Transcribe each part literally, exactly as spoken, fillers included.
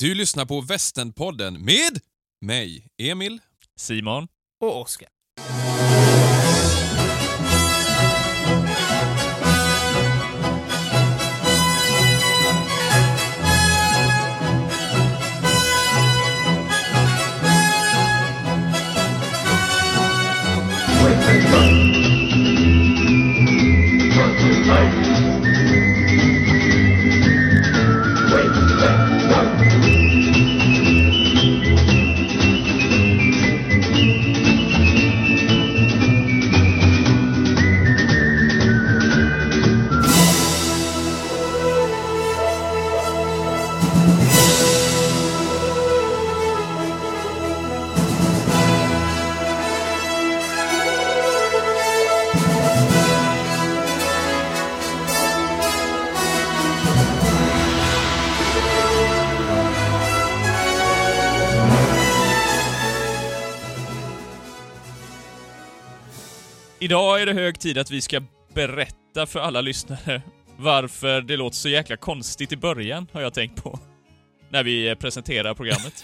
Du lyssnar på Västernpodden med mig, Emil, Simon och Oskar. Idag är det hög tid att vi ska berätta för alla lyssnare varför det låter så jäkla konstigt i början, har jag tänkt på. När vi presenterar programmet.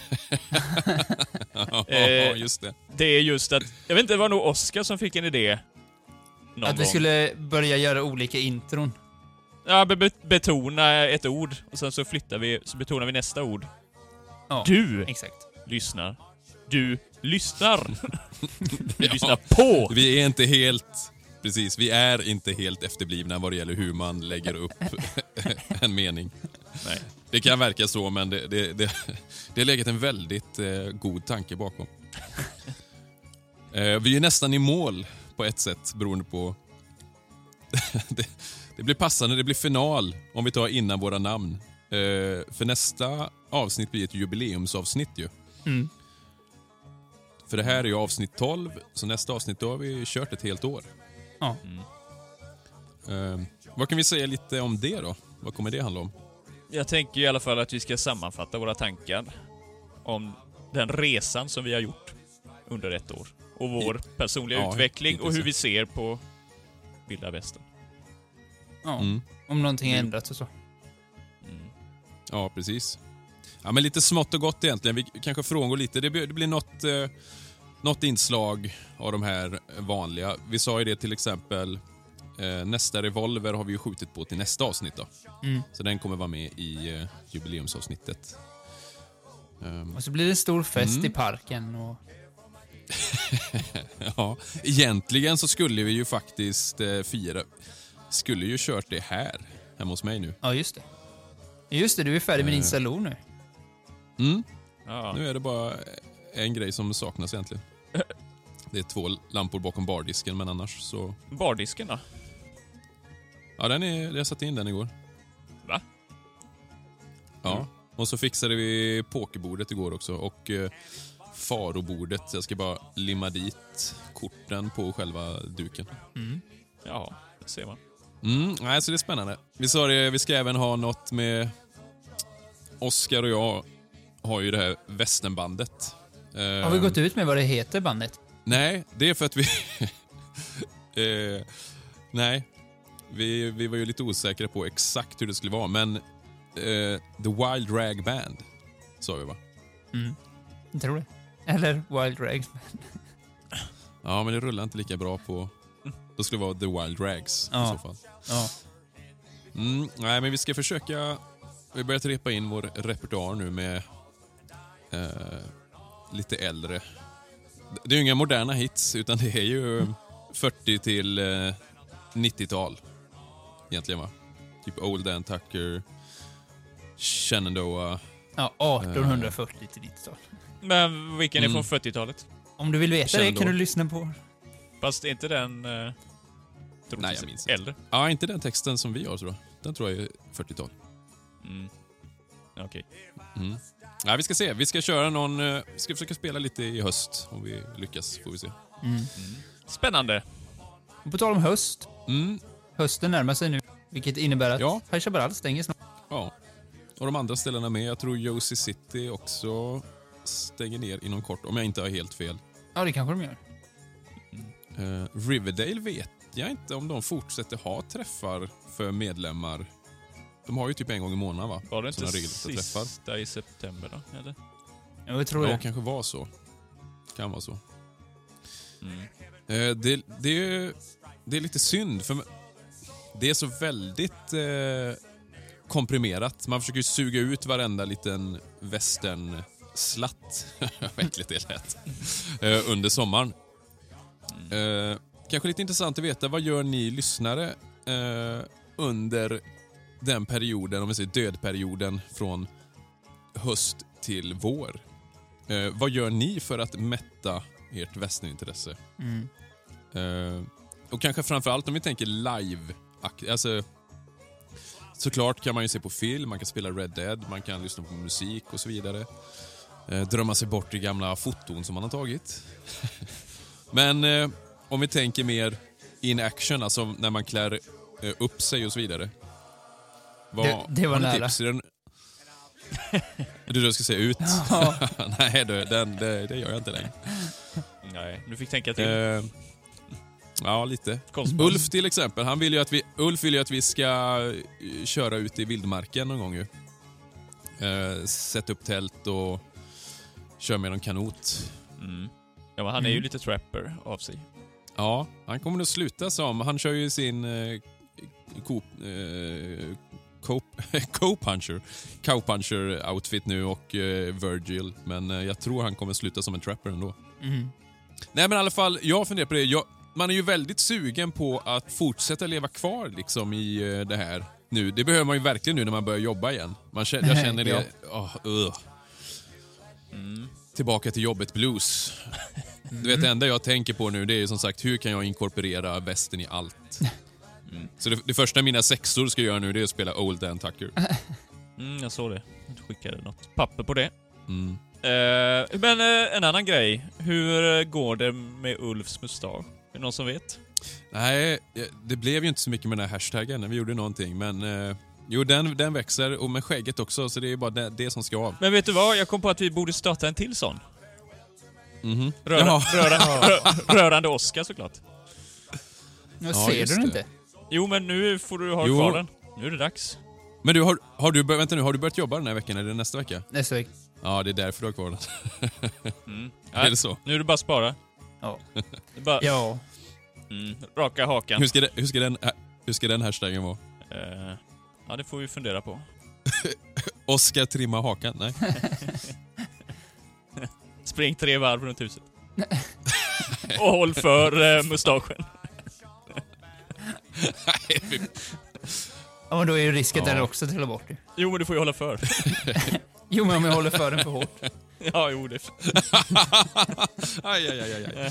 Ja, just det. Det är just att, jag vet inte, det var nog Oskar som fick en idé någon Att vi gång. skulle börja göra olika intron. Ja, be- betona ett ord och sen så flyttar vi, så betonar vi nästa ord. Ja, Du exakt. lyssnar. Du lyssnar. Vi Ja. lyssnar på. Vi är inte helt... Precis, vi är inte helt efterblivna vad det gäller hur man lägger upp en mening. Nej. Det kan verka så, men det, det, det, det har legat en väldigt eh, god tanke bakom. eh, vi är nästan i mål på ett sätt, beroende på... det, det blir passande, det blir final om vi tar innan våra namn. Eh, för nästa avsnitt blir ett jubileumsavsnitt ju. Mm. För det här är ju avsnitt tolv, så nästa avsnitt då har vi kört ett helt år. Ja. Eh, vad kan vi säga lite om det då? Vad kommer det handla om? Jag tänker i alla fall att vi ska sammanfatta våra tankar om den resan som vi har gjort under ett år. Och vår personliga Ja, utveckling och hur intressant. vi ser på Vilda Västern. Ja. Mm. Om någonting har Mm. ändrats och så. Ja, precis. Ja, men lite smått och gott egentligen. Vi kanske frångår lite. Det blir, det blir något, eh, något inslag av de här vanliga. Vi sa ju det till exempel, eh, nästa revolver har vi ju skjutit på till nästa avsnitt då. Mm. Så den kommer vara med i eh, jubileumsavsnittet. Um, Och så blir det stor fest Mm. i parken och... ja, egentligen så skulle vi ju faktiskt eh, fira. Skulle ju kört det här, hemma hos mig nu. Ja, just det. Just det, du är färdig med din Eh. salon nu. Mm. Ja. Nu är det bara en grej som saknas egentligen. Det är två lampor bakom bardisken, men annars så... Bardisken då? Ja, den är, jag satte in den igår. Va? Ja, Mm. och så fixade vi pokerbordet igår också. Och eh, farobordet. Jag ska bara limma dit korten på själva duken. Mm. Ja, det ser man. Mm, nej, så det är spännande. Vi sa det, vi ska även ha något med... Oskar och jag har ju det här västernbandet. Eh, Har vi gått ut med vad det heter, bandet? Nej, det är för att vi... eh, nej, vi, vi var ju lite osäkra på exakt hur det skulle vara, men eh, The Wild Rag Band, sa vi va? Mm. Jag tror det. Eller Wild Rags. Ja, men det rullar inte lika bra på... Då skulle det vara The Wild Rags Ja. i så fall. Ja. Mm, nej, men vi ska försöka... Vi börjar repa in vår repertoar nu med eh, lite äldre. Det är ju inga moderna hits, utan det är ju fyrtio till eh, nittiotal egentligen, va? Typ Old Dan Tucker, Shenandoah. Ja, artonhundrafyrtio till nittiotal. Men vilken är Mm. från fyrtiotalet? Om du vill veta Känner det då. kan du lyssna på. Fast är inte den... Eh, Nej, jag minns inte. äldre? Ja, inte den texten som vi har, tror jag. Den tror jag är fyrtiotal. Mm. Okej. Mm. Ja, vi ska se. Vi ska köra någon... eh, Vi ska försöka spela lite i höst. Om vi lyckas, får vi se. Mm. Spännande. Och på tal om höst. Mm, Hösten närmar sig nu. Vilket innebär att Ja. High Chaparral stänger snart. ja. Och de andra ställena med. Jag tror Josie City också stänger ner inom kort, om jag inte har helt fel. Ja, det kanske de gör. Eh, Riverdale vet jag inte om de fortsätter ha träffar för medlemmar De har ju typ en gång i månaden, va? Var det inte Såna regelrätta träffar. sista i september då? Eller? Ja, jag tror Ja, det. kanske var så. Kan vara så. Mm. Eh, det, det, är, det är lite synd, för det är så väldigt eh, komprimerat. Man försöker ju suga ut varenda liten västern-slatt, vad äckligt det lät, eh, under sommaren. Eh, kanske lite intressant att veta, vad gör ni lyssnare eh, under den perioden, om vi säger dödperioden från höst till vår? Eh, vad gör ni för att mätta ert västernintresse? Mm. Eh, och kanske framförallt om vi tänker live. Alltså, såklart kan man ju se på film, man kan spela Red Dead, man kan lyssna på musik och så vidare. Eh, drömma sig bort i gamla foton som man har tagit. Men eh, om vi tänker mer in action, alltså när man klär eh, upp sig och så vidare. Vad, Det- det var har ni nära. tips i den? Du, du ska se ut. Ja. Nej, du, den, det, det gör jag inte längre. Nej, du fick tänka till. Eh, ja, lite. Konstigt. Ulf till exempel, han vill ju att vi, Ulf vill ju att vi ska eh, köra ut i vildmarken någon gång ju. Eh, sätta upp tält och köra med någon kanot. Mm. Ja, men han är ju Mm. lite trapper av sig. Ja, han kommer nog sluta som, han kör ju sin eh, co, eh, co- co-puncher, cow-puncher outfit nu och eh, Virgil, men eh, jag tror han kommer sluta som en trapper ändå. Mm. Nej, men i alla fall, jag funderar på det. Jag, man är ju väldigt sugen på att fortsätta leva kvar liksom i eh, det här nu. Det behöver man ju verkligen nu när man börjar jobba igen. Man känner, jag känner det. Ja. Oh, uh. Mm. Tillbaka till jobbet blues. Du vet, det enda jag tänker på nu, det är ju som sagt, hur kan jag inkorporera västern i allt? Mm. Så det, det första mina sexor ska göra nu, det är att spela Old Dan Tucker. Mm, jag såg det. Du skickade något papper på det. Mm. Eh, men eh, en annan grej. Hur går det med Ulfs mustasch? Är det någon som vet? Nej, det blev ju inte så mycket med den här hashtaggen när vi gjorde någonting, men eh, jo, den, den växer, och med skägget också, så det är bara det, det som ska av. Men vet du vad? Jag kom på att vi borde starta en till sån. Mhm. Röra, Jaha. röra, rö, rörande Oscar såklart. Jag Ja, ser just du den det. inte? Jo, men nu får du ha Jo. kvar den. Nu är det dags. Men du, har, har du, bör- vänta nu, har du börjat jobba den här veckan, eller nästa vecka? Nästa vecka. Ja, det är därför du har kvar den. Mm. Är det så? Nu är det bara att spara. Ja. Det är bara, Ja. mm, raka hakan. Hur ska, det, hur, ska den, hur ska den hashtaggen vara? Eh, ja, det får vi fundera på. Oskar trimma hakan? Nej. Spring tre varv runt huset. Och håll för eh, mustaschen. Ja, men då är ju risken Ja. att den också trillar bort. ju. Jo, men du får ju hålla för. Jo, men om jag håller för den för hårt. Ja, jo, det. aj, aj, aj, aj, aj.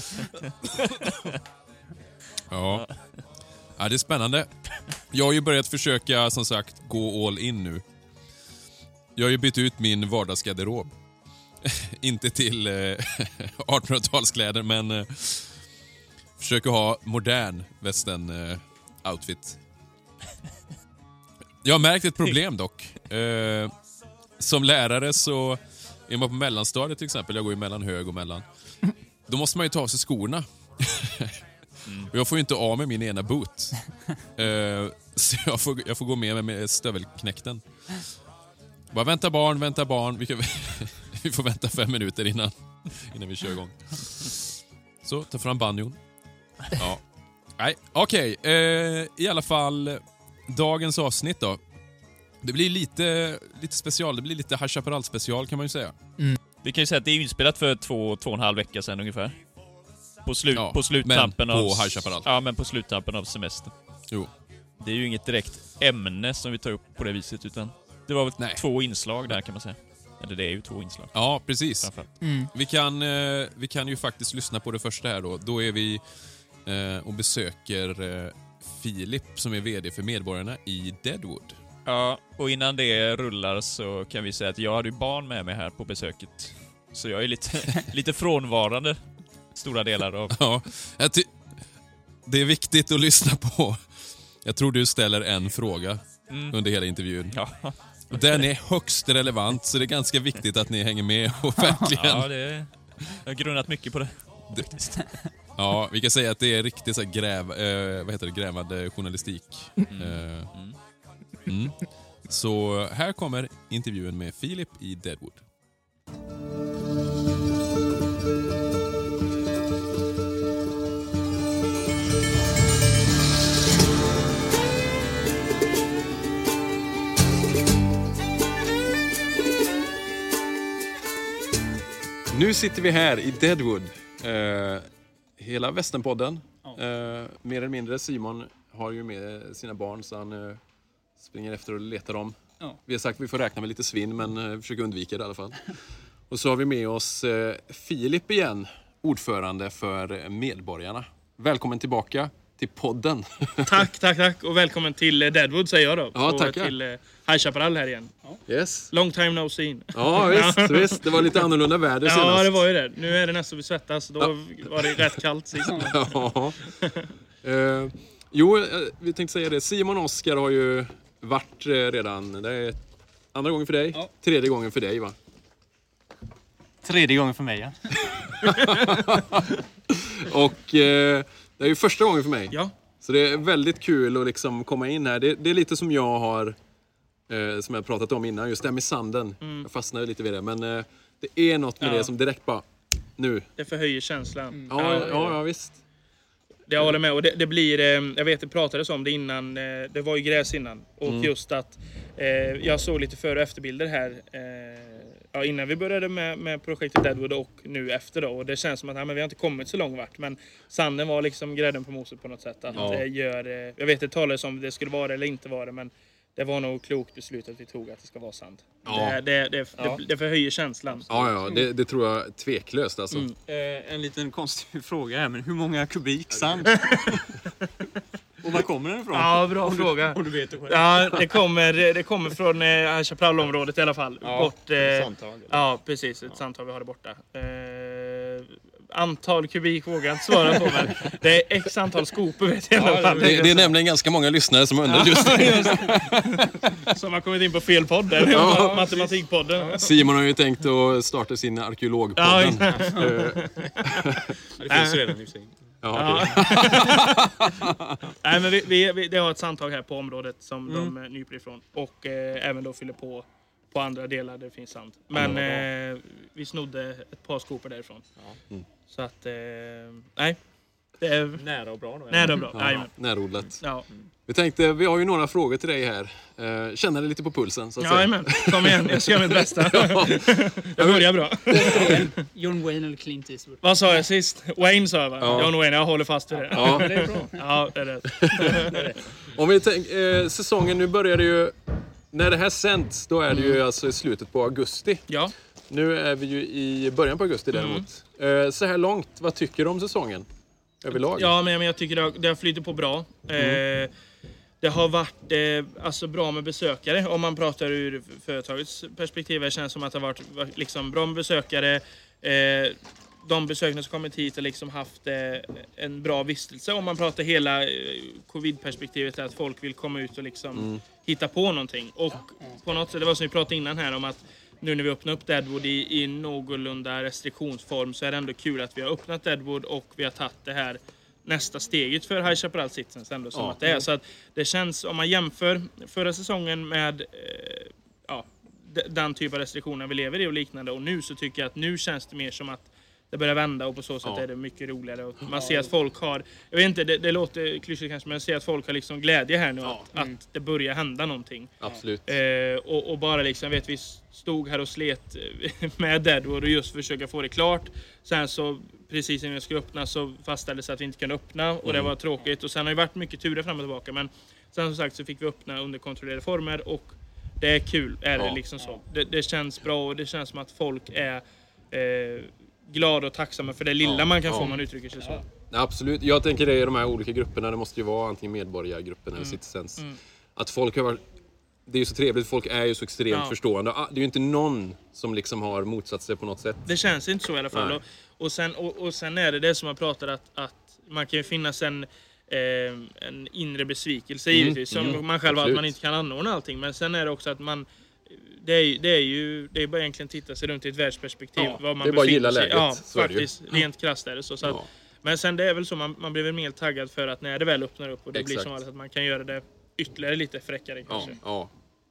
Ja. Ja, det är spännande. Jag har ju börjat försöka, som sagt, gå all in nu. Jag har ju bytt ut min vardagsgarderob. Inte till eh, artonhundratalskläder, men eh, försöker ha modern västern eh, outfit. Jag har märkt ett problem dock. Eh, som lärare så är man på mellanstadiet till exempel, jag går ju mellan hög och mellan. Då måste man ju ta av sig skorna. Och jag får ju inte av med min ena boot. Eh, så jag får, jag får gå med med stövelknäkten. Bara vänta barn, vänta barn. Vi, kan, vi får vänta fem minuter innan, innan vi kör igång. Så, ta fram banjon. Ja. Nej, okej. Okay. Eh, I alla fall, dagens avsnitt då. Det blir lite, lite special. Det blir lite High Chaparral special kan man ju säga. Vi kan ju säga att det är inspelat för två, två och en halv vecka sedan ungefär. På, slut, Ja, på sluttampen men på av... High Chaparral. Ja, men på sluttampen av semestern. Jo. Det är ju inget direkt ämne som vi tar upp på det viset, utan det var väl Nej. två inslag där kan man säga. Eller det är ju två inslag. Ja, precis. Framförallt. Mm. Vi kan, eh, vi kan ju faktiskt lyssna på det första här då. Då är vi eh, och besöker eh, Filip som är vd för Medborgarna i Deadwood. Ja, och innan det rullar så kan vi säga att jag hade ju barn med mig här på besöket. Så jag är lite, lite frånvarande stora delar av... Ja, jag ty- det är viktigt att lyssna på. Jag tror du ställer en fråga Mm. under hela intervjun. Ja, Och den är högst relevant, så det är ganska viktigt att ni hänger med och verkligen... ja det, jag har grunnat mycket på det. Det- Ja, vi kan säga att det är riktigt så här gräv, eh, vad heter det, grävande journalistik. Eh, Mm. mm. Så här kommer intervjun med Filip i Deadwood. Nu sitter vi här i Deadwood. Eh, hela Västernpodden. Ja. Eh, mer eller mindre. Simon har ju med sina barn så han eh, springer efter och letar dem. Ja. Vi har sagt att vi får räkna med lite svinn men eh, försöker undvika det i alla fall. Och så har vi med oss eh, Filip igen, ordförande för Medborgarna. Välkommen tillbaka till podden. Tack, tack, tack. Och välkommen till eh, Deadwood säger jag då. Ja, och tackar. till eh, High Chaparral här igen. Ja. Yes. Long time no seen. Ja, visst, visst. Det var lite annorlunda väder senast. Ja, det var ju det. Nu är det nästan vi svettas. Då Ja. var det rätt kallt sist. Ja. Eh, jo, eh, vi tänkte säga det. Simon och Oskar har ju varit eh, redan. Det är andra gången för dig. Ja. Tredje gången för dig, va? Tredje gången för mig, ja. Och eh, det är ju första gången för mig. Ja. Så det är väldigt kul att liksom komma in här. Det, det är lite som jag har, eh, som jag pratat om innan, just det här med sanden. Mm. Jag fastnade lite vid det. Men eh, det är något med Ja. det som direkt bara, nu. Det förhöjer känslan. Ja, ja, ja, visst. Det jag håller med. Och det, det blir, eh, jag vet det pratades om det innan, eh, det var ju gräs innan. Och Mm. just att eh, jag såg lite före och efterbilder här. Eh, ja, innan vi började med, med projektet Deadwood och nu efter då. Och det känns som att nej, men vi har inte kommit så långt vart. Men sanden var liksom grädden på moset på något sätt. Att Ja. det gör, eh, jag vet det talades om det skulle vara det eller inte vara det. Men det var nog klokt beslut att vi tog att det ska vara sand. Ja. Det, det, det, Ja. det, det förhöjer känslan. Ja, ja, det, det tror jag tveklöst alltså. Mm. Eh, en liten konstig fråga här, men hur många kubik sand? Och var kommer den ifrån? Ja, bra fråga. Om du vet det själv. Ja, det kommer, det kommer från eh, Chaparral-området i alla fall. Ja, Bort, eh, samtag, eller? ja, precis. Ett samtal vi har där borta. Eh, antal kubik vågar jag inte svara på, men det är x antal skopor vet jag i alla fall. Det, det är nämligen ganska många lyssnare som undrar just det. Som har kommit in på fel podd där. Ja. Matematikpodden. Simon har ju tänkt att starta sin arkeologpodden. Ja, Ja, exakt. Det finns ju redan i och för sig. ja, okej. Ja. Nej, men vi, vi, vi, det har ett samtal här på området som Mm. de eh, nyper ifrån. Och eh, även då fyller på på andra delar där det finns sand. Men Ja, vad eh, vi snodde ett par skopor därifrån. Ja. Mm. Så att, eh, nej. Det är Nära och bra då. nära och bra. Ja, Jajamän. närodlat. Ja. Vi tänkte, vi har ju några frågor till dig här. Eh, känner dig lite på pulsen så att säga. Jajamän, kom igen. Jag ska göra mitt bästa. Jag börjar bra. John Wayne eller Clint Eastwood? Vad sa jag sist? Wayne sa jag va? Ja. John Wayne, jag håller fast vid det. Ja. Det är bra. Ja, det är det. Om vi tänk, eh, säsongen nu börjar det ju, när det här sänds, då är det ju alltså i slutet på augusti. Ja. Nu är vi ju i början på augusti däremot. Eh, så här långt, vad tycker du om säsongen? Överlag? Ja, men men jag tycker det har, det har flyttat på bra. Eh, det har varit eh, alltså bra med besökare. Om man pratar ur företagets perspektiv. Det känns som att det har varit, varit liksom bra med besökare. Eh, de besökarna som kommit hit har liksom haft eh, en bra vistelse. Om man pratar hela eh, covid-perspektivet. Att folk vill komma ut och liksom Mm. hitta på någonting. Och på något sätt, det var som vi pratade innan här om att nu när vi öppnar upp Deadwood i, i någorlunda restriktionsform så är det ändå kul att vi har öppnat Deadwood och vi har tagit det här nästa steget för High Chaparral Citizens ändå som Ja. att det är. Så att det känns, om man jämför förra säsongen med eh, ja, d- den typ av restriktioner vi lever i och liknande och nu så tycker jag att nu känns det mer som att det börjar vända och på så sätt Ja. är det mycket roligare. Och man ser att folk har, jag vet inte, det, det låter klyschigt kanske, men jag ser att folk har liksom glädje här nu Ja. att, att det börjar hända någonting. Absolut. Eh, och, och bara liksom, vet vi stod här och slet eh, med Deadwood och just försöka få det klart. Sen så, precis innan vi skulle öppna så fastställdes att vi inte kunde öppna och det Mm. var tråkigt. Och sen har det varit mycket turer fram och tillbaka, men sen som sagt så fick vi öppna under kontrollerade former och det är kul, är det Ja. liksom så. Det, det känns bra och det känns som att folk är eh, glada och tacksamma för det lilla Ja. man kan få Ja. om man uttrycker sig så. Ja, absolut. Jag tänker det i de här olika grupperna. Det måste ju vara antingen medborgargruppen eller citizens. Mm. Att folk har varit... Det är ju så trevligt. Folk är ju så extremt Ja. förstående. Ah, det är ju inte någon som liksom har motsatt sig på något sätt. Det känns inte så i alla fall. Nej. Och, och, sen, och, och sen är det det som man pratar att, att man kan ju finnas en, eh, en inre besvikelse Mm, givetvis. Som mm, man själv har, att absolut. man inte kan anordna allting. Men sen är det också att man... Det är, ju- det är ju det är bara egentligen titta sig runt i ett världsperspektiv. Ja, var man det är bara att befinner gilla sig. läget, Ja, så är det ju. faktiskt. Rent krasst är det så. så att, Ja. Men sen det är väl så, man, man blir väl mer taggad för att när det väl öppnar upp och det blir Exakt. som vanligt att man kan göra det ytterligare lite fräckare Ja, kanske. ja.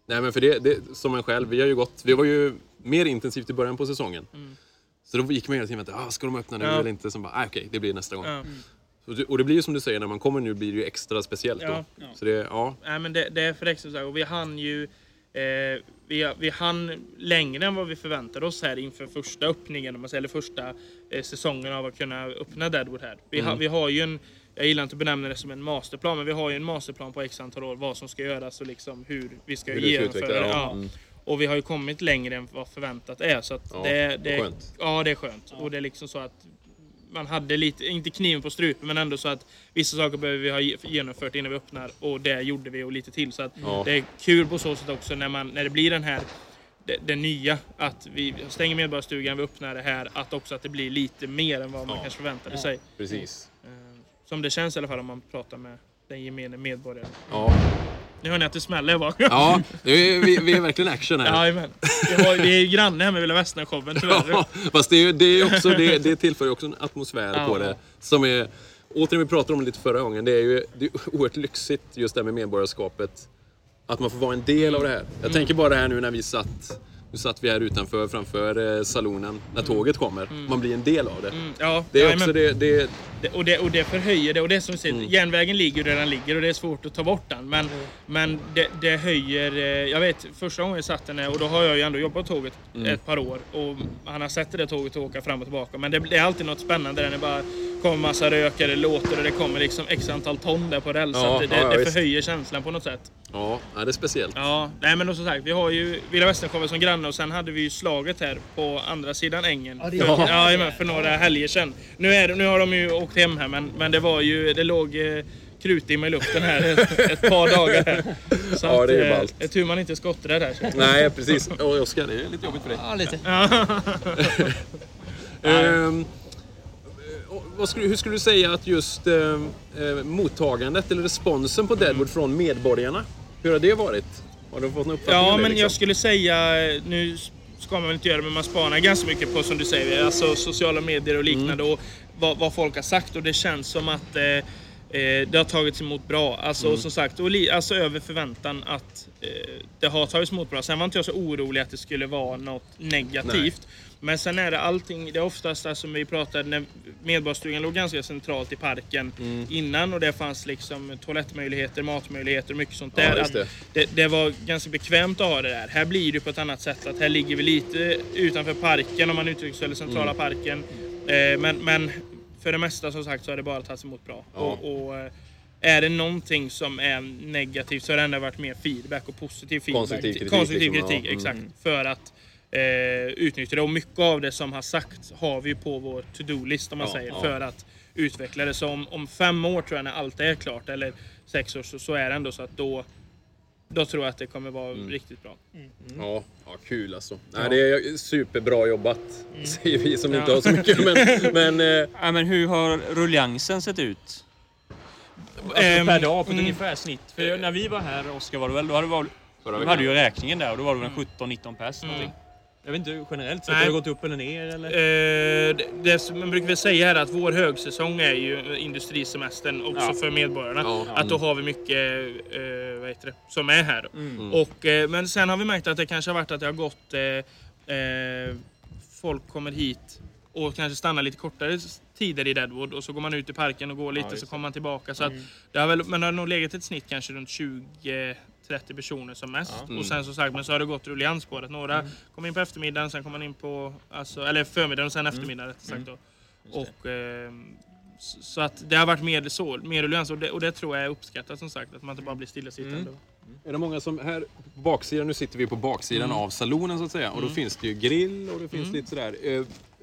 Nej, men för det, det som en själv, vi har ju gått, vi var ju mer intensivt i början på säsongen. Mm. Så då gick man hela tiden att, ah, ska de öppna nu ja. eller inte? Som bara, ah, okej, okay, det blir nästa gång. Ja. Mm. Så, och det blir ju som du säger, när man kommer nu blir det ju extra speciellt ja. då. Ja. Så det, ja. Nej, men det, det är för extra så här. Och vi hann ju, eh, vi, vi hann längre än vad vi förväntade oss här inför första öppningen, om man säger, eller första eh, säsongen av att kunna öppna Deadwood här. Vi, mm. ha, vi har ju en, jag gillar inte att benämna det som en masterplan, men vi har ju en masterplan på x antal år, vad som ska göras och liksom hur vi ska hur genomföra det. Ja. Mm. Och vi har ju kommit längre än vad förväntat är. Så att ja, det, det, är skönt. Ja, det är skönt. Ja. Och det är liksom så att man hade lite, inte kniven på strupen, men ändå så att vissa saker behöver vi ha genomfört innan vi öppnar. Och det gjorde vi och lite till. Så att ja. det är kul på så sätt också när, man, när det blir den här, det, det nya, att vi stänger Medborgarstugan, vi öppnar det här, att också att det blir lite mer än vad man ja. kanske förväntade ja. sig. Precis. Som det känns i alla fall om man pratar med den gemene medborgaren. Ja. Nu hör ni att det smäller bak. Ja, är, vi, vi är verkligen action här. Ja, men vi, har, vi är ju granne här med Villa Västern-showen tyvärr. Ja, fast det, är, det, är också, det, det tillför ju också en atmosfär ja. på det. Som är, återigen vi pratade om lite förra gången, det är ju det är oerhört lyxigt just det med medborgarskapet. Att man får vara en del av det här. Jag mm. tänker bara här nu när vi satt... Nu satt vi här utanför, framför eh, salonen, när tåget kommer. Mm. Man blir en del av det. Mm. Ja, det är ja, också men, det, det... det, och det... Och det förhöjer det. Och det som säger, mm. järnvägen ligger där den ligger och det är svårt att ta bort den. Men, mm. men det, det höjer... Eh, jag vet, första gången jag satt den här, och då har jag ju ändå jobbat på tåget mm. ett par år. Och han har sett det tåget åka fram och tillbaka. Men det, det är alltid något spännande där det bara kommer massa rökare, det låter och det kommer liksom x antal ton där på räls. Ja, det, ja, det, det förhöjer känslan på något sätt. Ja, det är speciellt. Ja, nej men som sagt, vi har ju Villa Västern som granne och sen hade vi ju slaget här på andra sidan ängen. Ja, det för, ja, ja, för några helger sedan. Nu, är, nu har de ju åkt hem här, men, men det var ju, det låg eh, krutdimma i luften här ett, ett par dagar här. Så ja, att, det är ballt. Ett tur man inte skottrar där. Så. Nej, precis. Och Oskar, det är lite jobbigt för dig. Ja, lite. um, vad skulle, hur skulle du säga att just eh, mottagandet eller responsen på Deadwood mm. från medborgarna, hur har det varit? Har du fått en uppfattning Ja, om det, men liksom? Jag skulle säga, nu ska man väl inte göra, men man spanar ganska mycket på, som du säger, alltså sociala medier och liknande mm. och vad, vad folk har sagt, och det känns som att eh, det har tagits emot bra. Alltså mm. som sagt, och li, alltså över förväntan att eh, det har tagits emot bra. Sen var inte jag så orolig att det skulle vara något negativt. Nej. Men sen är det allting, det är oftast, alltså vi pratade när Medborgarstugan låg ganska centralt i parken mm. innan, och det fanns liksom toalettmöjligheter, matmöjligheter och mycket sånt ja, där. det. Det, det var ganska bekvämt att ha det där. Här blir det på ett annat sätt, att här ligger vi lite utanför parken, om man uttrycker sig, eller centrala mm. parken. Eh, men, men för det mesta som sagt så har det bara tagits emot bra. Ja. Och, och är det någonting som är negativt så har det ändå varit mer feedback och positiv feedback. Konstruktiv kritik. Konstruktiv kritik, liksom, ja. exakt. Mm. För att eh, utnyttja det. Och mycket av det som har sagt har vi på vår to-do-list, om man ja, säger, ja. för att utveckla det. Så om, om fem år tror jag, när allt är klart, eller sex år, så, så är det ändå så att då Då tror jag att det kommer vara mm. riktigt bra. Mm. Mm. Ja, ja, kul alltså. Ja. Nej, det är superbra jobbat, mm. säger vi som ja. inte har så mycket. Men, men, eh... ja, men hur har ruljansen sett ut? Alltså um, per dag på ett mm. ungefär snitt. För när vi var här, Oskar, var det väl, då hade, var, då hade ju räkningen där och då var det väl sjutton nitton pers mm. någonting. Jag vet inte generellt sett, har det gått upp eller ner? Eller? Eh, det, det man brukar väl säga här att vår högsäsong är ju industrisemestern också ja. för medborgarna. Ja. Att då har vi mycket eh, vad heter det, som är här. Mm. Och, eh, men sen har vi märkt att det kanske har varit att det har gått eh, eh, folk kommer hit och kanske stannar lite kortare tider i Deadwood, och så går man ut i parken och går lite, ja, så kommer man tillbaka. Så mm. att det har väl, men det har nog legat ett snitt kanske runt tjugo trettio personer som mest. Ja. Mm. Och sen så sagt, men så har det gått rullians på det. Några mm. kommer in på eftermiddagen, sen kommer man in på, alltså, eller förmiddagen och sen eftermiddagen rätt sagt då. Och eh, så att det har varit mer så, mer rullians, och det, och det tror jag är uppskattat, som sagt, att man inte bara blir stillasittande. Mm. Mm. Är det många som här på baksidan, nu sitter vi på baksidan mm. av salonen så att säga, och då mm. finns det ju grill och det finns mm. lite sådär. Eh,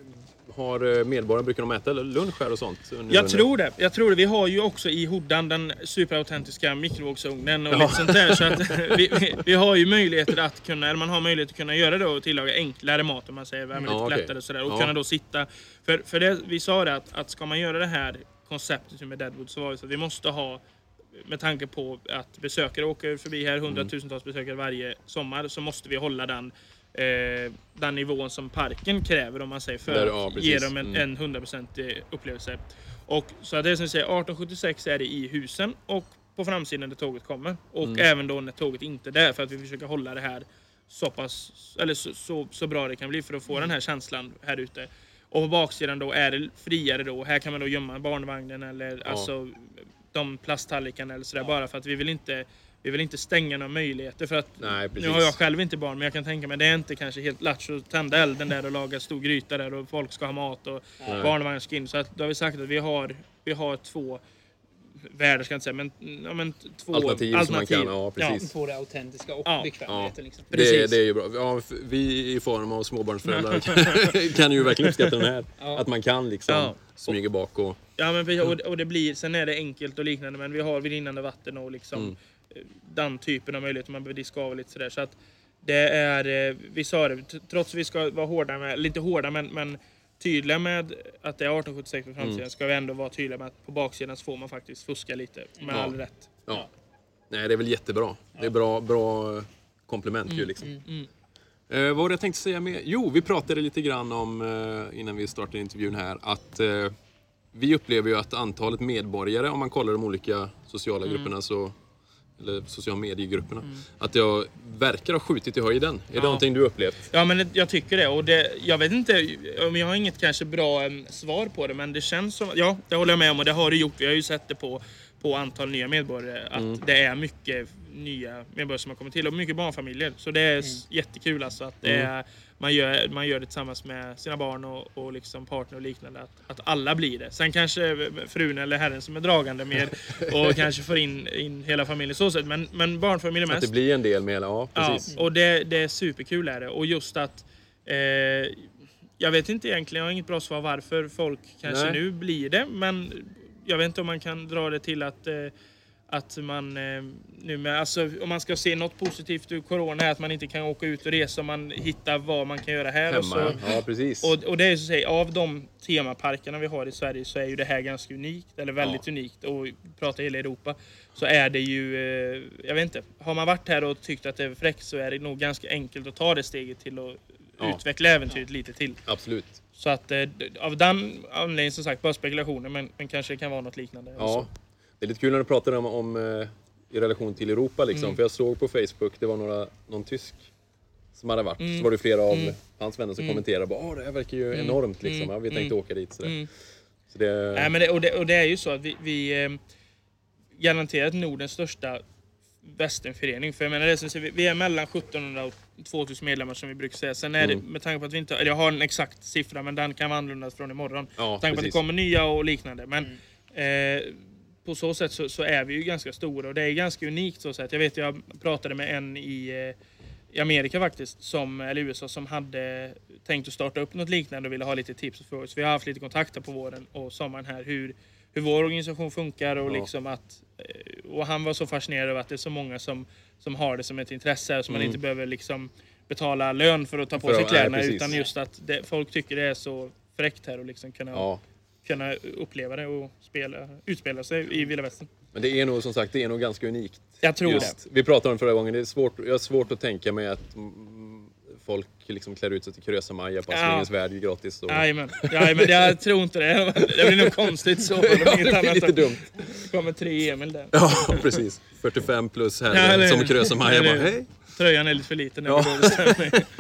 Har medborgarna, brukar de äta lunch här och sånt? Under, jag tror det. Jag tror det. Vi har ju också i hoddan den superautentiska mikrovågsugnen och ja. lite sånt där. Så att vi, vi, vi har ju möjligheter att kunna, eller man har möjlighet att kunna göra det och tillaga enklare mat, om man säger, värma lite ja, okay. lättare och sådär. Och ja. kunna då sitta. För, för det, vi sa det att, att ska man göra det här konceptet med Deadwood, så var det så att vi måste ha, med tanke på att besökare åker förbi här, hundratusentals besökare varje sommar, så måste vi hålla den Eh, den nivån som parken kräver, om man säger, för Där, ja, att ge dem en, en hundra procent upplevelse. Och så att det som säger arton sjuttiosex är det i husen, och på framsidan när tåget kommer. Och Mm. även då när tåget inte är där, för att vi försöker hålla det här så pass, eller så, så, så bra det kan bli för att få den här känslan här ute. Och på baksidan då är det friare då. Här kan man då gömma barnvagnen eller Ja. alltså de plasttallrikarna eller sådär, bara för att vi vill inte vi vill inte stänga några möjligheter, för att Nej, nu precis. har jag själv inte barn, men jag kan tänka mig det är inte kanske helt lattjo att tända elden där och laga stor gryta där och folk ska ha mat och Nej. barnvagnar ska in. Så att, då har vi sagt att vi har, vi har två världar, ska jag inte säga, men, ja, men två Alternativ, alternativ. som man kan, ja precis. Få det autentiska och Ja. bekvämligheten. Liksom. Det, Precis. det är ju bra. Ja, f- vi i form av småbarnsföräldrar kan, kan ju verkligen uppskatta den här. Ja. Att man kan liksom Ja. smyga bak och... Ja, men vi, och, och det blir, sen är det enkelt och liknande, men vi har rinnande vatten och liksom Mm. eh, den typen av möjligheter. Man behöver diska av lite sådär. Så att det är, eh, vi sa det, t- trots att vi ska vara hårda med, lite hårda men, men tydliga med att det är arton sjuttiosex på framsidan, Mm. ska vi ändå vara tydliga med att på baksidan så får man faktiskt fuska lite, med Ja. all rätt. Ja. Nej, det är väl jättebra. Det är bra, bra eh, komplement ju liksom. Mm. Eh, vad var det jag tänkte säga med? Jo, vi pratade lite grann om, eh, innan vi startade intervjun här, att eh, vi upplever ju att antalet medborgare, om man kollar de olika sociala Mm. grupperna, så, eller sociala mediegrupperna, att det verkar ha skjutit i höjden. Är det Ja. någonting du upplevt? Ja, men det, jag tycker det. Och det, jag vet inte, om jag har inget kanske bra em, svar på det, men det känns som, ja, det håller jag med om, och det har det gjort. Vi har ju sett det på, på antal nya medborgare, att Mm. det är mycket nya medborgare som har kommit till, och mycket barnfamiljer. Så det är s- jättekul alltså att det Mm. är, man, gör, man gör det tillsammans med sina barn och, och liksom partner och liknande, att, att alla blir det. Sen kanske frun eller herren som är dragande mer och kanske får in, in hela familjen så sätt, men, men barnfamiljer Att mest. det blir en del med hela, ja precis. Ja, och det, det är superkul är det. Och just att eh, jag vet inte egentligen, jag har inget bra svar varför folk kanske Nej. nu blir det, men jag vet inte om man kan dra det till att eh, att man eh, nu med, alltså om man ska se något positivt ur corona är att man inte kan åka ut och resa, och man hittar vad man kan göra här. Och, Hemma, så, ja precis. och, och det är så att säga, av de temaparkerna vi har i Sverige så är ju det här ganska unikt, eller väldigt Ja. unikt, och pratar hela Europa så är det ju, eh, jag vet inte, har man varit här och tyckt att det är fräckt så är det nog ganska enkelt att ta det steget till att Ja. utveckla äventyret lite till. Absolut. Så att eh, av den anledningen, som sagt, bara spekulationer, men, men kanske det kan vara något liknande. Ja. Det är lite kul när du pratar om, om eh, i relation till Europa liksom. Mm. För jag såg på Facebook, det var några, någon tysk som hade varit. Mm. Så var det flera av Mm. hans vänner som Mm. kommenterade bara, åh det här verkar ju Mm. enormt liksom. Mm. Ja, vi tänkte Mm. åka dit. Sådär. Mm. Så det, Nej, men det, och, det, och det är ju så att vi, vi eh, garanterat Nordens största västernförening. För jag menar, det som, vi, vi är mellan sjuttonhundra och tvåtusen medlemmar som vi brukar säga. Sen är Mm. det, med tanke på att vi inte, eller jag har en exakt siffra, men den kan vara annorlunda från imorgon. ja, Med tanke på att det precis. kommer nya och liknande. Men eh, på så sätt så, så är vi ju ganska stora, och det är ganska unikt så sätt. Jag vet, jag pratade med en i, eh, i Amerika faktiskt, som, eller U S A, som hade tänkt att starta upp något liknande och ville ha lite tips och frågor. Så vi har haft lite kontakter på våren och sommaren här, hur, hur vår organisation funkar, och Ja. liksom att, eh, och han var så fascinerad över att det är så många som, som har det som ett intresse, så man Mm. inte behöver liksom betala lön för att ta på För sig att- nej, kläderna, precis. utan just att det, folk tycker det är så fräckt här och liksom kunna Ja. kunna uppleva det och spela, utspela sig i Vilda Västern. Men det är nog som sagt, det är nog ganska unikt. Jag tror Just, vi pratade om det förra gången, det är svårt, jag har svårt att tänka mig att mm, folk liksom klär ut sig till Krösa-Maja på Ja. Astringens värld gratis. Och... det. Jajamän, Jajamän, jag tror inte det. Det blir nog konstigt så. Ja, det blir lite dumt. Det kommer tre Emil där. Ja, precis. fyrtiofem plus här Ja, eller- som Krösa-Maja bara, eller- hej. Tröjan är lite för liten. Ja. Ja.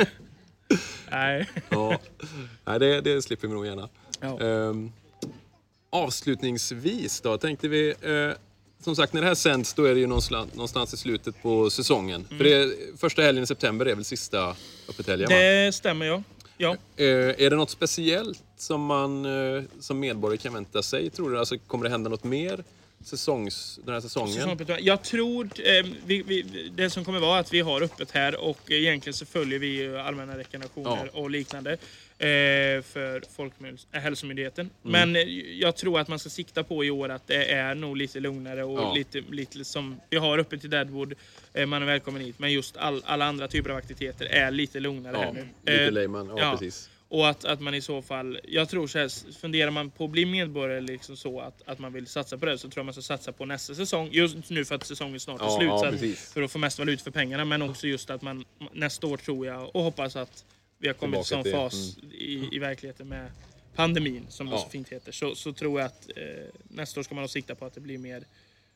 Nej. Ja. Nej, det, det slipper vi nog gärna. Ja. Ehm, avslutningsvis då, tänkte vi... eh, som sagt, när det här sänds då är det ju någonstans, någonstans i slutet på säsongen. För det är, första helgen i september är väl sista öppethelgen, va? Det stämmer, ja. Ja. Eh, är det något speciellt som man eh, som medborgare kan vänta sig, tror du? Alltså, kommer det hända något mer säsongs, den här säsongen? Säsongöppet. Jag tror eh, vi, vi, det som kommer vara att vi har öppet här, och egentligen så följer vi ju allmänna rekommendationer Ja. och liknande eh, för Folkhälsomyndigheten. Mm. Men eh, jag tror att man ska sikta på i år att det är nog lite lugnare och Ja. lite, lite som vi har öppet i Deadwood. Eh, man är välkommen hit, men just all, alla andra typer av aktiviteter är lite lugnare här Ja, nu. lite Eh, layman. Ja, ja. precis. Och att, att man i så fall, jag tror så här, funderar man på att bli medborgare liksom så att, att man vill satsa på det, så tror jag man ska satsa på nästa säsong. Just nu för att säsongen snart är Ja, slut. ja, så att, precis. för att få mest valuta för pengarna, men också just att man nästa år, tror jag, och hoppas att vi har kommit till Tillbaka sån till- fas i, i verkligheten med pandemin, som det Ja. så fint heter. Så, så tror jag att eh, nästa år ska man nog sikta på att det blir mer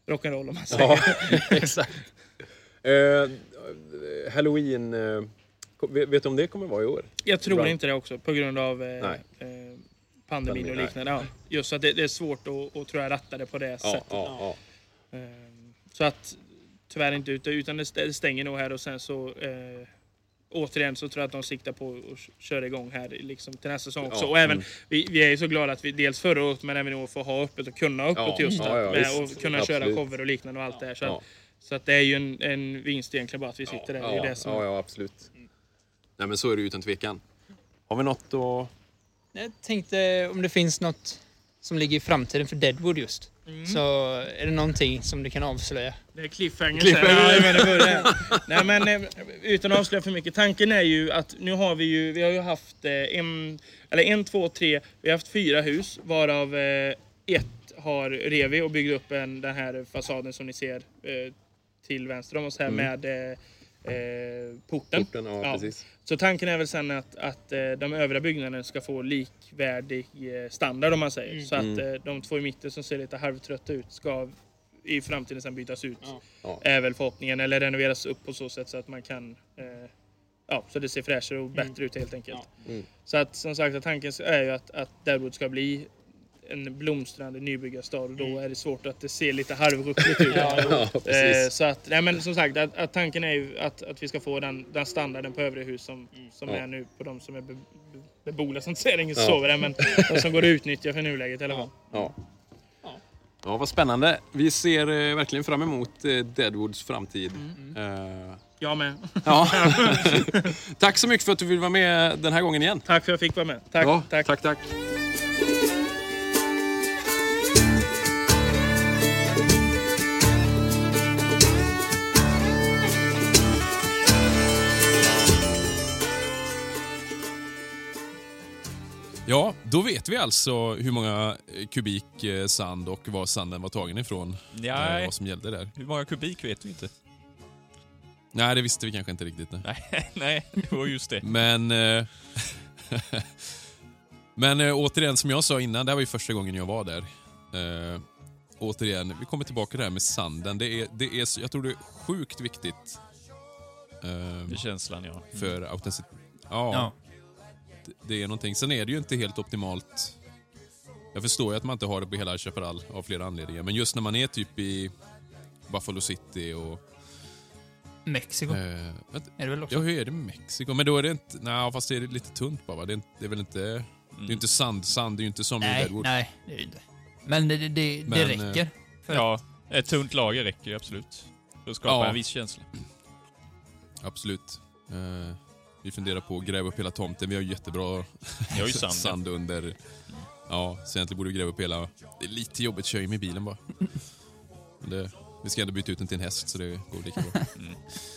rock'n'roll om man säger. Ja, exakt. Uh, Halloween, uh, vet du om det kommer vara i år? Jag tror Bra. inte det också, på grund av eh, eh, pandemin Pandemi, och liknande. Ja, just att det, det är svårt att, att tror jag, ratta det på det Ja, sättet. ja, ja. Eh, så att tyvärr inte ute, utan det stänger nog här och sen så eh, återigen så tror jag att de siktar på att köra igång här liksom till nästa säsong också. Ja, Och även, mm. vi, vi är ju så glada att vi dels förra året men även i år får ha öppet och kunna ha öppet Ja, just ja, ja, med, visst. och kunna Absolut. köra shower och liknande och allt det här. Så, Ja. att, så att det är ju en, en vinst egentligen bara att vi sitter där. Ja, Det är det som ja, ja, absolut. Nej, men så är det utan tvekan. Har vi något att... Jag tänkte om det finns något som ligger i framtiden för Deadwood just. Mm. Så är det någonting som du kan avslöja? Det är cliffhanger. Cliffhanger. Ja, jag menar början. Nej, men eh, utan att avslöja för mycket. Tanken är ju att nu har vi ju, vi har ju haft eh, en, eller en, två, tre, vi har haft fyra hus varav eh, ett har revi och byggt upp en, den här fasaden som ni ser eh, till vänster om oss här Mm. med eh, eh, porten. Porten, ja, Ja. precis. Så tanken är väl sen att, att eh, de övriga byggnaderna ska få likvärdig eh, standard om man säger. Mm. Så att Mm. eh, de två i mitten som ser lite halvtrötta ut ska i framtiden sen bytas ut. Ja. Ja. Är väl förhoppningen. Eller renoveras upp på så sätt så att man kan... Eh, ja, så det ser fräschare och bättre ut helt enkelt. Ja. Mm. Så att som sagt att tanken är ju att, att Deadwood ska bli en blomstrande nybyggarstad och då är det svårt att det ser lite halvruckligt ut. Ja, Ja, Eh, precis. så att, nej men som sagt, att, att tanken är ju att, att vi ska få den, den standarden på övriga hus som, som Ja. är nu på de som är be, be, beboeliga, som säger ingen Ja. sover där, men de som går att utnyttja för nuläget i alla fall. Ja. Ja, vad spännande. Vi ser eh, verkligen fram emot eh, Deadwoods framtid. Eh, Jag med. ja. Tack så mycket för att du vill vara med den här gången igen. Tack för att jag fick vara med. Tack. Ja, tack. tack, tack. Ja, då vet vi alltså hur många eh, kubik eh, sand och var sanden var tagen ifrån. Nej. Eh, vad som gällde där. Hur många kubik vet vi inte. Nej, det visste vi kanske inte riktigt. Nej. Nej, nej, det var just det. Men... Eh, men eh, återigen, som jag sa innan, det här var ju första gången jag var där. Eh, återigen, vi kommer tillbaka till det här med sanden. Det är, det är, så- jag tror det är sjukt viktigt. Eh, Det är känslan, ja. för autenticitet. Ja, Ja. det, det är någonting. Sen är det ju inte helt optimalt. Jag förstår ju att man inte har det på hela Chaparral av flera anledningar. Men just när man är typ i Buffalo City och... Mexiko Eh, vänta, är det väl också? ja, hur är det med Mexiko? Men då är det inte... Nej, fast det är lite tunt bara, va? Det är, det är väl inte... Det är ju inte sand, sand, det är ju inte som i nej, Deadwood. nej, det är det inte. Men det, det, det, Men, det räcker. För Ja, ett tunt lager räcker ju absolut. För att skapa Ja. en viss känsla. Absolut. Eh, vi funderar på att gräva upp hela tomten. Vi har ju jättebra Jag har ju sand. sand under. Ja, så egentligen borde vi gräva upp hela... Det är lite jobbigt att köra in med bilen bara. Men det, vi ska ändå byta ut den till en häst så det går lika bra. Mm.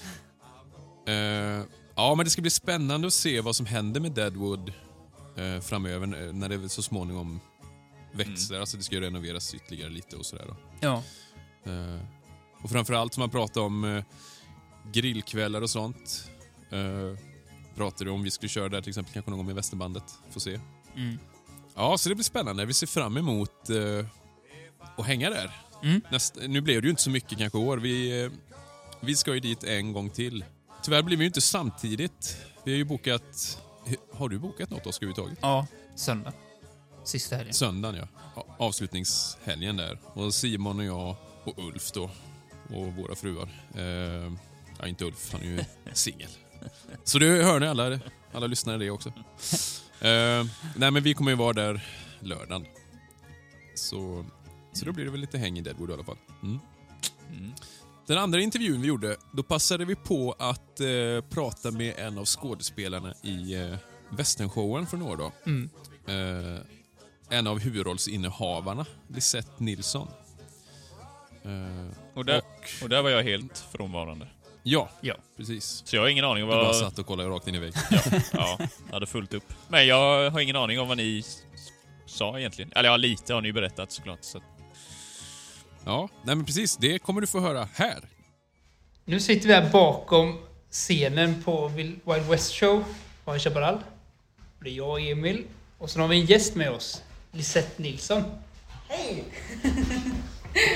Eh, ja, men det ska bli spännande att se vad som händer med Deadwood eh, framöver eh, när det så småningom växer. Mm. Alltså det ska ju renoveras ytterligare lite och sådär då. Ja. Eh, och framförallt som man pratar om eh, grillkvällar och sånt. Eh, pratade om vi skulle köra där till exempel kanske någon gång med Västerbandet. Får se. Mm. Ja, så det blir spännande. Vi ser fram emot eh, att hänga där. Mm. Näst, nu blev det ju inte så mycket kanske i år. Vi, eh, vi ska ju dit en gång till. Tyvärr blir vi ju inte samtidigt. Vi har ju bokat... Har du bokat något Oskar överhuvudtaget? Ja, söndag. Sista helgen. Söndagen, ja. Ja, avslutningshelgen där. Och Simon och jag och Ulf då. Och våra fruar. Eh, ja, inte Ulf, han är ju singel. Så det hör ni alla, alla lyssnare det också. Eh, nej, men vi kommer ju vara där lördagen. Så, så då blir det väl lite häng i Deadwood i alla fall. Mm. Mm. Den andra intervjun vi gjorde, då passade vi på att eh, prata med en av skådespelarna i eh, Västernshowen för några dagar. Mm. Eh, en av huvudrollsinnehavarna, Lisette Nilsson. Eh, Och, där, och där var jag helt frånvarande. ja, Ja. precis. Så jag har ingen aning om Jag bara vad... satt och kollade rakt in i väggen. Ja, jag hade fullt upp. Men jag har ingen aning om vad ni s- sa egentligen. Eller ja, lite har ni ju berättat såklart. Så. att- Ja, nej men precis. Det kommer du få höra här. Nu sitter vi här bakom scenen på Wild West Show på Chaparral. Det är jag och Emil. Och så har vi en gäst med oss. Lisette Nilsson. Hej!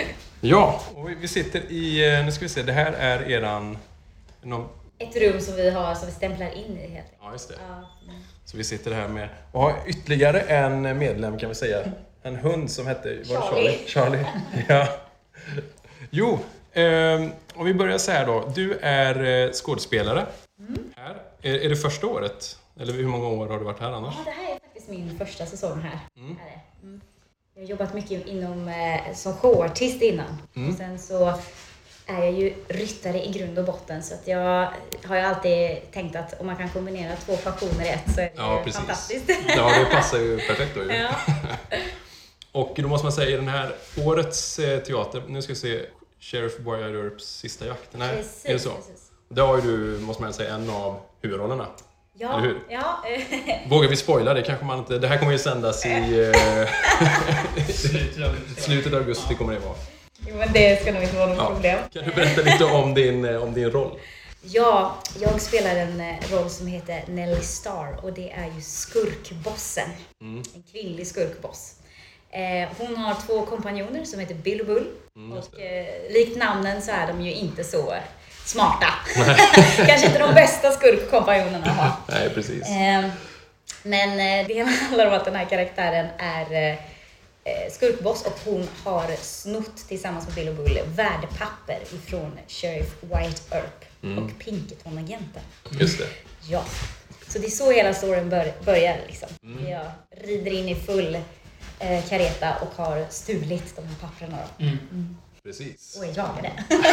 Ja, och vi sitter i, nu ska vi se, det här är eran... Någon... Ett rum som vi har, som vi stämplar in i helt enkelt. Ja, just det. Ja. Mm. Så vi sitter här med, och har ytterligare en medlem kan vi säga. En hund som hette var det Charlie. Charlie. Ja. Jo, eh, om vi börjar så här då. Du är skådespelare. Mm. Här. Är, är det första året? Eller hur många år har du varit här annars? Ja, det här är faktiskt min första säsong här. Mm. Är det. Mm. Jag har jobbat mycket inom, eh, som showartist innan. Mm. Och sen så är jag ju ryttare i grund och botten. Så att jag har ju alltid tänkt att om man kan kombinera två passioner i ett så är det ja, precis. fantastiskt. Ja, det passar ju perfekt då ju. Ja. Och då måste man säga i den här årets teater, nu ska vi se Sheriff Wyatt Earps sista jakt. Nej, precis, är det så? Precis. Där har ju du, måste man säga, en av huvudrollerna. Ja, eller hur? Ja. Vågar vi spoila det? Kanske man inte, det här kommer ju sändas i slutet av augusti kommer det vara. Jo, men det ska nog inte vara något ja. problem. Kan du berätta lite om din, om din roll? Ja, jag spelar en roll som heter Nelly Star och det är ju skurkbossen. Mm. En kvinnlig skurkboss. Eh, hon har två kompanjoner som heter Bill och Bull. Mm, och eh, likt namnen så är de ju inte så smarta. Kanske inte de bästa skurkkompanjonerna har. Nej, precis. Eh, men eh, det handlar om att den här karaktären är eh, skurkboss och hon har snott tillsammans med Bill och Bull värdepapper ifrån Sheriff Wyatt Earp mm. och Pinkerton-agenten. Just det. Ja. Så det är så hela storyn bör, börjar liksom. Mm. Jag rider in i full eh, kareta och har stulit de här papperna då. Mm. Mm. Precis. Och är jagade.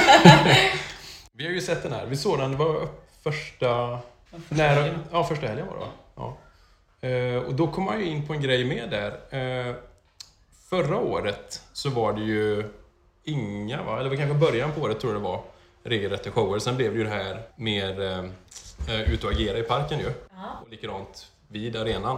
Vi har ju sett den här. Vi såg den, det var första... Första när, helgen. Ja, första helgen var det va? Ja. Eh, och då kom man ju in på en grej med där. Eh, Förra året så var det ju inga, va? Eller var kanske början på året tror jag det var, regelrätta shower. Sen blev det ju det här mer eh, ut och agera i parken ju. Ja. Och likadant vid arenan.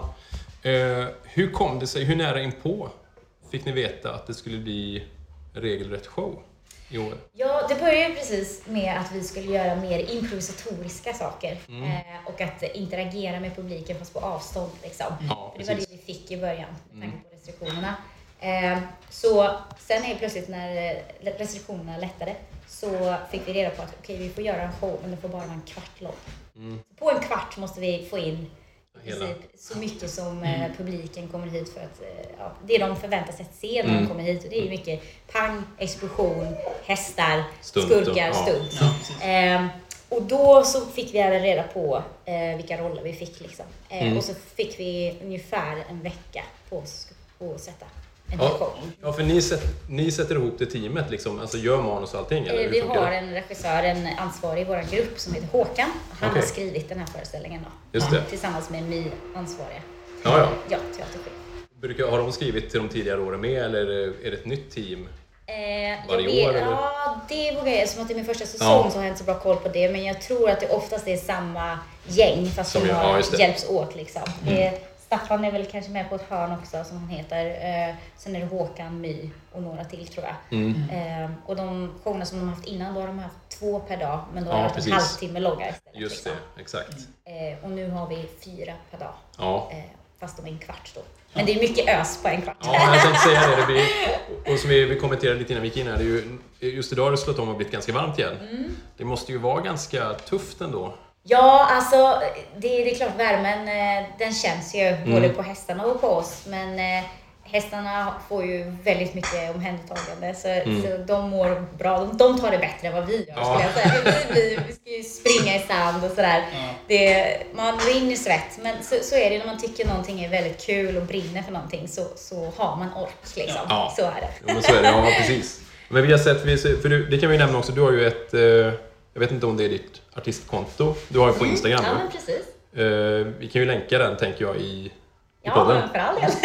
Eh, hur kom det sig, hur nära inpå fick ni veta att det skulle bli regelrätt show i år? Ja, det började ju precis med att vi skulle göra mer improvisatoriska saker. Mm. Eh, och att interagera med publiken fast på avstånd liksom. Ja, det var det vi fick i början med tanke på restriktionerna. Eh, så sen är plötsligt när restriktionerna lättade så fick vi reda på att okej, okay, vi får göra en show men det får bara vara en kvart lång. Mm. På en kvart måste vi få in i princip så mycket som eh, publiken kommer hit för att eh, ja, det de förväntar sig att se när mm. de kommer hit och det är ju mycket pang, explosion, hästar, stunt, skurkar, ja. stunt. Ja, eh, och då så fick vi reda på eh, vilka roller vi fick liksom. Eh, mm. Och så fick vi ungefär en vecka på oss att sätta. Ja, ja, för ni, sätt, ni sätter ihop det teamet, liksom, alltså gör manus och allting? Eller? Vi har en regissör, en ansvarig i vår grupp som heter Håkan. Han okay. har skrivit den här föreställningen då. Just det. Tillsammans med min ansvariga. Ja, ja. Ja, teaterchef. Brukar, har de skrivit till de tidigare åren med eller är det ett nytt team eh, varje vet, år? Eller? Ja, det vågar jag. Som att det är min första säsong ja. så har jag inte så bra koll på det. Men jag tror att det oftast är samma gäng fast som de har ja, hjälps åt liksom. Mm. Det, Staffan är väl kanske med på ett hörn också som han heter. Eh, sen är det Håkan, My och några till tror jag. Mm. Eh, och de showerna som de har haft innan, då har de haft två per dag. Men då har ja, de haft en halvtimme loggar istället. Just liksom. det, exakt. Eh, och nu har vi fyra per dag. Ja. Eh, fast de är en kvart då. Men det är mycket ös på en kvart. Ja, jag tänkte säga det. det blir, och som vi, vi kommenterade lite innan vi gick in här. Det är ju, just idag har det slått om och blivit ganska varmt igen. Mm. Det måste ju vara ganska tufft ändå. Ja, alltså det, det är klart värmen, den känns ju mm. både på hästarna och på oss. Men eh, hästarna får ju väldigt mycket omhändertagande så, mm. så de mår bra. De, de tar det bättre än vad vi gör ja. skulle jag säga. Vi, vi, vi ska ju springa i sand och sådär. Ja. Det, man rinner svett. Men så, så är det när man tycker någonting är väldigt kul och brinner för någonting så, så har man ork liksom. Ja. Så är det. Ja, men så är det, ja precis. Men vi har sett, för du, det kan vi nämna också, du har ju ett... Eh, jag vet inte om det är ditt artistkonto. Du har ju på Instagram mm, nu. Ja, precis. Uh, vi kan ju länka den, tänker jag, i, i ja, podden. Ja, för all del.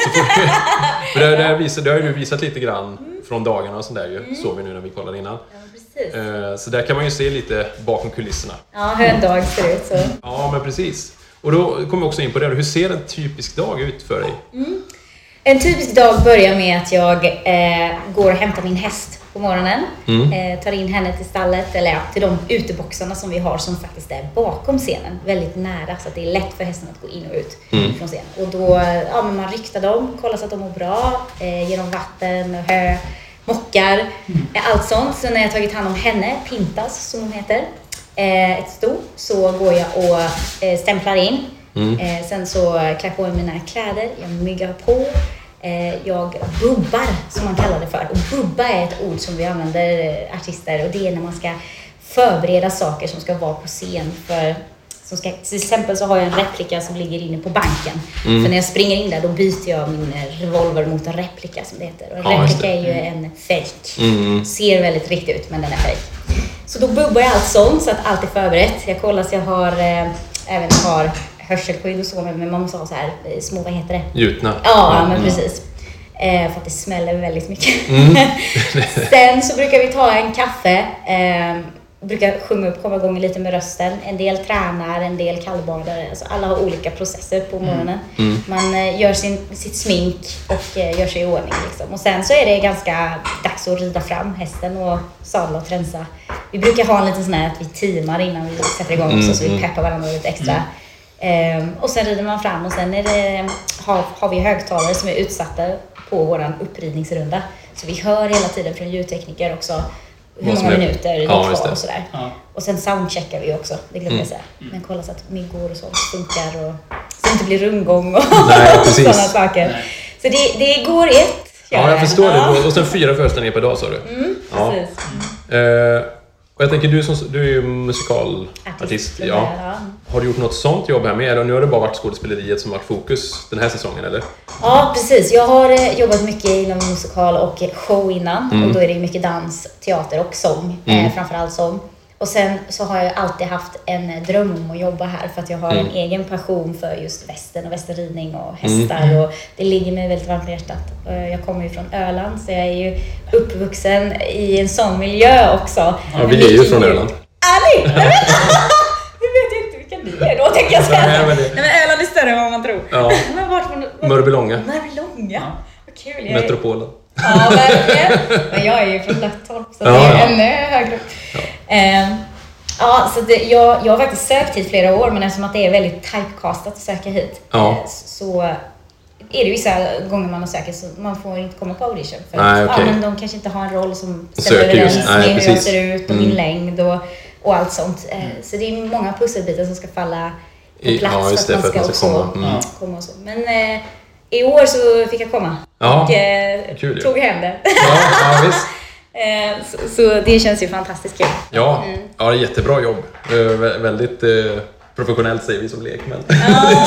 För det, det, visar, det har ju du visat lite grann mm. från dagarna och sånt där ju. Mm. Såg vi nu när vi kollade innan. Ja, precis. Uh, så där kan man ju se lite bakom kulisserna. Ja, hur en dag ser ut så. Ja, men precis. Och då kommer vi också in på det. Hur ser en typisk dag ut för dig? Mm. En typisk dag börjar med att jag eh, går och hämtar min häst på morgonen. Mm. Eh, tar in henne till stallet, eller ja, till de uteboxarna som vi har som faktiskt är bakom scenen. Väldigt nära så att det är lätt för hästen att gå in och ut mm. från scenen. Och då, ja men man ryktar dem, kollar så att de mår bra, eh, ger dem vatten och hö. mockar, mm. allt sånt. Så när jag tagit hand om henne, Pintas som hon heter, eh, ett sto, så går jag och eh, stämplar in. Mm. Eh, sen så klär jag på mig mina kläder, jag myggar på. Eh, jag bubbar, som man kallar det för. Och bubba är ett ord som vi använder, eh, artister, och det är när man ska förbereda saker som ska vara på scen för... Som ska, till exempel så har jag en replika som ligger inne på banken. Mm. För när jag springer in där, då byter jag min revolver mot en replika, som det heter. Och en ja, replika är ju en fake. Mm. Ser väldigt riktigt ut, men den är fake. Så då bubbar jag allt sånt så att allt är förberett. Jag kollar så jag har eh, även har hörselskydd och så, men man måste ha så här små, vad heter det? Gjutna. Ja, men precis. Eh, för att det smäller väldigt mycket. Mm. Sen så brukar vi ta en kaffe. Eh, brukar sjunga upp, komma igång lite med rösten. En del tränar, en del kallbadar. Alltså alla har olika processer på morgonen. Mm. Man eh, gör sin, sitt smink och eh, gör sig i ordning. Liksom. Och sen så är det ganska dags att rida fram hästen och sadla och tränsa. Vi brukar ha en liten sån här att vi teamar innan vi sätter igång också, mm. så vi peppar varandra lite extra. Mm. Eh, och sen rider man fram och sen är det, har, har vi högtalare som är utsatta på våran uppridningsrunda. Så vi hör hela tiden från ljudtekniker också hur många minuter det är ja, kvar och sådär. Ja. Och sen soundcheckar vi också, det glömde jag säga. Men kolla så att myggor och sånt funkar och så det inte blir rundgång och sådana saker. Nej. Så det, det går ett. Ja, jag förstår ja. det. Och sen fyra föreställningar per dag, sa du? Mm, ja. precis. Mm. Uh, och jag tänker, du, som, du är ju musikalartist. Ja. Ja. Har du gjort något sånt jobb här med? Eller nu har det bara varit skådespeleriet som varit fokus den här säsongen, eller? Ja, precis. Jag har jobbat mycket inom musikal och show innan. Mm. Och då är det mycket dans, teater och sång. Mm. Eh, framförallt sång. Och sen så har jag alltid haft en dröm om att jobba här. För att jag har mm. en egen passion för just västern och västernridning och hästar. Mm. Och det ligger mig väldigt varmt på hjärtat. Jag kommer ju från Öland, så jag är ju uppvuxen i en sån miljö också. Ja, vi är ju från Öland. Är ni? Nu vet jag inte vilka ni är då, tänker jag säga. Nej, men, det... Nej, men Öland är större än vad man tror. Ja. Men vart från... Mörbylånga. Mörbylånga? Ja. Vad kul. Jag är... Metropolen. Ja, verkligen. Men jag är ju från Löttorp, så ja, det är ja. ännu högre upp. Ja. Um, ja, så det, jag, jag har faktiskt sökt hit flera år, men eftersom att det är väldigt typecastat att söka hit, ja. så är det vissa gånger man har sökt så man får inte komma på audition. För Nej, okay. ja, men de kanske inte har en roll som stämmer överens med hur jag ser ut och mm. min längd och, och allt sånt. Mm. Så det är många pusselbitar som ska falla på plats ja, för, att man ska, för att man ska också komma. Mm. komma och så. Men eh, i år så fick jag komma ja, och eh, kul, tog hem det. Ja, ja, visst. eh, så, så det känns ju fantastiskt kul. Ja, mm. ja, jättebra jobb. Uh, väldigt uh, professionellt säger vi som lekmän. Ja.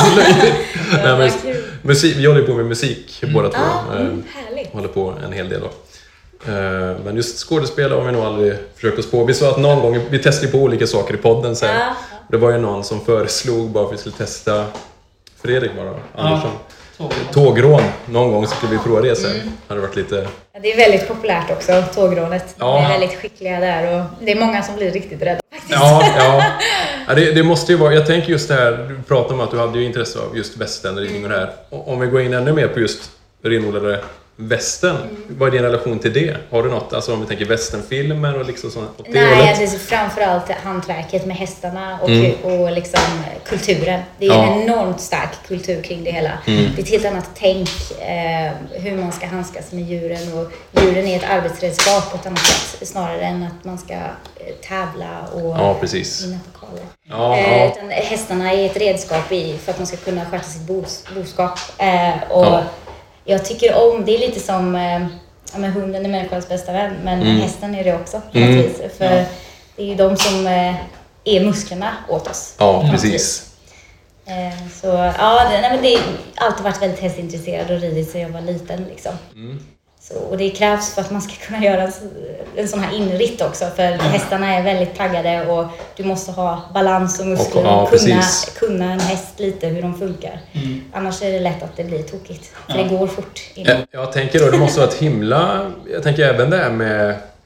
Nej, men, musik, vi håller på med musik båda två. Ja, mm, härligt. Håller på en hel del då. Uh, men just skådespel har vi nog aldrig försökt oss på. Vi sa att någon gång, vi testade på olika saker i podden sen. Ja. Det var ju någon som föreslog bara för att vi skulle testa Fredrik bara, Andersson. Ja. Tågrån. Någon gång skulle vi prova det sen. Mm. Det varit lite... Ja, det är väldigt populärt också, tågrånet. Ja. De är väldigt skickliga där och det är många som blir riktigt rädda faktiskt. Ja, ja. ja det, det måste ju vara... Jag tänker just det här, du pratade om att du hade ju intresse av just västernridning och det här. Om vi går in ännu mer på just renodlade västern, mm. vad är din relation till det? Har du något, alltså om vi tänker västernfilmer och liksom sånt? Nej, det är framförallt hantverket med hästarna och, mm. och liksom kulturen. Det är ja. en enormt stark kultur kring det hela. Mm. Det är ett helt annat tänk eh, hur man ska handskas med djuren och djuren är ett arbetsredskap på ett annat sätt snarare än att man ska tävla och ja, precis. vinna pokaler. Ja, eh, ja. Utan hästarna är ett redskap i, för att man ska kunna sköta sitt bos, boskap eh, och ja. Jag tycker om, det är lite som eh, ja, men hunden är människans bästa vän, men mm. hästen är det också. Mm. För ja. det är ju de som eh, är musklerna åt oss. Ja, precis. Eh, så ja, det, nej, men det har alltid varit väldigt hästintresserad och ridit sedan jag var liten. Liksom. Mm. Så, och det krävs för att man ska kunna göra en, en sån här inritt också. För mm. hästarna är väldigt taggade och du måste ha balans och muskler och, och kunna, kunna en häst lite hur de funkar. Mm. Annars är det lätt att det blir tokigt. För ja. det går fort. Jag, jag tänker då, det måste vara ett himla... Jag tänker även det här med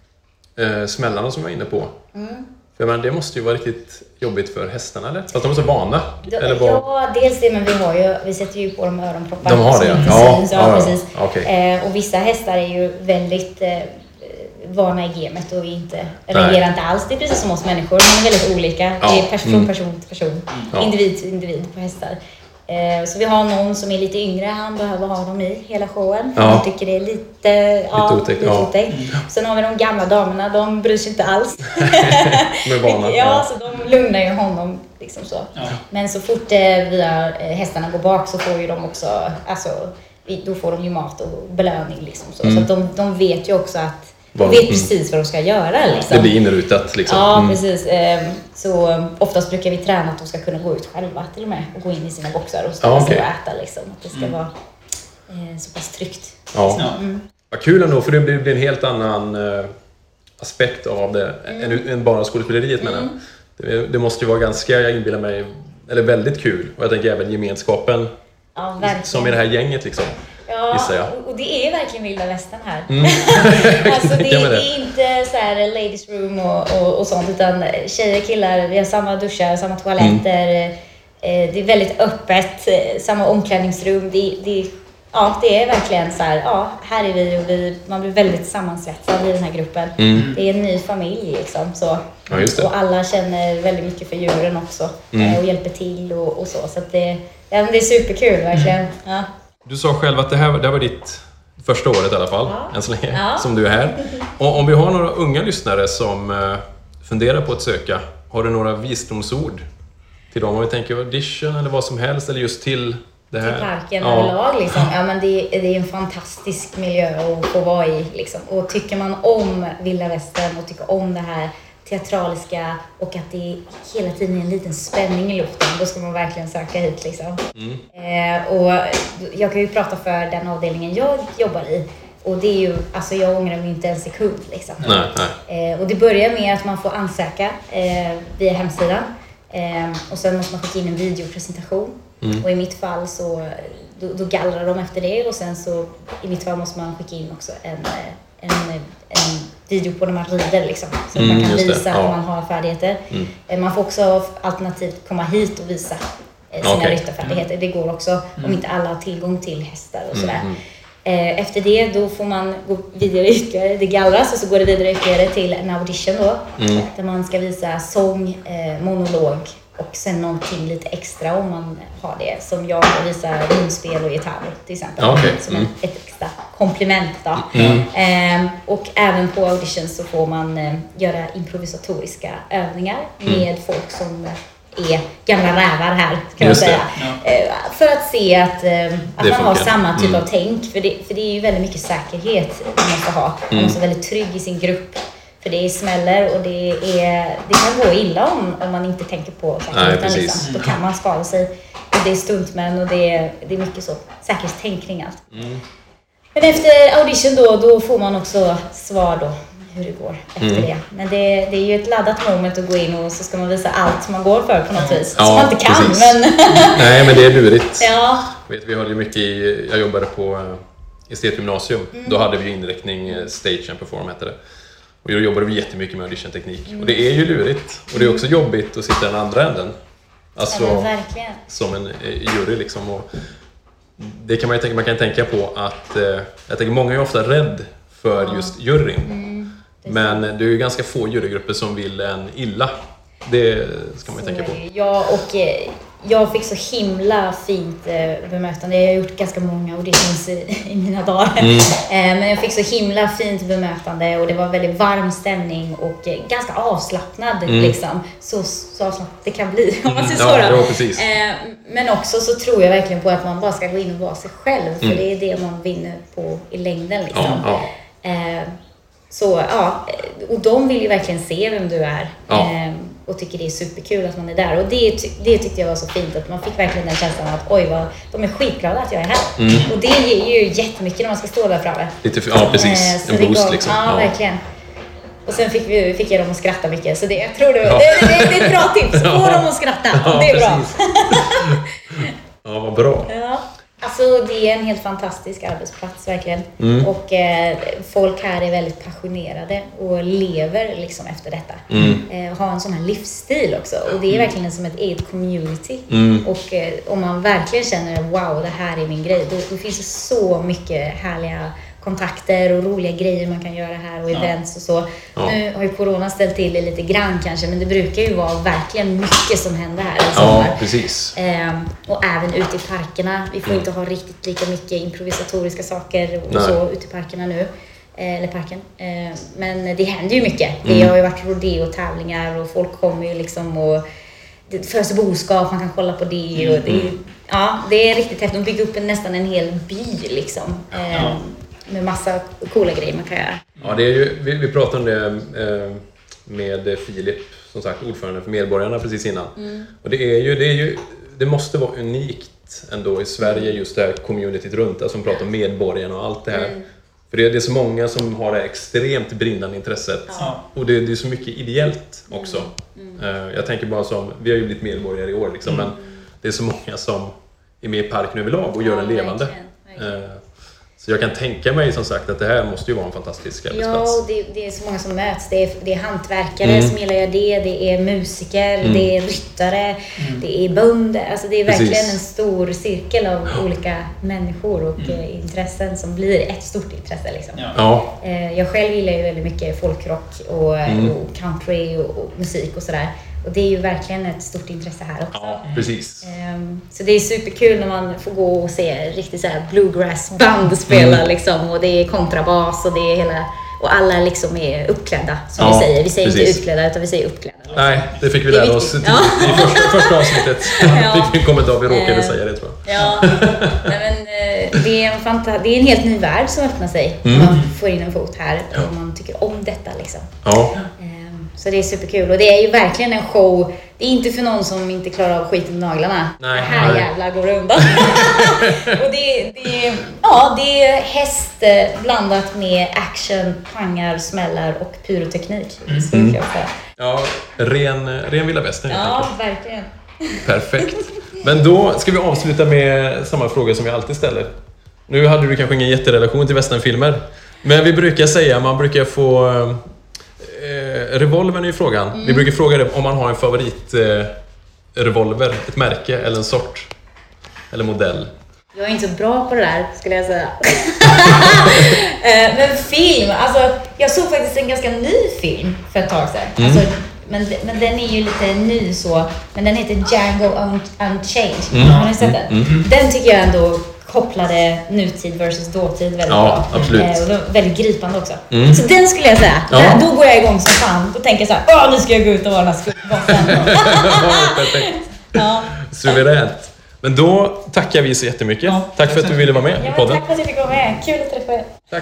eh, smällarna som jag var inne på. Mm. För men det måste ju vara riktigt jobbigt för hästarna, eller? Fast de är så vana. Då, eller bara... Ja, dels det, men vi har ju, vi sätter ju på dem öronproppar. De har det, ja. Ja, syns, ja, ja, precis. Ja, okay. eh, och vissa hästar är ju väldigt eh, vana i gamet och inte, reagerar inte alls. Det är precis som oss människor, de är väldigt olika. Ja. Det är person, mm. person till person, ja. individ till individ på hästar. Eh, så vi har någon som är lite yngre, han behöver ha dem i hela showen. Ja. Han tycker det är lite, ja, lite otäckt. lite Ja. otäckt. Sen har vi de gamla damerna, de bryr sig inte alls. Med vana. Ja, Ja. så de lugnar ju honom liksom så. Ja. Men så fort eh, vi har, eh, hästarna går bak så får ju de också, alltså, vi- då får de ju mat och belöning liksom så. Mm. Så att de, de vet ju också att, Vad- de vet mm. precis vad de ska göra liksom. Det blir inrutat liksom. Ja, Mm. precis. Ehm, Så oftast brukar vi träna att de ska kunna gå ut själva till och med och gå in i sina boxar och ställa Ja, sig okej. och äta liksom. Att det ska vara eh, så pass tryggt. Ja. Ja. Vad kul ändå, för det blir, blir en helt annan eh, aspekt av det Mm. än, än bara skådespeleriet menar jag. Det, det måste ju vara ganska, jag inbillar mig, eller väldigt kul. Och jag tänker även gemenskapen Ja, verkligen. som i det här gänget liksom. Ja, gissar jag. och- och det är verkligen vilda västern här. Mm. Alltså det, Tänka mig det är inte så här ladies room och, och, och sånt, utan tjejer, killar, vi har samma duschar, samma toaletter. Mm. Eh, Det är väldigt öppet, eh, samma omklädningsrum. Det, det, ja, det är verkligen så här, ja, här är vi och vi, man blir väldigt sammansvetsad i den här gruppen. Mm. Det är en ny familj liksom. Så. Ja, just det. Och alla känner väldigt mycket för djuren också Mm. eh, och hjälper till och, och så. Så att det, ja, men det är superkul verkligen. Ja. Du sa själv att det här, det här var ditt första året i alla fall, Ja. än så länge, Ja. som du är här. Och om vi har några unga lyssnare som eh, funderar på att söka, har du några visdomsord till dem? Om vi tänker audition eller vad som helst, eller just till det här? Till parken Ja. överlag liksom. Ja, men det, det är en fantastisk miljö att få vara i liksom. Och tycker man om vilda västern och tycker om det här teatraliska och att det hela tiden är en liten spänning i luften, då ska man verkligen söka hit liksom. Mm. Eh, och jag kan ju prata för den avdelningen jag jobbar i. Och det är ju, alltså jag ångrar mig inte en sekund liksom. Nej, nej. Eh, och det börjar med att man får ansöka eh, via hemsidan. Eh, och sen måste man skicka in en videopresentation. Mm. Och i mitt fall så då, då gallrar de efter det. Och sen så i mitt fall måste man skicka in också en, eh, en, en video på när man rider liksom. Så att Mm, man kan just det. visa Ja. att man har färdigheter. Mm. Eh, man får också alternativt komma hit och visa eh, sina Okej. ryttarfärdigheter. Det går också om inte alla har tillgång till hästar och sådär. Mm. Eh, Efter det då får man gå vidare ytterligare, det gallras och så går det vidare ytterligare till en audition då. Mm. Där man ska visa sång, eh, monolog och sen någonting lite extra om man har det. Som jag visar munspel och gitarr till exempel. Ja, okej. Som Mm. en, ett extra komplement då. Mm. Eh, och även på audition så får man eh, göra improvisatoriska övningar Mm. med folk som är gamla rävar här kan Just man det. säga. Eh, för att se att, eh, att Det man har funkar. samma typ Mm. av tänk. För det, för det är ju väldigt mycket säkerhet man måste ha. Man Mm. måste vara väldigt trygg i sin grupp. För det är smäller och det, är, det kan gå illa om, om man inte tänker på säkerheten. Nej, precis. Liksom. Då kan man skada sig. Och det är stuntmän och det är, det är mycket så säkerhetstänk kring allt. Mm. Men efter audition då, då får man också svar då hur det går efter Mm. det. Men det, det är ju ett laddat moment att gå in och så ska man visa allt man går för på något vis. Ja, som man inte kan, precis. men... Nej, men det är lurigt. ja. Vet, vi hade ju mycket i, jag jobbade på eh, estetgymnasium. Mm. Då hade vi ju inriktning eh, Stage and Perform hette det. Och då jobbade vi jättemycket med auditionteknik. Och det är ju lurigt. Och det är också jobbigt att sitta i den andra änden. Alltså, Ja, men verkligen. som en eh, jury liksom. Och det kan man ju tänka, man kan tänka på att, eh, jag tänker många är ofta rädd för just juryn. Mm, det är Men det är ju ganska få jurygrupper som vill en illa. Det ska man ju tänka på. Ja, och eh, jag fick så himla fint eh, bemötande. Jag har gjort ganska många auditions i, i mina dagar. Mm. Eh, men jag fick så himla fint bemötande och det var väldigt varm stämning och eh, ganska avslappnad Mm. liksom. Så, så avslappnat det kan bli om man säger så. Ja, då. ja, precis. Eh, men också så tror jag verkligen på att man bara ska gå in och vara sig själv. För Mm. det är det man vinner på i längden liksom. Ja, ja. Eh, så ja, och de vill ju verkligen se vem du är. Ja. Eh, och tycker det är superkul att man är där. Och det, ty- det tyckte jag var så fint, att man fick verkligen den känslan att oj, vad, de är skitglada att jag är här. Mm. Och det ger ju jättemycket när man ska stå där framme. Lite, ja, precis. Eh, så En det boost gav- liksom. Ja, verkligen. Och sen fick, vi, fick jag dem att skratta mycket. Så det, jag tror det, Ja. det, det, det är ett bra tips. Få Ja. dem att skratta. Ja, det är bra. precis. Ja, vad bra. Ja. Alltså det är en helt fantastisk arbetsplats verkligen. Mm. Och eh, folk här är väldigt passionerade och lever liksom efter detta. Mm. Eh, har en sån här livsstil också. Och det är verkligen som ett eget community. Mm. Och eh, om man verkligen känner wow, det här är min grej. Då, då finns det så mycket härliga kontakter och roliga grejer man kan göra här och Ja. events och så. Ja. Nu har ju corona ställt till det lite grann kanske, men det brukar ju vara verkligen mycket som händer här i Ja, sommar. precis. Ehm, och även ute i parkerna. Vi får Mm. inte ha riktigt lika mycket improvisatoriska saker och Nej. så ute i parkerna nu. Eh, eller parken. Eh, men det händer ju mycket. Det Mm. har ju varit rodeo-tävlingar och folk kommer ju liksom och det förs boskap, man kan kolla på det. Och det, ja, det är riktigt häftigt. De bygger upp en, nästan en hel by liksom. Eh, Ja. Med massa coola grejer man kan göra. Ja, det är ju, vi, vi pratade om det eh, med Filip, som sagt, ordförande för Medborgarna precis innan. Mm. Och det är ju, det är ju, det måste vara unikt ändå i Sverige, just det här communityt runt, alltså som pratar om medborgarna och allt det här. Mm. För det är, det är så många som har det extremt brinnande intresset. Ja. Och det, det är så mycket ideellt också. Mm. Eh, jag tänker bara som, vi har ju blivit medborgare i år liksom, men det är så många som är med i parken överlag och gör den Ja, levande. verkligen, verkligen. Eh, Så jag kan tänka mig som sagt att det här måste ju vara en fantastisk Ja, arbetsplats. och det, det är så många som möts. Det är, det är hantverkare Mm. som gillar det, det är musiker, Mm. det är ryttare, det är bönder. Alltså det är verkligen Precis. en stor cirkel av olika människor och eh, intressen som blir ett stort intresse. Liksom. Ja. Ja, Eh, Jag själv gillar ju väldigt mycket folkrock och, Mm. och country och, och musik och sådär. Och det är ju verkligen ett stort intresse här också. ja precis. Ehm, Så det är superkul när man får gå och se riktigt så här bluegrass-band spela Mm. liksom, och det är kontrabas och det är hela, och alla liksom är uppklädda som Ja, vi säger. Vi säger inte precis. utklädda utan vi säger uppklädda. Liksom. Nej, det fick vi Det är lära oss viktigt. tidigt Ja. i första, första avsnittet. Ja. Fick vi en kommentar, vi råkade Eh. säga det tror jag. Ja, nej, men, eh, det, är en fanta- det är en helt ny värld som öppnar sig Mm. när man får in en fot här Ja. och man tycker om detta liksom. Ja, Ehm, Så det är superkul och det är ju verkligen en show. Det är inte för någon som inte klarar av skiten med naglarna. Nej, här nej. jävlar går det undan. Och det, det, är- ja, det är häst eh, blandat med action, pangar, smällar och pyroteknik. Mm. Så kan jag säga. ja ren, ren vilda västern helt Ja, enkelt. verkligen. Perfekt. Men då ska vi avsluta med samma fråga som vi alltid ställer. Nu hade du kanske ingen jätterelation till westernfilmer. Men vi brukar säga, man brukar få... Eh, revolvern är ju frågan. Mm. Vi brukar fråga det om man har en favorit eh, revolver, ett märke eller en sort. Eller modell. Jag är inte så bra på det där, skulle jag säga. Eh, Men film, alltså jag såg faktiskt en ganska ny film för ett tag sedan. Mm. Alltså, men, men den är ju lite ny så, men den heter Django Un- Unchained. Mm. Har ni sett den? Mm. Den tycker jag ändå kopplade nutid versus dåtid väldigt Ja, bra. absolut. Eh, och det var väldigt gripande också. Mm. Så den skulle jag säga. Ja. Där, då går jag igång som fan. Då tänker jag så här: åh nu ska jag gå ut och vara den här skuggbossen. Perfekt. Ja. Suveränt. Men då tackar vi så jättemycket. Ja, tack för att du ville vara med Ja, i men podden. tack för att jag fick vara med. Kul att träffa er. Tack.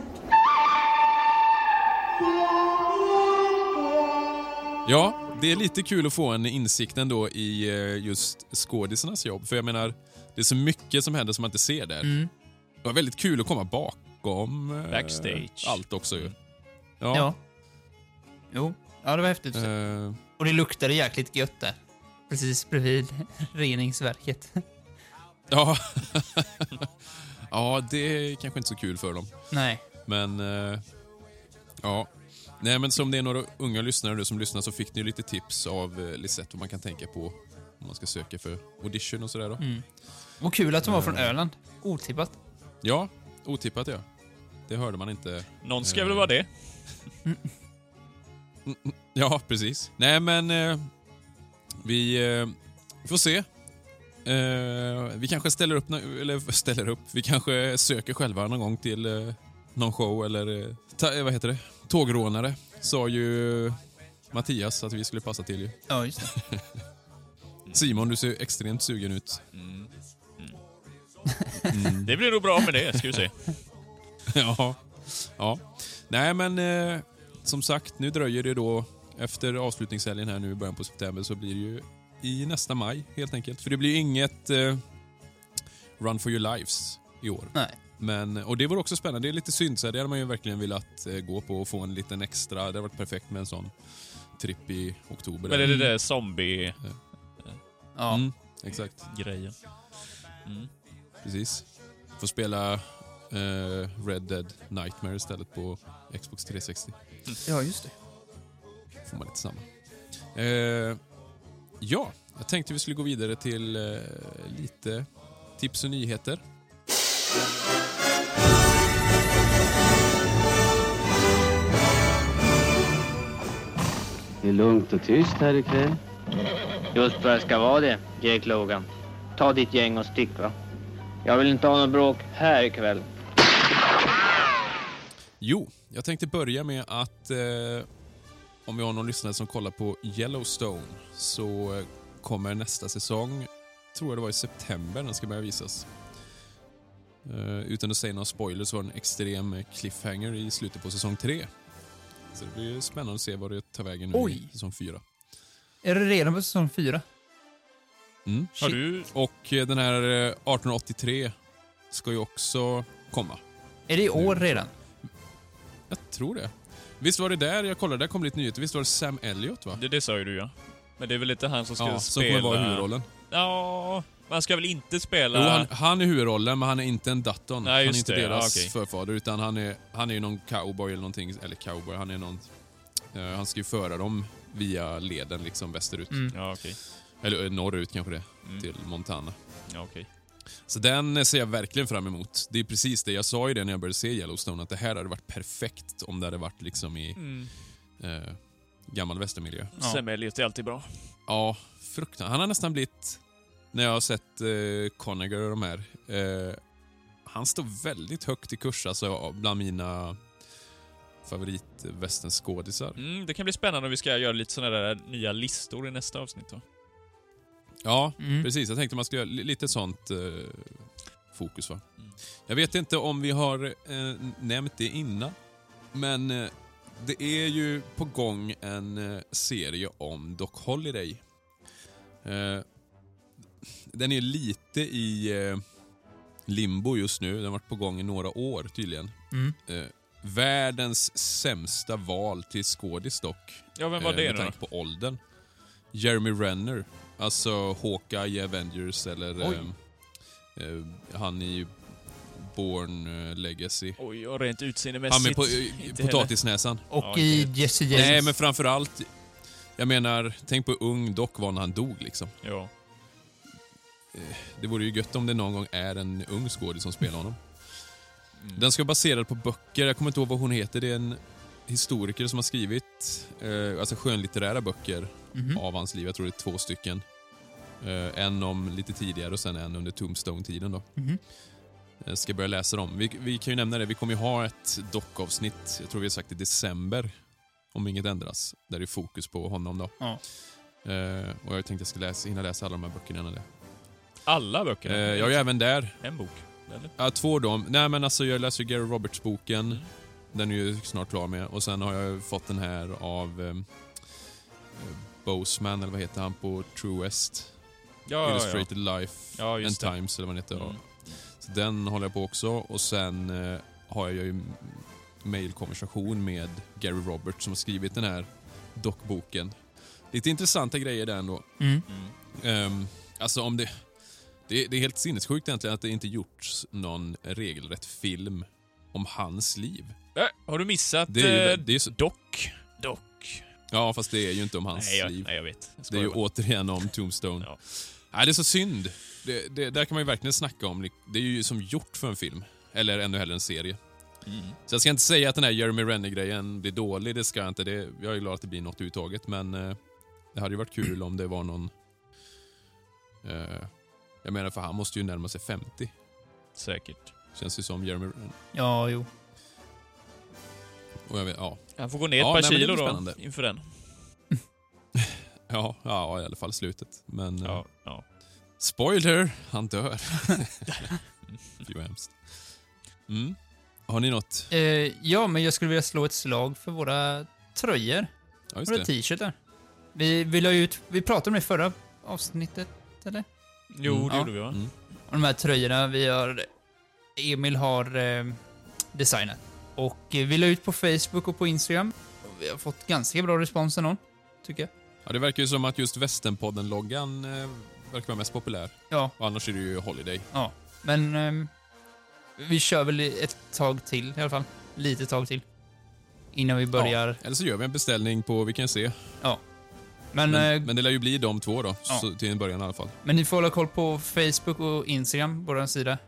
Ja, det är lite kul att få en insikt ändå i eh, just skådisarnas jobb. För jag menar, det är så mycket som händer som man inte ser där. Mm. Det var väldigt kul att komma bakom eh, Backstage. allt också ju. Ja. Ja. Jo, ja det var häftigt. Eh, Och det luktade jäkligt gött där. Precis bredvid reningsverket. ja. Ja, det är kanske inte så kul för dem. Nej. Men, eh, ja. Nej, men som det är några unga lyssnare nu som lyssnar så fick ni lite tips av eh, Lisette vad man kan tänka på om man ska söka för audition och sådär då. Mm. Och kul att de var från Öland. Otippat. Ja, otippat ja. Det hörde man inte. Någon ska väl vara det? Ja, precis. Nej, men eh, vi eh, får se. Eh, vi kanske ställer upp, nå- eller ställer upp, vi kanske söker själva någon gång till eh, någon show eller, eh, ta, eh, vad heter det? Tågrånare, sa ju Mattias att vi skulle passa till ju. Ja, just det. Simon, du ser extremt sugen ut. Mm. Mm. Det blir nog bra med det, ska vi se. Ja. Ja. Nej, men eh, som sagt, nu dröjer det då efter avslutningshelgen här nu i början på september så blir det ju i nästa maj helt enkelt. För det blir ju inget eh, Run for your lives i år. Nej. Men, och det var också spännande. Det är lite synd, så det hade man ju verkligen velat eh, gå på och få en liten extra. Det hade varit perfekt med en sån tripp i oktober. Men är det det där zombie-grejen? Ja. Mm, exakt, Mm. precis. Får spela eh, Red Dead Nightmare istället på Xbox tre sextio. Ja, just det. Får man lite samma. Eh, ja, jag tänkte vi skulle gå vidare till eh, lite tips och nyheter. Det är lugnt och tyst här ikväll. Just vad det ska vara det, Jake Logan. Ta ditt gäng och stick, va? Jag vill inte ha någon bråk här ikväll. Jo, jag tänkte börja med att eh, om vi har någon lyssnare som kollar på Yellowstone så kommer nästa säsong, tror jag det var i september, den ska börja visas. Uh, utan att säga några spoilers var det en extrem cliffhanger i slutet på säsong tre. Så det blir spännande att se vad det tar vägen nu. Oj. I säsong fyra. Är det redan på säsong fyra? Mm. Har du... Och uh, den här uh, arton åttiotre ska ju också komma. Är det i år redan? Jag tror det. Visst var det där, jag kollade, där kom lite nyheter. Visst var det Sam Elliott, va? Det, det sa ju du, ja. Men det är väl inte han som ska ja, spela... som kommer vara huvudrollen. Ja, man ska väl inte spela... Jo, han, han är huvudrollen, men han är inte en Dutton. Nej, han är inte det. deras Ja, okay. förfader, utan han är, han är ju någon cowboy eller någonting. Eller cowboy, han är någon... Uh, han ska ju föra dem via leden liksom västerut. Mm. Ja, okay. Eller uh, norrut kanske det, mm. till Montana. Ja, okay. Så den ser jag verkligen fram emot. Det är precis det jag sa i det när jag började se Yellowstone, att det här hade varit perfekt om det hade varit liksom i mm. uh, gammal västermiljö. Ja. Sam Elliott är alltid bra. Ja, fruktansvärt. Han har nästan blivit... När jag har sett eh, Conager och de här. Eh, han står väldigt högt i kurs alltså, bland mina favoritvästernskådisar. Mm, det kan bli spännande om vi ska göra lite såna där nya listor i nästa avsnitt då. Ja, mm. precis. Jag tänkte man ska göra lite sånt eh, fokus, va? Mm. Jag vet inte om vi har eh, nämnt det innan. Men eh, det är ju på gång en eh, serie om Doc Holliday. Eh, Den är lite i eh, limbo just nu. Den har varit på gång i några år tydligen. Mm. Eh, världens sämsta val till skådis dock. Ja, vem var det eh, med då? tanke på åldern. Jeremy Renner. Alltså Hawkeye i Avengers eller eh, eh, han i Born eh, Legacy. Oj, och rent utseendemässigt. Han med på, eh, potatisnäsan. Och ja, i Jesse James. Nej, men framförallt jag menar, tänk på ung Doc var när han dog liksom. Ja. Det vore ju gött om det någon gång är en ung skådis som spelar honom. Mm. Den ska vara baserad på böcker. Jag kommer inte ihåg vad hon heter. Det är en historiker som har skrivit eh, alltså skönlitterära böcker mm-hmm. av hans liv. Jag tror det är två stycken. Eh, en om lite tidigare och sen en under Tombstone-tiden då. Mm-hmm. Jag ska börja läsa dem. Vi, vi kan ju nämna det. Vi kommer ju ha ett dockavsnitt. Jag tror vi har sagt i december. Om inget ändras. Där det är fokus på honom då. Ja. Eh, och jag tänkte att jag ska läsa, hinna läsa alla de här böckerna innan det. Alla böcker? Eh, jag är även där. En bok? Eller? Ja, två då. Nej, men alltså jag läser ju Gary Roberts-boken. Mm. Den är ju snart klar med. Och sen har jag fått den här av eh, Boseman, eller vad heter han på True West? Ja, Illustrated ja. Life ja, and det. Times, eller vad den heter. Mm. Så den håller jag på också. Och sen eh, har jag ju mailkonversation med Gary Roberts som har skrivit den här dockboken. Lite intressanta grejer där ändå. Mm. Mm. Um, alltså om det... Det, det är helt sinnessjukt egentligen att det inte gjorts någon regelrätt film om hans liv. Äh, har du missat det är ju, eh, det är så... Doc? Doc. Ja, fast det är ju inte om hans nej, jag, liv. Nej, jag vet. Jag det är ju bara. återigen om Tombstone. Ja. Nej, det är så synd. Det, det, där kan man ju verkligen snacka om. Det är ju som gjort för en film. Eller ännu hellre en serie. Mm. Så jag ska inte säga att den här Jeremy Renner-grejen blir dålig. Det ska jag inte. Det, jag är glad att det blir något uttaget. Men eh, det hade ju varit kul om det var någon... Eh, Jag menar, för han måste ju närma sig femtio. Säkert. Känns ju som Jeremy Renner. Ja, jo. Och jag vet, ja. Han får gå ner ett ja, par nej, kilo då, inför den. ja, ja, i alla fall slutet. Men... Ja, ja. Spoiler! Han dör. Fy hemskt. Mm. Har ni något? Eh, ja, men jag skulle vilja slå ett slag för våra tröjor. Ja, just våra det. t-shirtar. Vi, vi, la ut, vi pratade om det i förra avsnittet, eller? Jo, Mm. det Ja. gjorde vi, va? Mm. Och de här tröjorna vi har... Emil har eh, designat. Och eh, vi la ut på Facebook och på Instagram. Och vi har fått ganska bra respons ändå, tycker jag. Ja, det verkar ju som att just Västernpodden-loggan eh, verkar vara mest populär. Ja. Och annars är det ju Holiday. Ja, men eh, vi kör väl ett tag till i alla fall. Lite tag till. Innan vi börjar... Ja. Eller så gör vi en beställning på, vi kan se. Ja. Men, Men, eh, men det lär ju bli de två då, ja. så, till en början i alla fall. men ni får hålla koll på Facebook och Instagram, vår sida.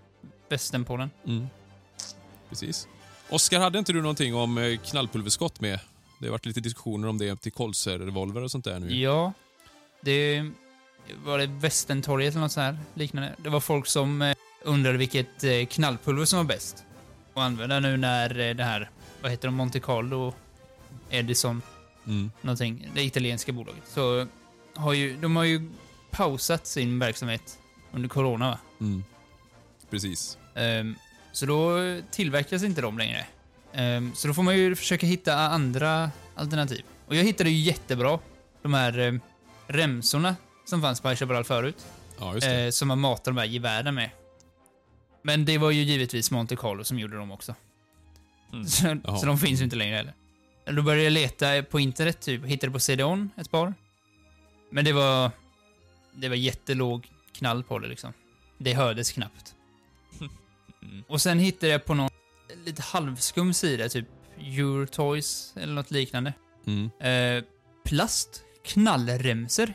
Västernpodden. Mm. Precis. Oskar, hade inte du någonting om eh, knallpulverskott med Det har varit lite diskussioner om det till Colser-revolver och sånt där nu. Ja, det var det Västerntorget eller något så här liknande. Det var folk som eh, undrade vilket eh, knallpulver som var bäst att använda nu när eh, det här, vad heter de, Monte Carlo, Edison, mm. någonting, det italienska bolaget. Så har ju, de har ju pausat sin verksamhet under corona, va? Mm. Precis. Um, så då tillverkas inte de längre. Um, så då får man ju försöka hitta andra alternativ. Och jag hittade ju jättebra de här um, remsorna som fanns på High Chaparral förut. Ja, just det. Uh, som man matar de här gevären med. Men det var ju givetvis Monte Carlo som gjorde dem också. Mm. Så, så de finns ju inte längre heller. Då började jag leta på internet, typ. Hittade på C D O N ett par. Men det var... Det var jättelåg knall på det, liksom. Det hördes knappt. Mm. Och sen hittade jag på någon lite halvskum sida, typ Eurotoys eller något liknande. Mm. Eh, plast knallremser.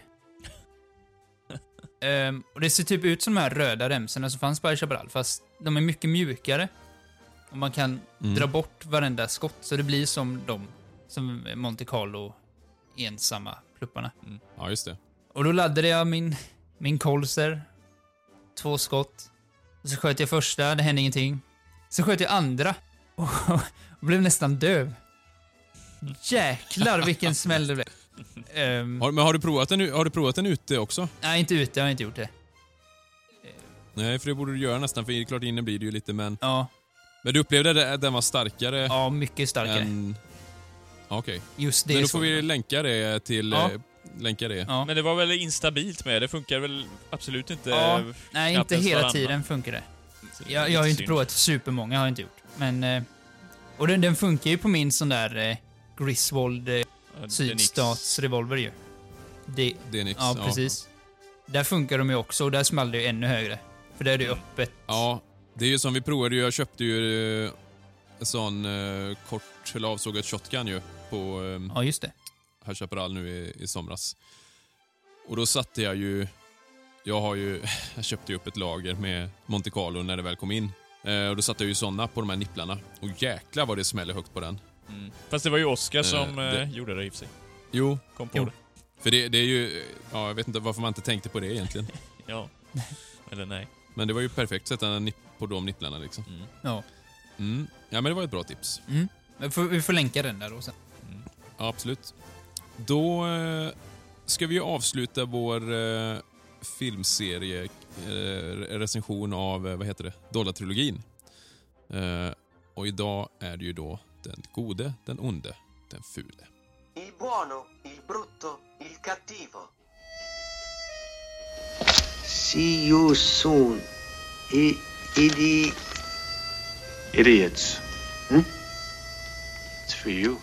eh, och det ser typ ut som de här röda remserna som fanns på High Chaparral, fast de är mycket mjukare. Och man kan Mm. dra bort varenda skott, så det blir som de som Monte Carlo ensamma plupparna. Mm. Ja, just det. Och då laddade jag min, min Colser. Två skott. Och så sköt jag första, det hände ingenting. Så sköt jag andra. Och, och blev nästan döv. Jäklar vilken smäll det blev. Um, Har, men har du provat den, har du provat den ute också? nej, inte ute, jag har inte gjort det. Nej, för det borde du göra nästan, för det är klart inne blir det ju lite, men... Ja, Men du upplevde att den var starkare ja mycket starkare. än... Ja, okej. Just det. Men då så. får vi länka det till... Ja. eh, Länka det. Ja. Men det var väl instabilt med? Det funkar väl absolut inte... Ja, eh, nej, knappt inte ens hela varannan. tiden funkar det. Så det är Jag, lite jag har ju inte synd. provat supermånga, har jag inte gjort. Men... eh, Och den, den funkar ju på min sån där eh, Griswold eh, Ja, det är Nix. sydstatsrevolver ju. Det, Det är Nix. ja, precis. Där funkar de ju också, och där small det ju ännu högre. För där är det öppet. Ja, det är ju som vi provade. Jag köpte ju eh, en sån eh, kort eller avsågad shotgun ju på eh, Ja, just det. High Chaparral nu i, i somras. Och då satte jag ju... Jag har ju... Jag köpte ju upp ett lager med Monte Carlo när det väl kom in. Eh, och då satte jag ju såna på de här nipplarna. Och jäklar vad det smäller högt på den. Mm. Fast det var ju Oscar som Eh, det- eh, gjorde det i och för sig. Jo, Kom på Jo. det. för det, det är ju... Ja, jag vet inte varför man inte tänkte på det egentligen. Ja. Eller nej. Men det var ju perfekt att sätta en nipp på de nipplarna liksom. Mm. Ja. Mm. Ja, men det var ett bra tips. Mm. Vi, får, vi får länka den där då sen. Ja, absolut. Då eh, ska vi ju avsluta vår eh, filmserie eh, recension av, eh, vad heter det, Dollartrilogin. Eh, och idag är det ju då den gode, den onde, den fule. Il buono, il brutto, il cattivo. See you soon. I, idi... Idiots. Hmm? It's for you.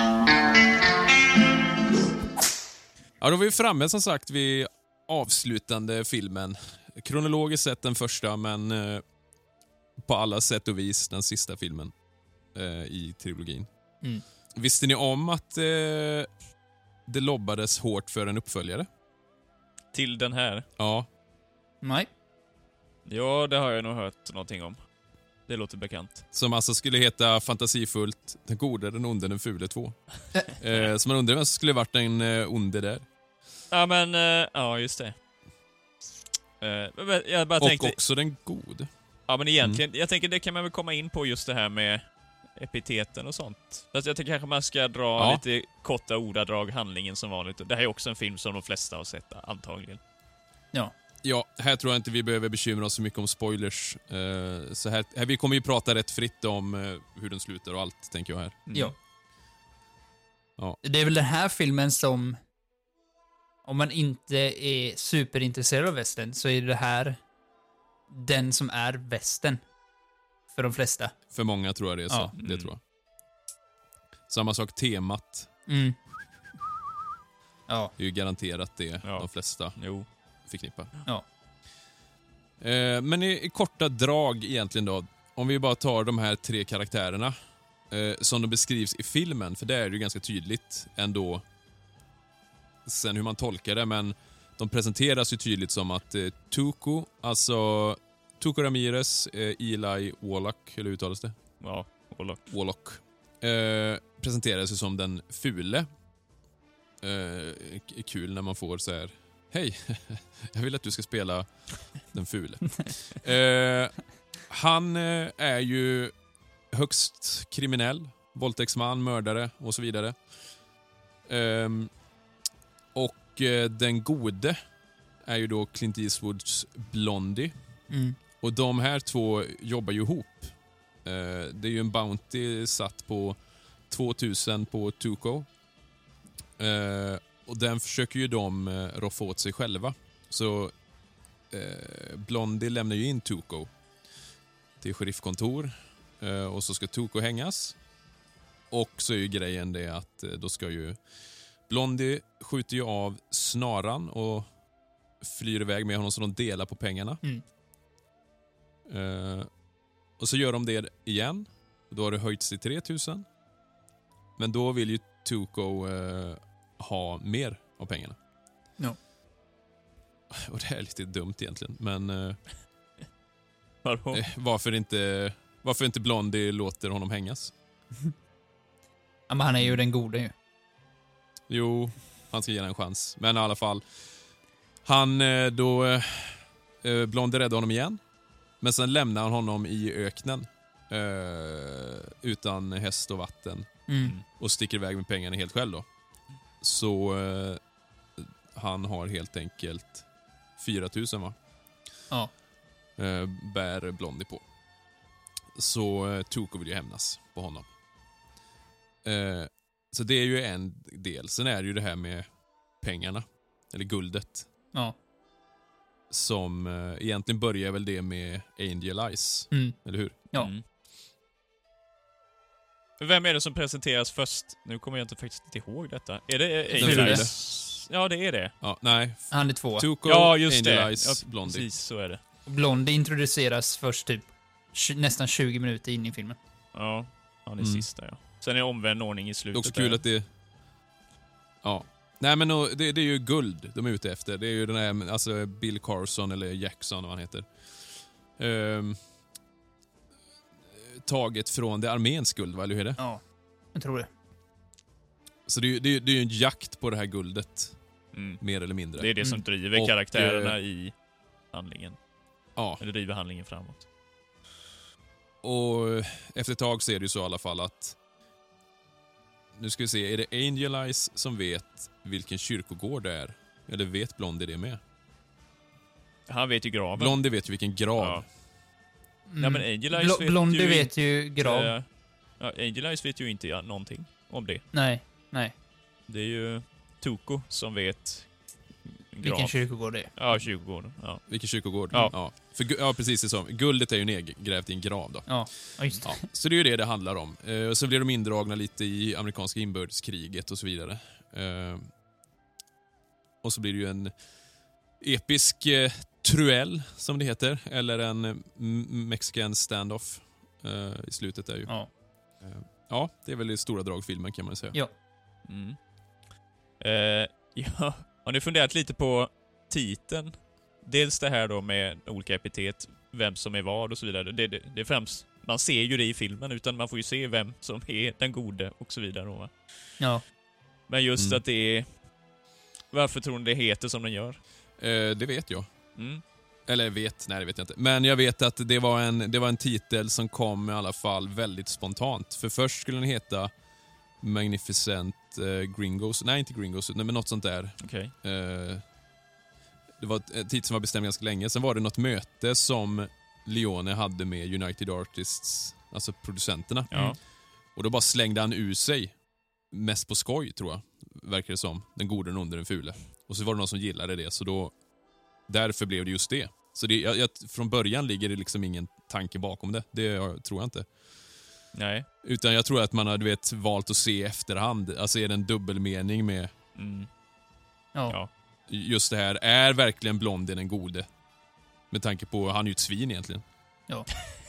Ja, då var vi framme som sagt vid avslutande filmen. Kronologiskt sett den första, men eh, på alla sätt och vis den sista filmen eh, i trilogin. Mm. Visste ni om att eh, det lobbades hårt för en uppföljare? Till den här. Ja. Nej. Ja, det har jag nog hört någonting om. Det låter bekant. Som alltså skulle heta fantasifullt Den gode, den onde, den fule två. eh, så man undrar vem som skulle varit den eh, onde där. Ja, men... eh, ja, just det. Eh, men jag bara Och tänkte... också den gode. Ja, men egentligen, jag tänker det kan man väl komma in på just det här med epiteten och sånt. Fast jag tänker kanske man ska dra Ja. lite korta ordadrag, handlingen som vanligt. Det här är också en film som de flesta har sett, antagligen. Ja. Ja, här tror jag inte vi behöver bekymra oss så mycket om spoilers. Eh, så här, här, vi kommer ju prata rätt fritt om eh, hur den slutar och allt, tänker jag här. Mm. Ja. Ja. Det är väl den här filmen som... Om man inte är superintresserad av västern så är det här den som är västern. För de flesta. För många tror jag det är så. Ja. Det Mm. tror jag. Samma sak temat. Mm. Ja. Det är ju garanterat det Ja. de flesta Jo. förknippar. Ja. Eh, men i, i korta drag egentligen då. Om vi bara tar de här tre karaktärerna eh, som de beskrivs i filmen. För det är ju ganska tydligt ändå. Sen hur man tolkar det, men de presenteras ju tydligt som att eh, Tuco, alltså Tuco Ramirez, eh, Eli Wallach, eller hur uttalas det? Ja, Warlock. Wallach. eh, presenterar sig som den fule. Eh, kul när man får så här: hej, jag vill att du ska spela den fule. Eh, han eh, är ju högst kriminell, våldtäktsman, mördare och så vidare. Eh, och eh, den gode är ju då Clint Eastwoods Blondie. Mm. Och de här två jobbar ju ihop. Eh, det är ju en bounty satt på tvåtusen på Tuco. Eh, och den försöker ju de eh, roffa åt sig själva. Så eh, Blondie lämnar ju in Tuco till sheriffkontor. Eh, och så ska Tuco hängas. Och så är ju grejen det att eh, då ska ju Blondie skjuter ju av snaran och flyr iväg med honom så de delar på pengarna. Mm. Uh, och så gör de det igen. Då har det höjts till tre tusen. Men då vill ju Tuco uh, ha mer av pengarna. Ja. Och det är lite dumt egentligen. Men uh, Varför? uh, varför inte varför inte Blondie låter honom hängas? Ja, men han är ju den gode ju. Jo, han ska ge den en chans. Men i alla fall, han uh, då uh, Blondie räddar honom igen. Men sen lämnar han honom i öknen eh, utan häst och vatten Mm. och sticker iväg med pengarna helt själv då. Så eh, han har helt enkelt fyra tusen, va? Ja. Eh, bär Blondie på. Så eh, Tuco vill ju hämnas på honom. Eh, så det är ju en del. Sen är det ju det här med pengarna. Eller guldet. Ja. Som eh, egentligen börjar väl det med Angel Eyes, Mm. eller hur? Ja. Mm. Vem är det som presenteras först? Nu kommer jag inte faktiskt inte ihåg detta. Är det Den Angel fule. Eyes? Ja, det är det. Ja, nej. Han är två. Tuco, Ja, just Angel det. Eyes, Ja, Blondie. precis, så är det. Blondie introduceras först typ tj- nästan tjugo minuter in i filmen. Ja, han är Mm. sista, ja. Sen är det omvänd ordning i Det är slutet. också kul där. att det... Ja. Nej, men och, det, det är ju guld de är ute efter. Det är ju den här, alltså Bill Carson eller Jackson, vad han heter. Ehm, taget från det arméns guld, va? Eller hur är det? Ja, jag tror det. Så det är ju det är, det är ju en jakt på det här guldet, Mm. mer eller mindre. Det är det som Mm. driver Och, karaktärerna eh, i handlingen. Ja. Eller driver handlingen framåt. Och efter ett tag så är det ju så i alla fall att... Nu ska vi se, är det Angel Eyes som vet vilken kyrkogård det är? Eller vet Blondie det med? Han vet ju graven. Blondie vet ju vilken grav. Ja. Mm. Ja, men Angel Eyes Bl- vet Blondie ju vet ju grav. Eh, Ja, Angel Eyes vet ju inte ja, någonting om det. Nej, nej. Det är ju Tuco som vet grav. Vilken kyrkogård det är. Ja, kyrkogården. Ja. Vilken kyrkogård? Ja. Ja. För, gu- ja, precis det som. Guldet är ju nedgrävt i en grav då. Ja, ja just det. Ja, så det är ju det det handlar om. Eh, och så blir de indragna lite i amerikanska inbördeskriget och så vidare. Eh, och så blir det ju en episk eh, truell, som det heter. Eller en eh, m- mexican standoff eh, i slutet där ju. Ja. Eh, ja, det är väl i stora drag filmen kan man säga. Ja. Mm. Eh, ja. Har ni funderat lite på titeln? Dels det här då med olika epitet, vem som är vad och så vidare. Det, det, det är främst, man ser ju det i filmen, utan man får ju se vem som är den gode och så vidare. Då, va? Ja. Men just Mm. att det är... Varför tror ni det heter som den gör? Eh, det vet jag. Mm. Eller vet, nej det vet jag inte. Men jag vet att det var en, det var en titel som kom i alla fall väldigt spontant. För först skulle den heta Magnificent eh, Gringos. Nej, inte Gringos, nej, men något sånt där. Okej. Eh, det var ett titel som var bestämd ganska länge. Sen var det något möte som Leone hade med United Artists, alltså producenterna. Ja. Och då bara slängde han ur sig, mest på skoj tror jag, verkar det som. Den gode, den onde, den fule. Och så var det någon som gillade det, så då därför blev det just det. Så det, jag, jag, från början ligger det liksom ingen tanke bakom det. Det jag, tror jag inte. Nej. Utan jag tror att man har du vet, valt att se i efterhand. Alltså är det en dubbelmening med Mm. Ja. Ja. just det här. Är verkligen Blondie den gode? Med tanke på, han är ju ett svin egentligen. Ja.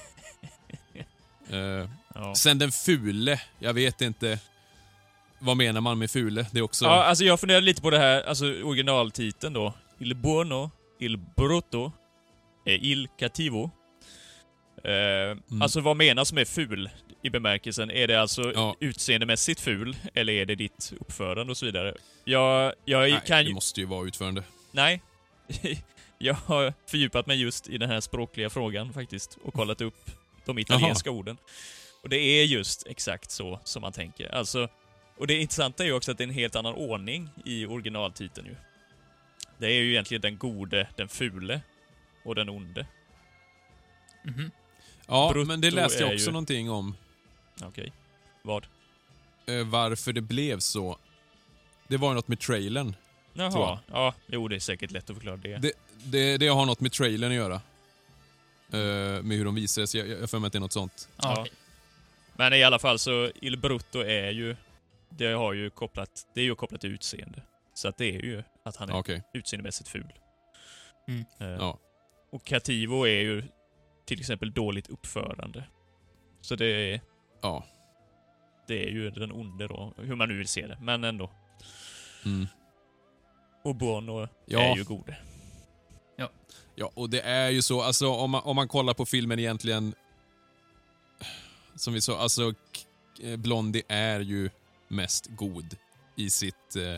Eh, Ja. sen den fule, jag vet inte. Vad menar man med fule? Det är också... Ja, alltså jag funderar lite på det här, alltså originaltiteln då. Il buono, il brutto, e il cattivo. Eh, mm. Alltså vad menas med ful i bemärkelsen? Är det alltså ja. utseendemässigt ful, eller är det ditt uppförande och så vidare? Jag, jag Nej, kan ju... det måste ju vara utförande. Nej. Jag har fördjupat mig just i den här språkliga frågan faktiskt och kollat upp de italienska Aha. orden. Och det är just exakt så som man tänker. Alltså, och det intressanta är ju också att det är en helt annan ordning i originaltiteln ju. Det är ju egentligen den gode, den fule och den onde. Mm-hmm. Ja, Brutto men det läste jag också ju... någonting om. Okej. Okay. Vad? Eh, varför det blev så. Det var ju något med trailern. Jaha. Ja, jo, det är säkert lätt att förklara det. Det, det, det har något med trailern att göra. Eh, med hur de visades. Jag, jag får med att det är något sånt. Ja. Okay. Men i alla fall så Il Brutto är ju det har ju kopplat det är ju kopplat till utseende. Så att det är ju att han är okay. utseendemässigt ful. Mm. Eh, ja. Och Cattivo är ju till exempel dåligt uppförande. Så det är ja. Det är ju den onde då, hur man nu vill se det, men ändå. Mm. Och Buono ja. är ju gode. Ja. Ja, och det är ju så, alltså om man, om man kollar på filmen egentligen, som vi sa, alltså Blondie är ju mest god i sitt eh,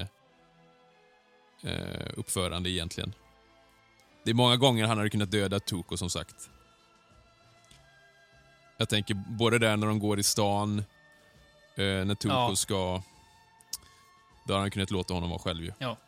eh, uppförande egentligen. Det är många gånger han hade kunnat döda Tuco, som sagt. Jag tänker både där när de går i stan, eh, när Tuco ja. ska... Då hade han kunnat låta honom vara själv ju. Ja.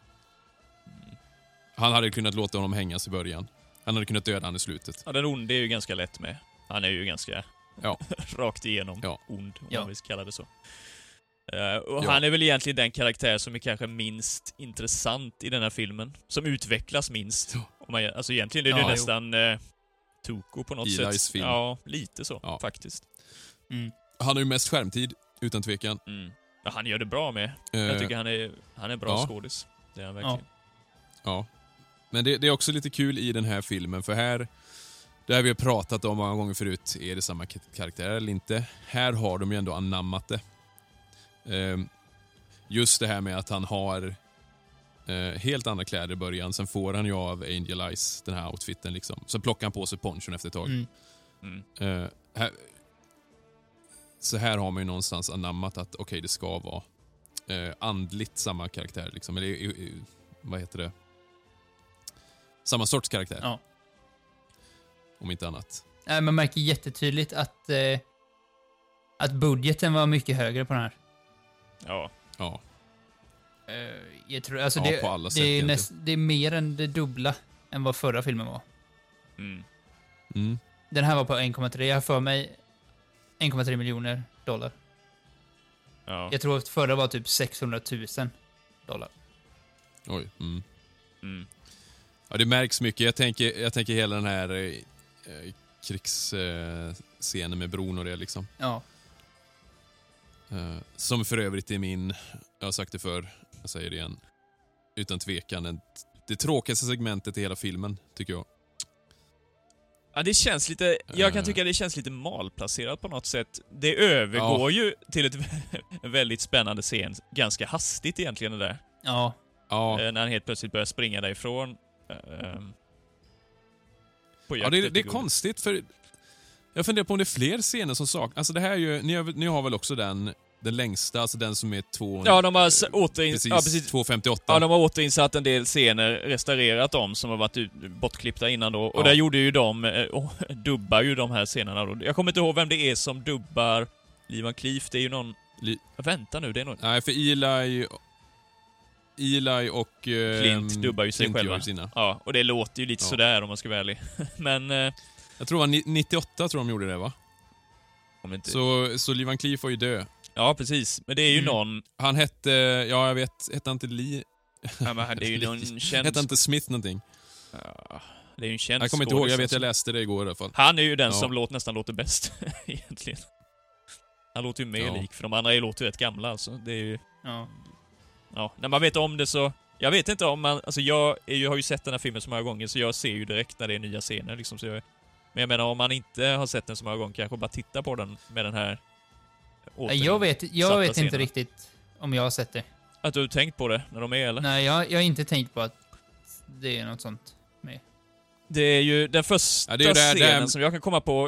Han hade kunnat låta honom hängas i början. Han hade kunnat döda han i slutet. Ja, den onde är ju ganska lätt med. Han är ju ganska ja. rakt igenom ja. ond, om ja. man vill kalla det så. Uh, och ja. han är väl egentligen den karaktär som är kanske minst intressant i den här filmen. Som utvecklas minst. Ja. Om man, alltså egentligen är det ja, nästan uh, Tuco på något Eli's sätt. Film. Ja, lite så ja. faktiskt. Mm. Han har ju mest skärmtid, utan tvekan. Mm. Ja, han gör det bra med. Uh, Jag tycker han är, han är bra ja. skådis. Det är han verkligen. Ja. ja. Men det, det är också lite kul i den här filmen, för här, det har vi har pratat om många gånger förut, är det samma karaktär eller inte? Här har de ju ändå anammat det. Um, just det här med att han har uh, helt andra kläder i början, sen får han ju av Angel Eyes den här outfiten liksom. Sen plockar han på sig ponchon efter ett tag. Mm. Mm. Uh, här, så här har man ju någonstans anammat att okej, okay, det ska vara uh, andligt samma karaktär liksom. Eller uh, uh, vad heter det? Samma sorts karaktär. Ja. Om inte annat. Nej, man märker jättetydligt att eh, att budgeten var mycket högre på den här. Ja. Ja. Uh, jag tror, alltså ja, det, på alla det, sätt är näst, det är mer än det dubbla än vad förra filmen var. Mm. Mm. Den här var på en komma tre. Jag har för mig en komma tre miljoner dollar. Ja. Jag tror att förra var typ sexhundratusen dollar. Oj. Mm. Mm. Ja, det märks mycket. Jag tänker, jag tänker hela den här eh, krigsscenen eh, med bron och det liksom. Ja. Eh, som för övrigt är min, jag har sagt det för, jag säger det igen, utan tvekan, en, det tråkigaste segmentet i hela filmen, tycker jag. Ja, det känns lite, jag kan tycka det känns lite malplacerat på något sätt. Det övergår ja. ju till ett väldigt spännande scen, ganska hastigt egentligen det där. Ja. Ja. När han helt plötsligt börjar springa därifrån. Um, på ja, det, det är konstigt, för jag funderar på om det är fler scener som saknas. Alltså det här är ju, ni har, ni har väl också den, den längsta, alltså den som är två... Ja, de har återin, precis, ja, precis två femtioåtta. Ja, de har återinsatt en del scener, restaurerat dem som har varit ut, bortklippta innan då. Och ja. där gjorde ju de, och dubbar ju de här scenerna då. Jag kommer inte ihåg vem det är som dubbar Lee Van Cleef, det är ju någon... Li- Vänta nu, det är någon... Nej, för Eli... Eli och... Eh, Clint dubbar ju sig Clint själva. Sina. Ja, och det låter ju lite ja. sådär om man ska vara ärlig. Men... Eh, jag tror det var nittioåtta tror de gjorde det, va? Om inte... Så, så Lee Van Cleef var ju dö. Ja, precis. Men det är ju mm. någon... Han hette... Ja, jag vet. Hette han inte Lee... Ja, men det är ju någon känd... Hette han inte Smith någonting? Ja, det är ju en känd jag kommer inte ihåg, jag vet jag läste det igår i alla fall. Han är ju den ja. som låt, nästan låter bäst, egentligen. Han låter ju mer ja. lik, för de andra låter ju rätt gamla alltså. Det är ju... Ja. Ja, när man vet om det så... Jag vet inte om man... Alltså jag är ju, har ju sett den här filmen så många gånger, så jag ser ju direkt när det är nya scener liksom, så jag... Men jag menar, om man inte har sett den så många gånger, kanske bara titta på den med den här... Jag vet, jag vet inte scenerna. riktigt om jag har sett det. Att du har tänkt på det när de är, eller? Nej, jag, jag har inte tänkt på att det är något sånt med. Det är ju den första ja, det är där, scenen där... som jag kan komma på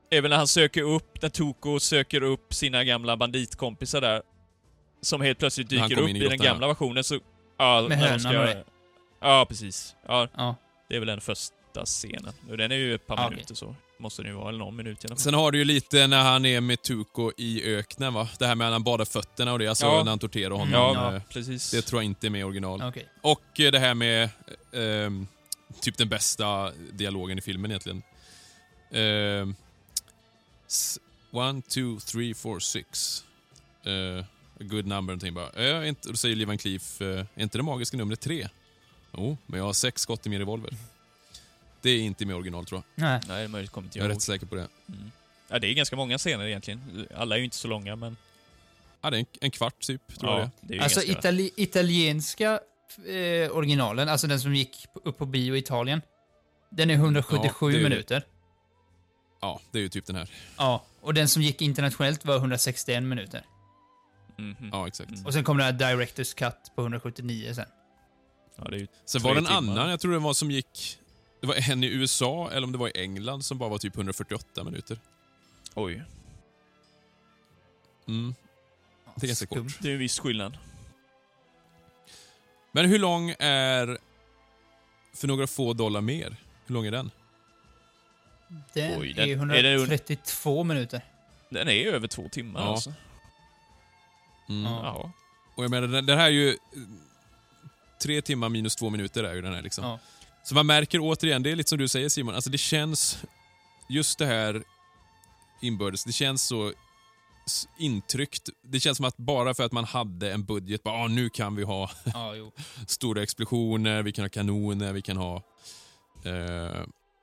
Även när han söker upp, när Tuco söker upp sina gamla banditkompisar där. Som helt plötsligt När han dyker kom upp in i i den grottan, gamla ja. versionen så... Ja, Med när de hönan ska- och det. Ja, precis. Ja, Ja. det är väl den första scenen. Och den är ju ett par Ah, minuter så. Måste det ju vara, eller någon minut i alla fall. Sen har du ju lite när han är med Tuco i öknen, va? Det här med att han badar fötterna och det, alltså Ja. när han torterar honom. Ja, eh, precis. Det tror jag inte är med i original. Okej. Och eh, det här med eh, ehm, typ den bästa dialogen i filmen egentligen. Eh, s- one, two, three, four, six. Eh, a good number någonting bara. Eh, inte, då säger Lee Van Cleef, eh, är inte det magiska numret tre? Jo, oh, men jag har sex skott i min revolver. Det är inte med i original tror jag. Nej. Nej, det är möjligt, kommer inte Jag är ihåg. rätt säker på det. Mm. Ja, det är ganska många scener egentligen. Alla är ju inte så långa, men... Ja, det är en, en kvart typ, tror jag det. det är ju Alltså ganska... itali- italienska eh, originalen, alltså den som gick på- upp på bio i Italien. Den är hundrasjuttiosju Ja, det är ju- minuter. Ja, det är ju typ den här. Ja, och den som gick internationellt var hundrasextioen minuter. Mhm. Ja, exakt. Mm. Och sen kom den här Directors Cut på hundrasjuttionio sen. Ja, det är ju Sen tre var det en timmar. annan, jag tror det var som gick... Det var en i U S A, eller om det var i England, som bara var typ hundrafyrtioåtta minuter. Oj. Mm. Det är ganska Skumt. kort. Det är en viss skillnad. Men hur lång är... För några få dollar mer? Hur lång är den? Den Oj, den- är är det- hundratrettiotvå minuter. Den är över två timmar Ja. alltså. Mm. Ja. Ja. Och jag menar, den, den här är ju... Tre timmar minus två minuter är ju den här liksom. Ja. Så man märker återigen, det är lite som du säger Simon, alltså det känns... Just det här inbördes, det känns så s- intryckt. Det känns som att bara för att man hade en budget, bara ah, nu kan vi ha Ja, jo. stora explosioner, vi kan ha kanoner, vi kan ha... Eh,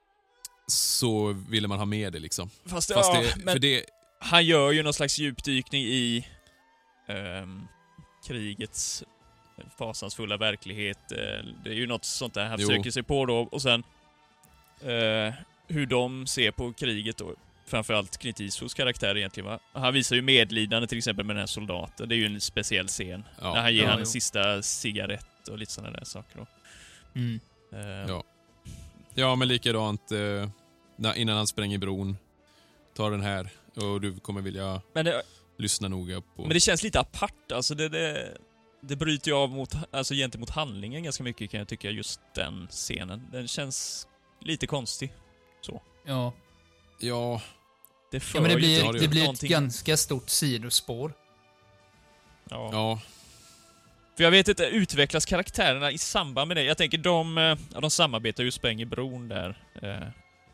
så ville man ha med det liksom. Fast, Fast ja, det, men för det, han gör ju någon slags djupdykning i ehm, krigets fasansfulla verklighet. Eh, Det är ju något sånt där han Jo. försöker sig på då. Och sen eh, hur de ser på kriget då. Framförallt Clint Eastwoods karaktär egentligen, va? Han visar ju medlidande till exempel med den här soldaten. Det är ju en speciell scen. Ja. När han ger Ja, han en jo. sista cigarett och lite sådana där saker då. Mm. Eh, Ja. ja men likadant eh, när, innan han spränger bron, tar den här och du kommer vilja Men det, lyssna noga på... Men det känns lite apart, alltså det, det, det bryter ju av mot, alltså gentemot handlingen ganska mycket kan jag tycka, just den scenen. Den känns lite konstig. Ja. Ja, Det för ja, men det ju blir, till det det blir ett någonting- ganska stort sidospår. Ja. ja, För jag vet inte, utvecklas karaktärerna i samband med det? Jag tänker de, eh, ja, de samarbetar ju och spränger bron där. Eh,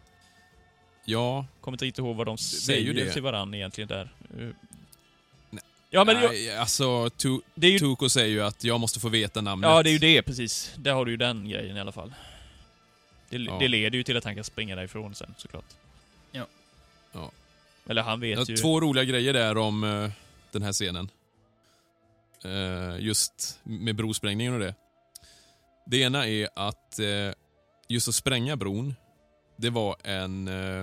ja. kommer inte riktigt ihåg vad de det är säger ju det. till varandra egentligen där. Eh, Nej. Ja, men jag, Nej, alltså, tu, det är ju, Tuco säger ju att jag måste få veta namnet. ja, det är ju det, precis. Där har du ju den grejen i alla fall. Det, Ja. det leder ju till att han kan springa därifrån sen, såklart. Ja. Ja. Eller han vet Jag ju... har två roliga grejer där om eh, den här scenen. Eh, just med brosprängningen och det. Det ena är att eh, just att spränga bron, det var en eh,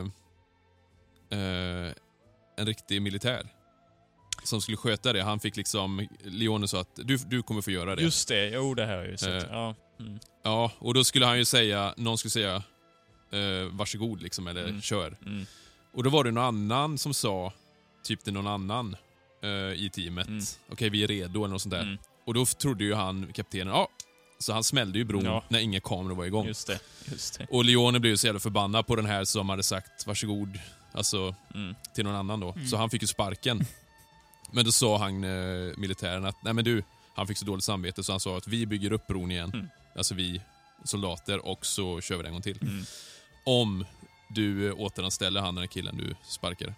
eh, en riktig militär som skulle sköta det. Han fick liksom, Leone sa att du, du kommer få göra det. Just det, jo det här har jag ju sett. Eh, Ja. Mm. Ja, och då skulle han ju säga, någon skulle säga eh, varsågod liksom, eller Mm. kör. Mm. Och då var det någon annan som sa, typ till någon annan eh, i teamet, Mm. okej vi är redo eller något sånt där. Mm. Och då trodde ju han, kaptenen, ja. Så han smällde ju bron Ja. när inga kameror var igång. Just det, just det. Och Leone blev ju så jävla förbannad på den här som hade sagt varsågod, alltså Mm. till någon annan då. Mm. Så han fick ju sparken. Men då sa han, eh, militären, att nej men du, han fick så dåligt samvete så han sa att vi bygger upp bron igen. Mm. Alltså vi soldater, och så kör vi det en gång till. Mm. Om du eh, återanställer han den här killen du sparkade.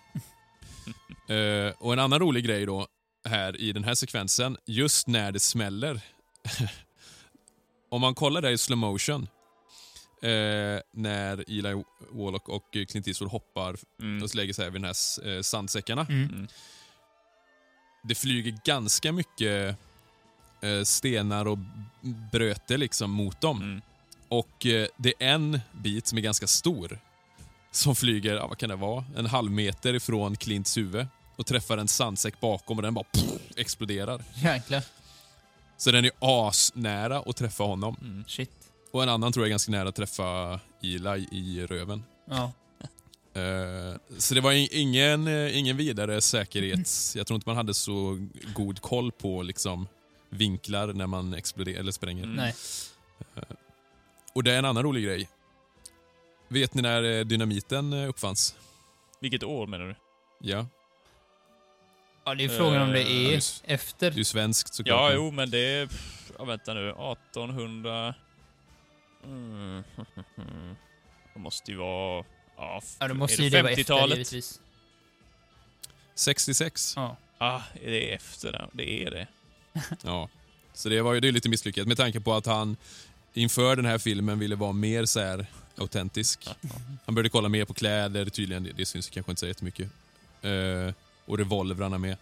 eh, och en annan rolig grej då, här i den här sekvensen, just när det smäller. Om man kollar där i slow motion, eh, när Eli Wallach och Clint Eastwood hoppar Mm. och lägger sig här vid de här eh, sandsäckarna. Mm. Mm. Det flyger ganska mycket eh, stenar och bröte liksom mot dem. Mm. Och eh, det är en bit som är ganska stor som flyger, ja, vad kan det vara, en halv meter ifrån Clints huvud och träffar en sandsäck bakom och den bara pff, exploderar. Jäklar. Så den är asnära att träffa honom. Mm. Shit. Och en annan tror jag är ganska nära att träffa Eli i röven. Ja. Uh, så det var in, ingen, ingen vidare säkerhets... Jag tror inte man hade så god koll på liksom, vinklar när man exploderar eller spränger. Mm. Nej. Uh, och det är en annan rolig grej. Vet ni när dynamiten uppfanns? Vilket år menar du? Ja. Ja, det är frågan om det är uh, efter. Det är ju svenskt såklart. Ja, jo, men det är... Ja, vänta nu. artonhundra... Mm. Det måste ju vara... Ja, ja det måste ju det vara efter, givetvis. sextiosex. Ja. Ah, är det efter det? Det är det. Ja. Så det var ju det är lite misslyckat med tanke på att han inför den här filmen ville vara mer så här autentisk. Han började kolla mer på kläder tydligen. Det, det syns kanske inte så jättemycket. Uh, och revolvrarna med.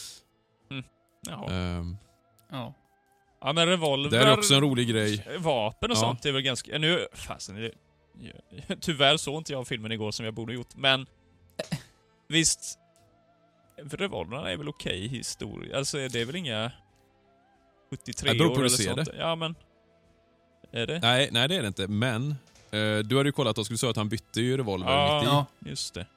Mm. Ja. Um, ja. Ja, men revolver... Det är också en rolig grej. Vapen och ja. sånt är väl ganska... Nu, fasen är det... Tyvärr såg inte jag filmen igår som jag borde gjort, men... Visst... Revolverna är väl okej okay, historia. Alltså, det är väl inga... sjuttiotre jag år eller sånt. Det. Ja, men... Är det? Nej, nej, det är det inte. Men... Uh, du hade ju kollat och skulle säga att han bytte ju revolver ja, mitt i. Ja, just det.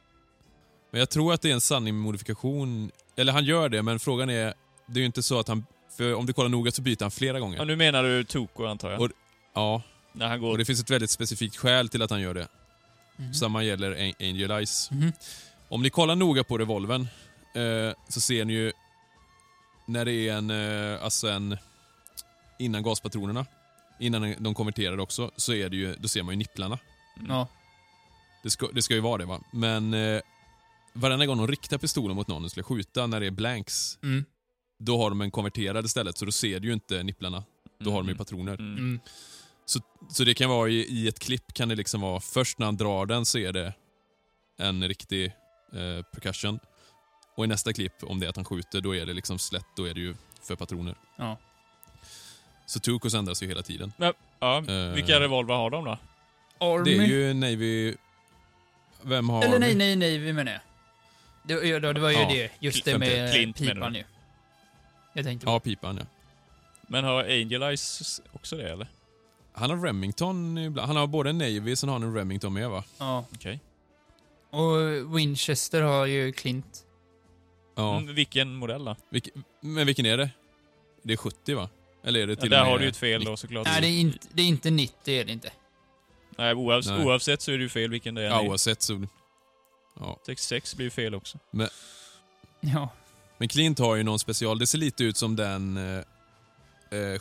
Men jag tror att det är en sanning med modifikation. Eller han gör det, men frågan är... Det är ju inte så att han... För om du kollar noga så byter han flera gånger. Ja, nu menar du Tuco, antar jag. Och, ja. När han går... Och det finns ett väldigt specifikt skäl till att han gör det. Mm. Samma gäller Angel Eyes. Mm. Om ni kollar noga på revolven eh, så ser ni ju när det är en, eh, alltså en innan gaspatronerna, innan de konverterar också, så är det ju, då ser man ju nipplarna. Mm. Ja. Det ska, det ska ju vara det va. Men eh, varenda gång de riktar pistolen mot någon och skulle skjuta när det är blanks, mm. då har de en konverterad istället, så då ser du ju inte nipplarna. Då mm. har de ju patroner. Mm. Så, så det kan vara i, i ett klipp kan det liksom vara, först när han drar den så är det en riktig eh, percussion. Och i nästa klipp, om det är att han skjuter, då är det liksom slätt, då är det ju för patroner. Ja. Så Tucos ändras ju hela tiden. Men, ja, eh, vilka revolver har de då? Army. Det är ju Navy... Vem har Eller nej, Army? nej, nej, vi menar jag. Det, det, det var ju ja. det, just det med Clint, pipan ju. Jag tänkte Ja, pipan ja. Men har Angel Eyes också det, eller? Han har Remington ibland. Han har både en Navy, sen har han en Remington med va? Ja. Okej. Okay. Och Winchester har ju Clint. Ja. Mm, vilken modell då? Vilk, men vilken är det? Det är sjuttio va? Eller är det till ja, där och med har du ju ett fel då såklart. Nej, det är inte, det är inte nittio, är det inte. Nej, oavs Nej. oavsett så är det ju fel vilken det är. Ja, oavsett så... Ja. sextiosex blir ju fel också. Men, ja. men Clint har ju någon special. Det ser lite ut som den eh,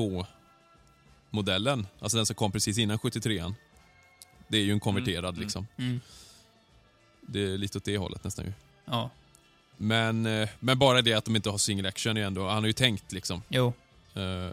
sjuttiotvå-modellen. Alltså den som kom precis innan sjuttiotrean. Det är ju en konverterad mm. liksom. Mm. Det är lite åt det hållet nästan ju. Ja. Men, eh, men bara det att de inte har single action är ändå... Han har ju tänkt liksom. Jo. Eh, mm.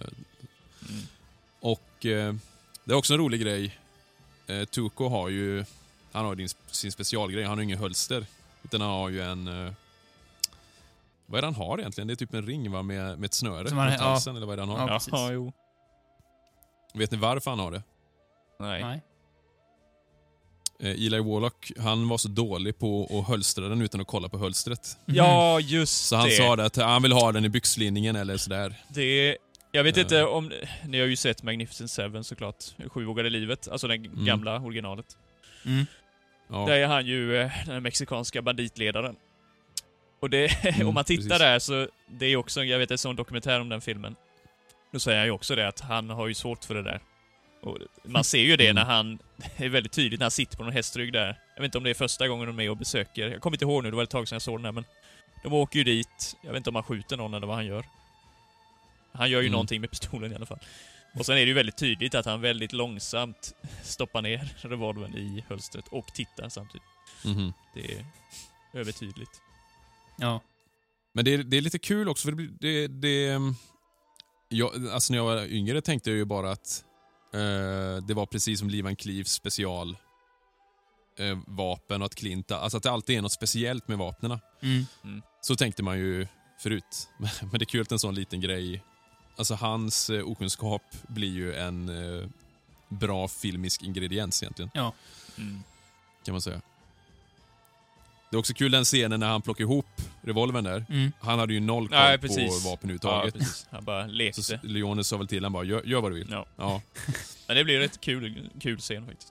Och eh, det är också en rolig grej. Eh, Tuco har ju... Han har din, sin specialgrej. Han har ingen hölster. Utan han har ju en... Eh, vad är det han har egentligen? Det är typ en ring va? Med, med ett snöre Som han, runt halsen. ja. Eller vad är det han har? Ja, ja, jo. Vet ni varför han har det? Nej. Nej. Eh, Eli Wallach, han var så dålig på att hölstra den utan att kolla på hölstret. Mm. Ja, just Så han det. sa det att han vill ha den i byxlinningen eller sådär. Det... Jag vet Uh. inte om... Ni har ju sett Magnificent Seven såklart. Sjuvågade livet. Alltså den Mm. gamla originalet. Mm. Ja. Där är han ju eh, den mexikanska banditledaren. Och det, Mm, om man tittar precis. där så, det är också, jag vet en sån dokumentär om den filmen. Då säger han ju också det att han har ju svårt för det där. Och man ser ju det Mm. när han, det är väldigt tydligt när han sitter på någon hästrygg där. Jag vet inte om det är första gången de är med och besöker, jag kommer inte ihåg nu, det var ett tag sedan jag såg den här, men de åker ju dit, jag vet inte om han skjuter någon eller vad han gör. Han gör ju Mm. någonting med pistolen i alla fall. Och sen är det ju väldigt tydligt att han väldigt långsamt stoppar ner revolvern i hölstret och tittar samtidigt. Mhm. Det är övertydligt. Ja. Men det är, det är lite kul också för det, blir- det, det jag, alltså när jag var yngre tänkte jag ju bara att eh, det var precis som Lee Van Cleefs special eh, vapen och att Clint, alltså att det alltid är något speciellt med vapnena. Mm. Så tänkte man ju förut. Men det är kul att en sån liten grej, alltså hans eh, okunskap blir ju en eh, bra filmisk ingrediens egentligen, Ja. Mm. kan man säga. Det är också kul den scenen när han plockar ihop revolvern där. Mm. Han hade ju noll koll Nej, på precis. vapen Ja, överhuvudtaget. precis. Han bara lekte. Så Leone sa väl till han bara, gör, gör vad du vill. Ja. Ja. Men det blir rätt kul, kul scen faktiskt.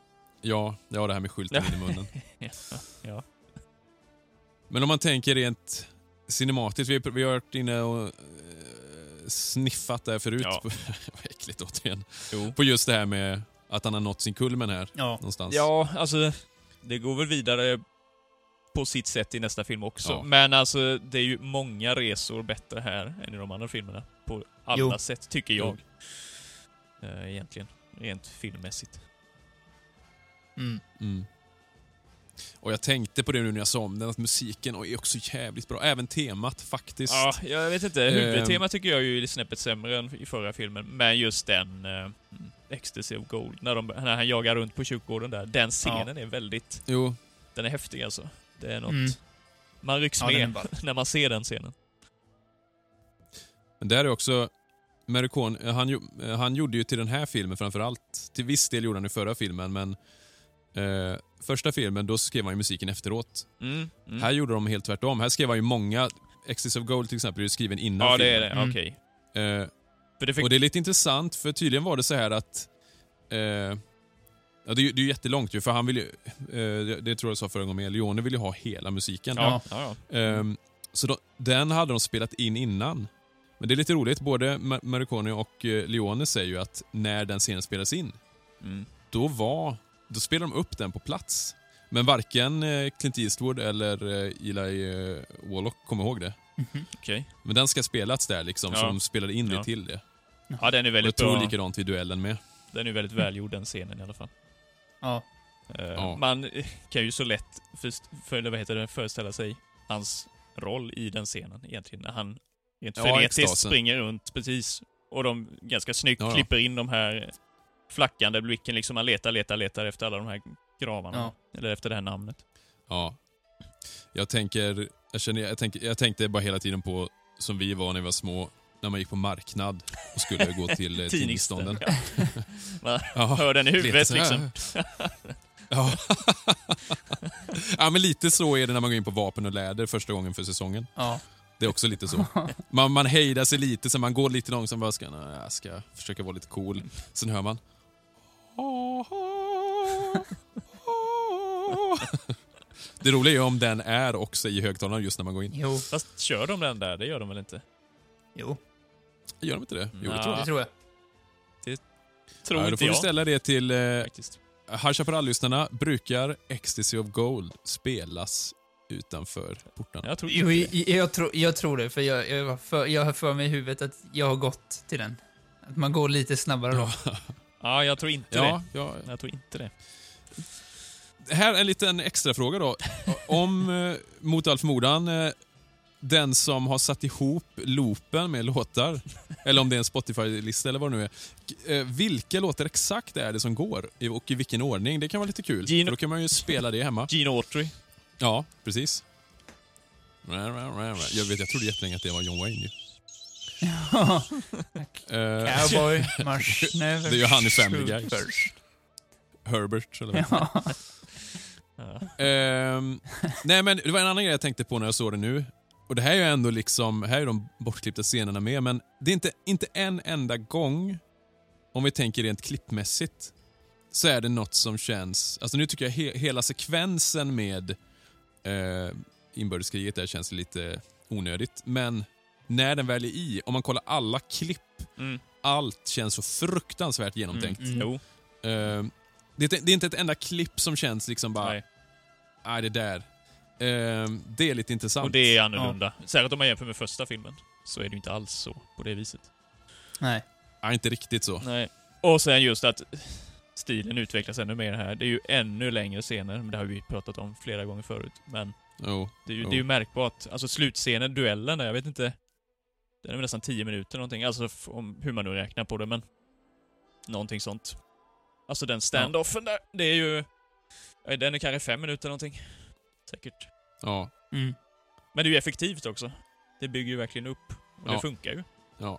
Ja, ja, det här med skylten in i munnen. ja. ja. Men om man tänker rent cinematiskt, vi, vi har varit inne och eh, sniffat där förut. Ja. På, vad äckligt återigen. Jo. På just det här med att han har nått sin kulmen här. Ja. Någonstans. Ja, alltså det går väl vidare på sitt sätt i nästa film också. Ja. Men alltså det är ju många resor bättre här än i de andra filmerna. På alla Jo. sätt, tycker jag. Uh, egentligen. Rent filmmässigt. Mm. Mm. Och jag tänkte på det nu när jag sa om den, att musiken är också jävligt bra. Även temat faktiskt. Ja, jag vet inte. Huvudtemat tycker jag ju är snäppet sämre än i förra filmen. Men just den uh, Ecstasy of Gold, när, de, när han jagar runt på kyrkogården där. Den scenen ja. är väldigt... Jo. Den är häftig alltså. Det är något... Mm. Man rycks Ja, med när man ser den scenen. Men där är också... Morricone, han, han gjorde ju till den här filmen framförallt. Till viss del gjorde han i förra filmen, men... Eh, första filmen, då skrev han ju musiken efteråt. Mm, mm. Här gjorde de helt tvärtom. Här skrev han ju många... Ecstasy of Gold till exempel är skriven innan ja, filmen. Ja, det är det. Mm. Okej. Okay. Eh, För det fick... Och det är lite intressant, för tydligen var det så här att... Eh, ja, det, är, det är ju jättelångt ju, för han vill ju... Eh, det tror jag sa förra gången med, Leone vill ju ha hela musiken. Ja, ja, ja. Eh, så då, den hade de spelat in innan. Men det är lite roligt, både Morricone och eh, Leone säger ju att när den scenen spelas in, mm. då var... Då spelar de upp den på plats. Men varken eh, Clint Eastwood eller eh, Eli eh, Wallach kommer ihåg det. Mm-hmm. Okay. Men den ska spelats där liksom, ja. så de spelade in det ja. till det. Ja, den är väldigt jag tror bra. likadant vid duellen med. Den är väldigt välgjord, den scenen i alla fall. Ja. Uh, ja. Man kan ju så lätt för, för, vad heter det, föreställa sig hans roll i den scenen egentligen. När han rent ja, frenetiskt extasen. springer runt, precis. Och de ganska snyggt ja, ja. klipper in de här flackande blicken. Liksom man letar, letar, letar efter alla de här gravarna. Ja. Eller efter det här namnet. Ja. Jag tänker, jag, känner, jag, tänker, jag tänkte bara hela tiden på som vi var när vi var små, när man gick på marknad och skulle gå till eh, tidningsstånden. Ja. Man ja, hör den i huvudet liksom. ja. ja, men lite så är det när man går in på vapen och läder första gången för säsongen. Ja. Det är också lite så. Man, man hejdar sig lite, så man går lite långsamt. Bara ska, nej, jag ska försöka vara lite cool. Sen hör man... Det roliga är ju om den är också i högtalaren just när man går in. Jo. Fast kör de den där? Det gör de väl inte? Jo. Gör de inte det? Jo, Nå, det tror jag. Det tror jag. Det tror ja, inte då får jag. vi ställa det till... Eh, faktiskt. High Chaparral-lyssnarna, brukar Ecstasy of Gold spelas utanför portarna? Jag tror Jo, inte jag, jag, tror, jag tror det, för jag, jag, har för, jag har för mig i huvudet att jag har gått till den. Att man går lite snabbare då. Ja, jag tror inte ja, det. ja. Jag tror inte det. Här en liten extra fråga då. Om, eh, mot all förmodan, eh, den som har satt ihop loopen med låtar, eller om det är en Spotify-lista eller vad det nu är. Eh, vilka låtar exakt är det som går? I, och i vilken ordning? Det kan vara lite kul. Gene... För då kan man ju spela det hemma. Gene Autry. Ja, precis. Jag vet, jag trodde jättelänge att det var John Wayne ju. Ja. Eh, Cowboy, Marsh, never det är ju han i Family Guy. first. Herbert, eller vad? Ja. Ja. Um, nej, men det var en annan grej jag tänkte på när jag såg det nu. Och det här är ju ändå liksom, här är de bortklippta scenerna med, men det är inte, inte en enda gång, om vi tänker rent klippmässigt, så är det något som känns, alltså nu tycker jag he, hela sekvensen med eh, inbördeskriget där känns lite onödigt, men när den väl är i, om man kollar alla klipp, mm. allt känns så fruktansvärt genomtänkt. Mm. Mm. Uh, det, är, det är inte ett enda klipp som känns liksom bara, nej, nej det där. Uh, det är lite intressant. Och det är annorlunda. Ja. Särskilt om man jämför med första filmen, så är det ju inte alls så på det viset. Nej. Nej, inte riktigt så. Nej. Och sen just att stilen utvecklas ännu mer här. Det är ju ännu längre scener, men det har vi pratat om flera gånger förut. Men oh, det, är ju, oh. det är ju märkbart. Alltså slutscenen, duellen där, jag vet inte. Den är väl nästan tio minuter någonting. Alltså om hur man nu räknar på det, men någonting sånt. Alltså den standoffen ja. där, det är ju... Den är kanske fem minuter någonting. Säkert. Ja. Mm. Men det är ju effektivt också. Det bygger ju verkligen upp. Och ja. det funkar ju. Ja.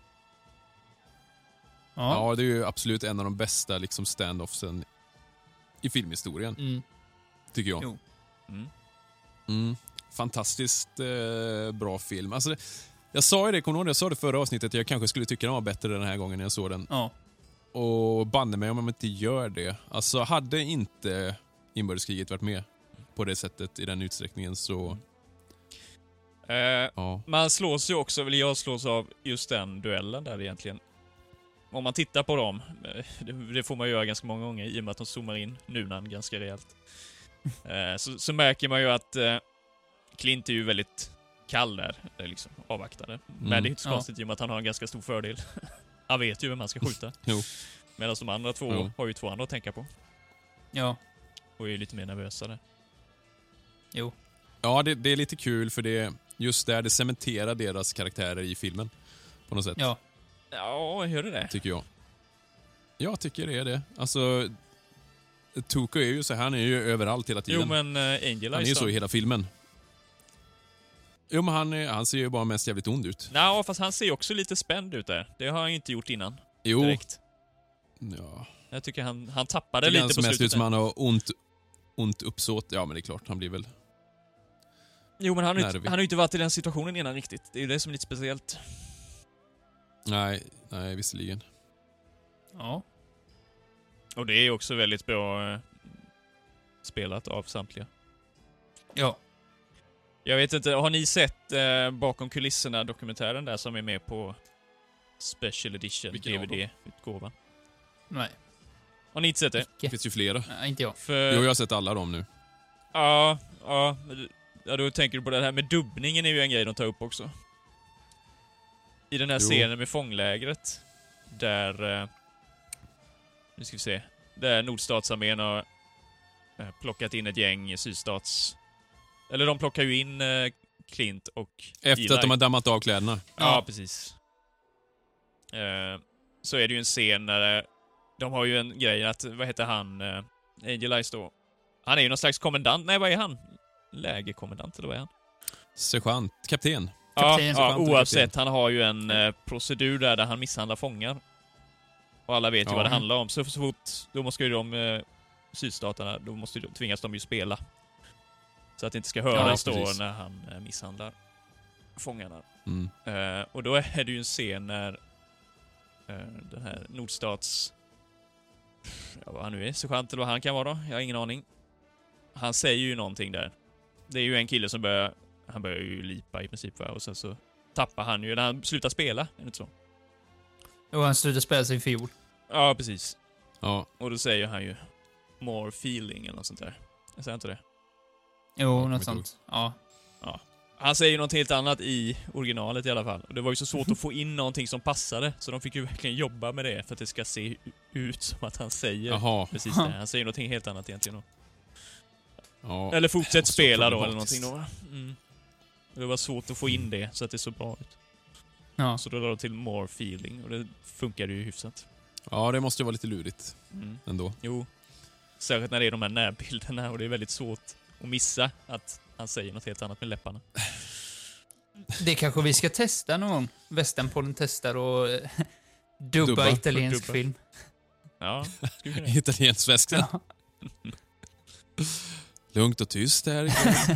Ja. Ja, det är ju absolut en av de bästa liksom stand-offsen i filmhistorien. Mm. Tycker jag. Jo. Mm. Mm. Fantastiskt eh, bra film. Alltså, jag sa ju det, kommer du ihåg det? Jag sa det förra avsnittet att jag kanske skulle tycka den var bättre den här gången när jag såg den. Ja. Och banne mig om man inte gör det. Alltså hade inte inbördeskriget varit med på det sättet i den utsträckningen så... Eh, ja. Man slås ju också, eller jag slås av just den duellen där egentligen. Om man tittar på dem, det, det får man göra ganska många gånger i och med att de zoomar in Nunan ganska rejält. eh, så, så märker man ju att eh, Clint är ju väldigt kall där, liksom avvaktande. Men Mm. det är inte så Ja. konstigt i och med att han har en ganska stor fördel. Han vet ju vem man ska skjuta. Jo. Medan de andra två Jo. har ju två andra att tänka på. Ja, Och är ju lite mer nervösa där. jo. Ja, det, det är lite kul för det just där det cementerar deras karaktärer i filmen. På något sätt, Ja. Ja, hör du det? tycker jag. Jag tycker det är det. Alltså, Tuco är ju så han är ju överallt hela tiden. Jo, men uh, Angel han är ju Eyes så då? i hela filmen. Jo, men han, är, han ser ju bara mest jävligt ond ut. Nej, fast han ser ju också lite spänd ut där. Det har han ju inte gjort innan. Jo. Direkt. Ja. Jag tycker han, han tappade Det lite är på som mest slutet. ut som där. han har ont, ont uppsåt. Ja, men det är klart. Han blir väl... Jo, men han har ju inte, nervig. han har ju inte varit i den situationen innan riktigt. Det är ju det som är lite speciellt. Nej, nej, visserligen. Ja. Och det är också väldigt bra eh, spelat av samtliga. Ja. Jag vet inte, har ni sett eh, bakom kulisserna dokumentären där som är med på Special Edition Vilken av D V D-utgåvan? Nej. Har ni inte sett det? Det finns ju flera. Nej, inte jag. För, Jo, jag har sett alla dem nu. Ja, ja, men- ja, då tänker du på det här med dubbningen är ju en grej de tar upp också. I den här Jo. scenen med fånglägret, där... Eh, nu ska vi se. Där nordstatsarmén har eh, plockat in ett gäng sydstats... Eller de plockar ju in eh, Clint och Efter Eli. att de har dammat av kläderna. Ja, Ja. precis. Eh, så är det ju en scen där eh, de har ju en grej att, vad heter han, eh, Angel Eyes då? Han är ju någon slags kommendant. Nej, vad är han? Lägerkommendant, eller vad är han? Sergeant, kapten. Ja, Kapten, ja, sergeant och oavsett. Han har ju en eh, procedur där, där han misshandlar fångar. Och alla vet ju Ja. vad det handlar om. Så, så fort, då måste ju de eh, sydstaterna, då måste ju, tvingas de ju spela. Så att det inte ska höras Ja, då precis. när han eh, misshandlar fångarna. Mm. Eh, och då är det ju en scen när eh, den här nordstats... Ja, vad han nu är, sergeant eller vad han kan vara då. Jag har ingen aning. Han säger ju någonting där. Det är ju en kille som börjar... Han börjar ju lipa i princip, va? Och sen så tappar han ju när han slutar spela, är det inte så? Och han slutade spela sin fiol. Ja, precis. Ja, Och då säger han ju more feeling eller något sånt där. Jag säger inte det. Jo, Ja, något mycket sånt. Ja. Han säger ju något helt annat i originalet i alla fall. Och det var ju så svårt att få in någonting som passade. Så de fick ju verkligen jobba med det för att det ska se ut som att han säger jaha. precis det. Han säger någonting helt annat egentligen då. Ja. Eller fortsätt Så spela då, eller problematiskt. någonting då. Mm. Det var svårt att få in det så att det såg bra ut. Ja. Så då la de till more feeling och det funkade ju hyfsat. Ja, det måste ju vara lite lurigt Mm. ändå. Jo. Särskilt när det är de här närbilderna och det är väldigt svårt att missa att han säger något helt annat med läpparna. Det kanske vi ska testa någon gång. Västernpodden testar och eh, dubba, Dubba. italiensk Dubba. film. Ja, skulle kunna. Italiensk svenska. Ja. Lugnt och tyst här.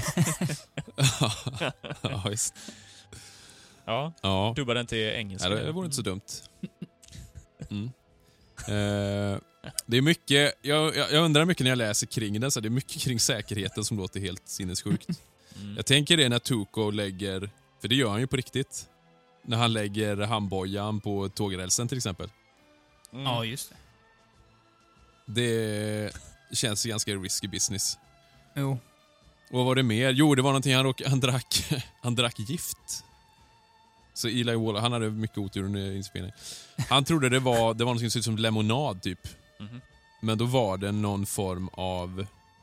Ja, visst. Ja, Ja. dubba den till engelska. Ja, det vore inte så dumt. Mm. Eh, det är mycket, jag, jag jag undrar mycket när jag läser kring den, så det är mycket kring säkerheten som låter helt sinnessjukt. Mm. Jag tänker det när Tuco lägger, för det gör han ju på riktigt, när han lägger handbojan på tågrälsen till exempel. Mm. Ja, just det. Det känns ganska risky business. Jo. Och vad var det mer? Jo, det var någonting han, råk, han drack han drack gift. Så Eli Waller, han hade mycket otur under inspelningen. Han trodde det var det var något som såg ut som lemonad typ. Mhm. Men då var det någon form av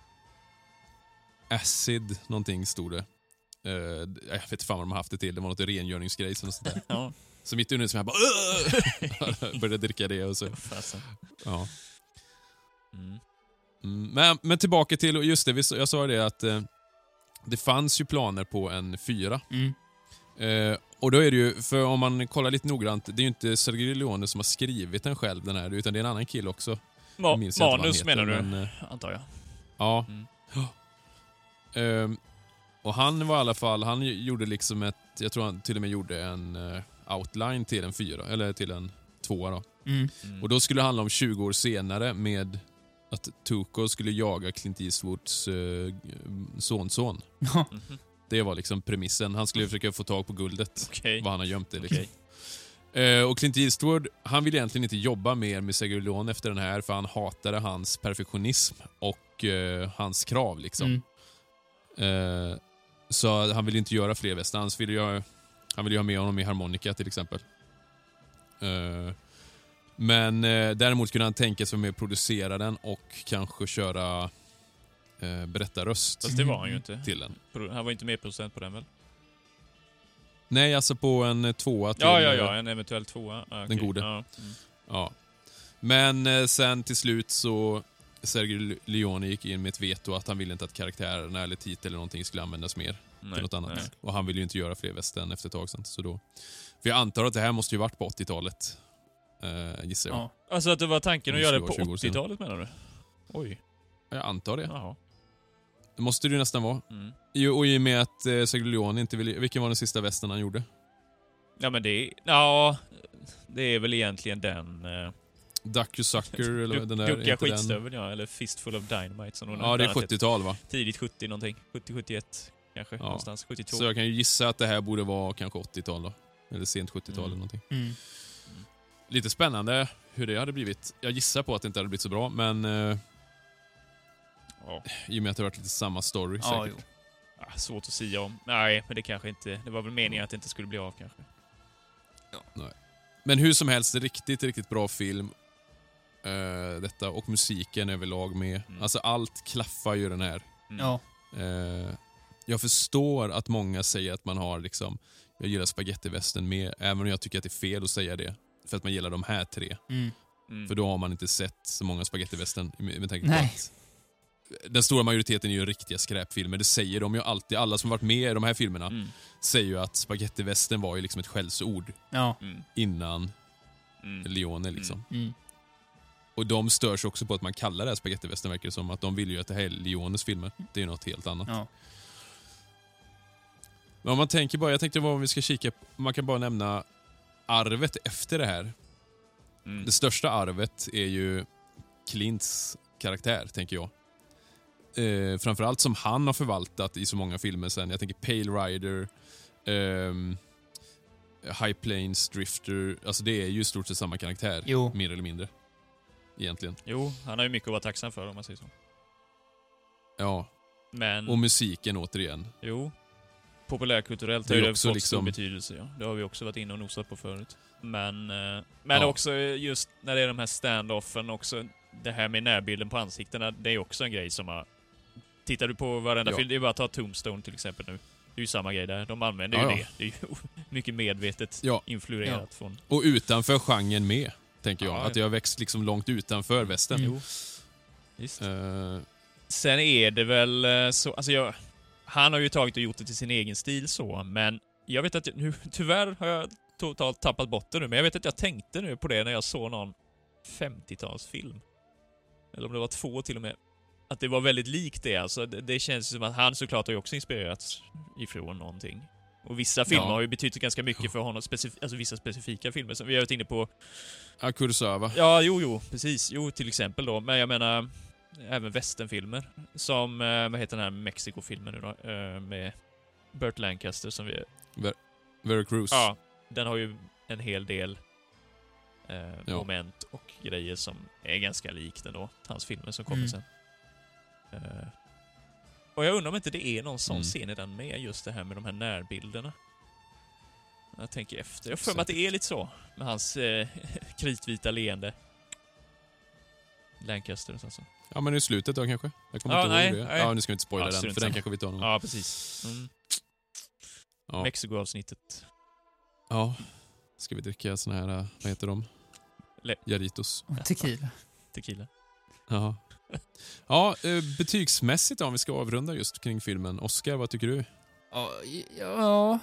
acid, någonting stod det. Uh, jag vet inte fan vad de har haft det till. Det var något rengöringsgrej eller sånt där. Ja, Så mitt under som jag bara "Åh!" började dricka det och så. fasen. Ja. Mm. Mm, men, men tillbaka till, just det, vi, jag sa det att eh, det fanns ju planer på en fyra. Mm. Eh, och då är det ju, för om man kollar lite noggrant, det är ju inte Sergio Leone som har skrivit den själv den här, utan det är en annan kille också. Ma- Jag minns inte vad han manus heter, menar du, men, eh, antar jag. Ja. Mm. Ehm, och han var i alla fall, han gjorde liksom ett, jag tror han till och med gjorde en eh, outline till en fyra, eller till en tvåa då. Mm. Mm. Och då skulle det handla om tjugo år senare med att Tuco skulle jaga Clint Eastwoods uh, sonson. Mhm. Det var liksom premissen. Han skulle försöka få tag på guldet. Okej. Vad han har gömt det. Liksom. Okej. Eh, och Clint Eastwood, han ville egentligen inte jobba mer med Sergio Leone efter den här, för han hatade hans perfektionism och eh, hans krav liksom. Mm. Eh, så han ville inte göra fler västern. Han ville ju, han ville ju ha med honom i harmonika till exempel. Eh, men eh, däremot kunde han tänka sig med att producera den och kanske köra eh, berättarröst Fast det var han ju inte. till den. Pro- Han var inte med producent på den väl? Nej, alltså på en eh, tvåa till Ja, ja, ja. En eventuell tvåa. Ah, Den okej. gode. Ja. Mm. Ja. Men eh, sen till slut så Sergio Leone gick in med ett veto att han ville inte att karaktärerna eller titel eller någonting skulle användas mer Nej, till något annat. nej. Och han ville ju inte göra fler västern efter ett tag sen. Så då. För jag antar att det här måste ju varit på åttiotalet. Eh, gissar jag. Ja. Alltså att det var tanken att Det göra det måste på vara tjugo år åttiotalet menar du? Oj. Jag antar det. Jaha. Det måste det ju nästan vara. Mm. Jo, och i och med att eh, Sergio Leone inte ville... Vilken var den sista västern han gjorde? Ja men det är... Ja, det är väl egentligen den... Eh, Duck You Sucker eller du, den där... Ducka inte den- skitstövel, ja. Eller Fistful of Dynamite som någon Ja, det är annan heter. sjuttiotal va? Tidigt sjuttio någonting. sjuttio sjuttioett kanske. Ja. Någonstans. sjuttiotvå. Så jag kan ju gissa att det här borde vara kanske åttiotal då. Eller sent sjuttiotal Mm. eller någonting. Mm. Lite spännande hur det hade blivit. Jag gissar på att det inte hade blivit så bra, men eh, Ja. i och med att det har varit lite samma story Ja, säkert. jo. Ah, svårt att säga om. Nej, men det kanske inte... Det var väl meningen att det inte skulle bli av kanske. Men hur som helst, riktigt, riktigt bra film. Eh, detta och musiken överlag med. Mm. Alltså allt klaffar ju den här. Mm. Ja. Eh, jag förstår att många säger att man har liksom, jag gillar spagettivästern med, även om jag tycker att det är fel att säga det. För att man gillar de här tre. Mm. Mm. För då har man inte sett så många spagettivästern med, med tanke på Nej. att den stora majoriteten är ju riktiga skräpfilmer. Det säger de ju alltid. Alla som varit med i de här filmerna Mm. säger ju att spagettivästern var ju liksom ett skällsord Ja. Mm. innan Mm. Leone liksom. Mm. Och de störs också på att man kallar det här spagettivästern, verkar det som att de vill ju att det här är Leones filmer. Det är ju något helt annat. Ja. Men om man tänker bara, jag tänkte vad vi ska kika på, man kan bara nämna arvet efter det här. Mm. Det största arvet är ju Clints karaktär, tänker jag. Eh, framförallt som han har förvaltat i så många filmer sen. Jag tänker Pale Rider, ehm, High Plains Drifter. Alltså det är ju i stort sett samma karaktär. Jo. Mer eller mindre. Egentligen. Jo, han har ju mycket att vara tacksam för om man säger så. Ja. Men... Och musiken återigen. Jo. Populärkulturellt Det har är ju också fått liksom- stor betydelse, ja. Det har vi också varit inne och nosat på förut. Men, eh, men Ja. också just när det är de här stand-offen också, det här med närbilden på ansiktena, det är också en grej som har... Tittar du på varenda Ja. film, det är bara att ta Tombstone till exempel nu. Det är ju samma grej där. De använder Ja, ju ja. det. Det är ju mycket medvetet Ja. influerat Ja. från... Och utanför genren med, tänker jag. Ja, Att det har växt liksom långt utanför västern. Mm. Jo. Visst. Eh, Sen är det väl eh, så, alltså jag... Han har ju tagit och gjort det till sin egen stil så, men jag vet att jag, nu, tyvärr har jag totalt tappat bort det nu, men jag vet att jag tänkte nu på det när jag såg någon femtiotalsfilm. Eller om det var två till och med. Att det var väldigt likt det, alltså. Det, det känns som att han såklart har ju också inspirerats ifrån någonting. Och vissa filmer Ja. har ju betytt ganska mycket för honom, specif- alltså vissa specifika filmer. Som vi har varit inne på. ja, Kurosawa. Ja, jo, jo, precis. Jo, till exempel då. Men jag menar, även westernfilmer. Som, eh, vad heter den här Mexiko-filmen nu då? Eh, med Burt Lancaster som vi... Vera Cruz. Ja, den har ju en hel del eh, Ja. moment och grejer som är ganska likt ändå. Hans filmer som kommer Mm. sen. Eh, och jag undrar om inte det är någon sån Mm. scen i den med, just det här med de här närbilderna. Jag tänker efter. Jag har för mig att det är lite så. Med hans eh, kritvita leende. Lancaster alltså. Ja, men i slutet då kanske? Jag kommer Ja, inte nej, ihåg det. nej. Ja, nu ska vi inte spoila Ja, den, strunt för den samma. kanske vi tar någon. Ja, precis. Mm. Ja. Mexiko-avsnittet. Ja. Ska vi dricka såna här, äh, vad heter de? Le- Jaritos. Och tequila. Tequila. Ja. Ja, eh, betygsmässigt då, om vi ska avrunda just kring filmen. Oscar, vad tycker du? Ja, ja.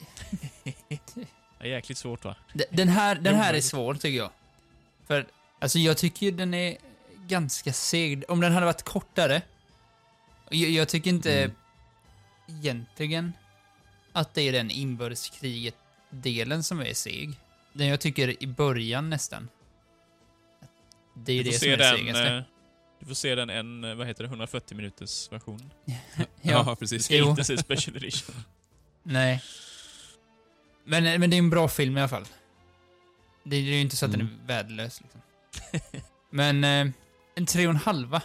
Det är jäkligt svårt va? D- Den här, den här är svår, tycker jag. För, alltså jag tycker den är ganska seg. Om den hade varit kortare. Jag, jag tycker inte Mm. egentligen att det är den inbördeskriget-delen som är seg. Den jag tycker i början nästan Det är ju Du det får som är se det den, segaste. eh, du får se den en, eh, vad heter det, hundrafyrtio minuters version. Ja, precis. Ska Jo. inte se special edition. Nej. Men, men det är en bra film i alla fall. Det är ju inte så att Mm. den är värdelös liksom. Men eh, en tre och en halva.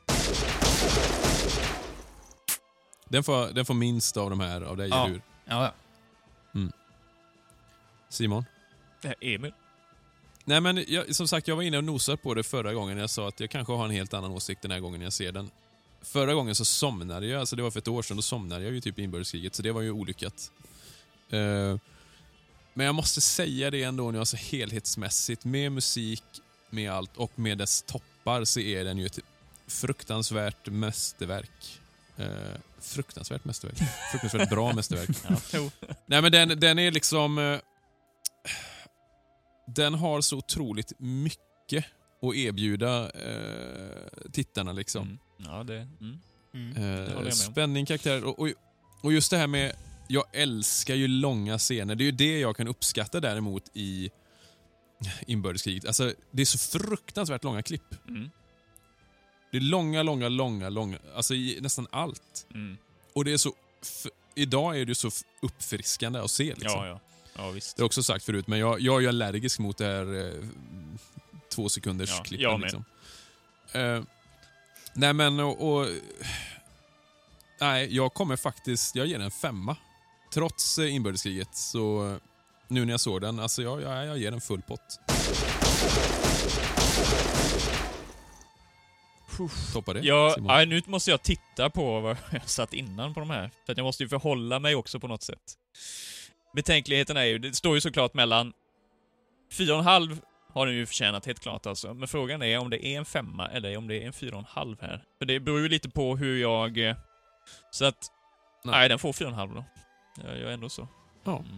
Den får, den får minst av de här av dig, Ja. eller hur? Ja, ja. Simon? Eh, Emil. Nej, men jag, som sagt, jag var inne och nosade på det förra gången. Jag sa att jag kanske har en helt annan åsikt den här gången jag ser den. Förra gången så somnade jag, alltså det var för ett år sedan, då somnade jag ju typ i inbördeskriget, så det var ju olyckat. Uh, men jag måste säga det ändå nu, alltså helhetsmässigt, med musik, med allt och med dess toppar, så är den ju ett fruktansvärt mästerverk. Uh, fruktansvärt mästerverk. Fruktansvärt bra mästerverk. Ja. Nej, men den, den är liksom... Uh, den har så otroligt mycket att erbjuda uh, tittarna liksom. Mm. Ja, det... Mm. Mm. Det håller jag med om. Spänning, karaktär och, och, och just det här med, jag älskar ju långa scener. Det är ju det jag kan uppskatta däremot i inbördeskriget. Alltså, det är så fruktansvärt långa klipp. Mm. Det är långa, långa, långa, långa, alltså i nästan allt. Mm. Och det är så, f- idag är det så f- uppfriskande att se liksom. Ja, ja. Ja, visst. Det har jag också sagt förut, men jag, jag är ju allergisk mot det här eh, två sekunders Ja, klippen jag med. liksom. Eh, nej men och, och nej, jag kommer faktiskt, jag ger den en femma. Trots eh, inbördeskriget, så eh, nu när jag såg den, alltså jag, jag, jag ger den full pott. Toppar det? Ja, Simon? nej, nu måste jag titta på vad jag satt innan på de här. För att jag måste ju förhålla mig också på något sätt. Betänkligheten är ju, det står ju såklart mellan fyra och en halv har den ju förtjänat helt klart alltså. Men frågan är om det är en femma eller om det är en fyra och en halv här. För det beror ju lite på hur jag... eh, Så att... Nej, Nej. den får fyra och en halv då. Jag gör ändå så. Ja. Mm.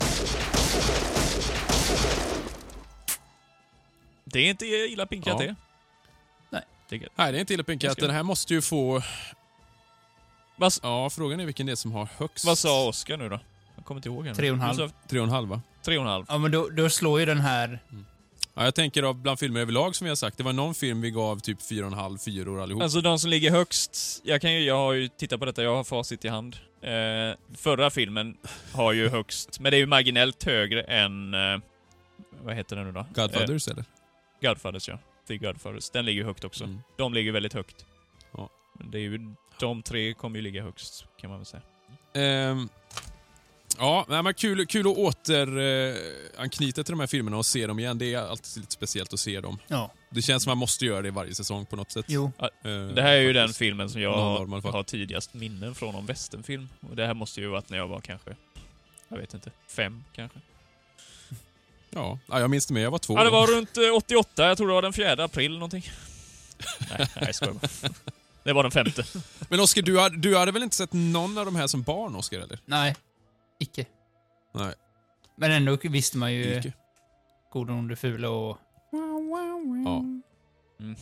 Det är inte illa pinkat Ja. det. Nej. Det är gött. Nej, det är inte illa pinkat. Jag ska- Den här måste ju få... Vad, Ja, frågan är vilken det är som har högst. vad sa Oskar nu då? Jag kommer inte ihåg henne. Tre och en halv. Du sa Tre och en halv, va? Tre och en halv. Ja, men då, då slår ju den här... Ja, jag tänker av bland filmer överlag som vi har sagt. Det var någon film vi gav typ fyra och en halv, fyra år allihop. Alltså de som ligger högst, jag kan ju, jag har ju tittat på detta, jag har facit i hand. Eh, förra filmen har ju högst, men det är ju marginellt högre än, eh, vad heter den nu då? Godfathers, eller? Eh, Godfathers, ja. The Godfathers. Den ligger ju högt också. Mm. De ligger väldigt högt. Ja. Men det är ju, de tre kommer ju ligga högst, kan man väl säga. Ehm, ja, nej, men kul, kul att återanknyta till de här filmerna och se dem igen. Det är alltid lite speciellt att se dem. Ja. Det känns som man måste göra det varje säsong på något sätt. Jo. Ehm, Det här är ju den faktiskt. filmen som jag Ja, har, normal fall. har tidigast minnen från om västernfilm. Och det här måste ju varit när jag var kanske, jag vet inte, fem kanske. Ja, ja, jag minns det med. Jag var två. Ja, det var runt eh, åttioåtta, jag tror det var den fjärde april någonting. nej, nej, jag skojar bara. Det var den femte. Men Oskar, du hade, du hade väl inte sett någon av de här som barn, Oskar, eller? Nej. Icke. Nej. Men ändå visste man ju Icke. God och ond och fula och... Ja. Mm.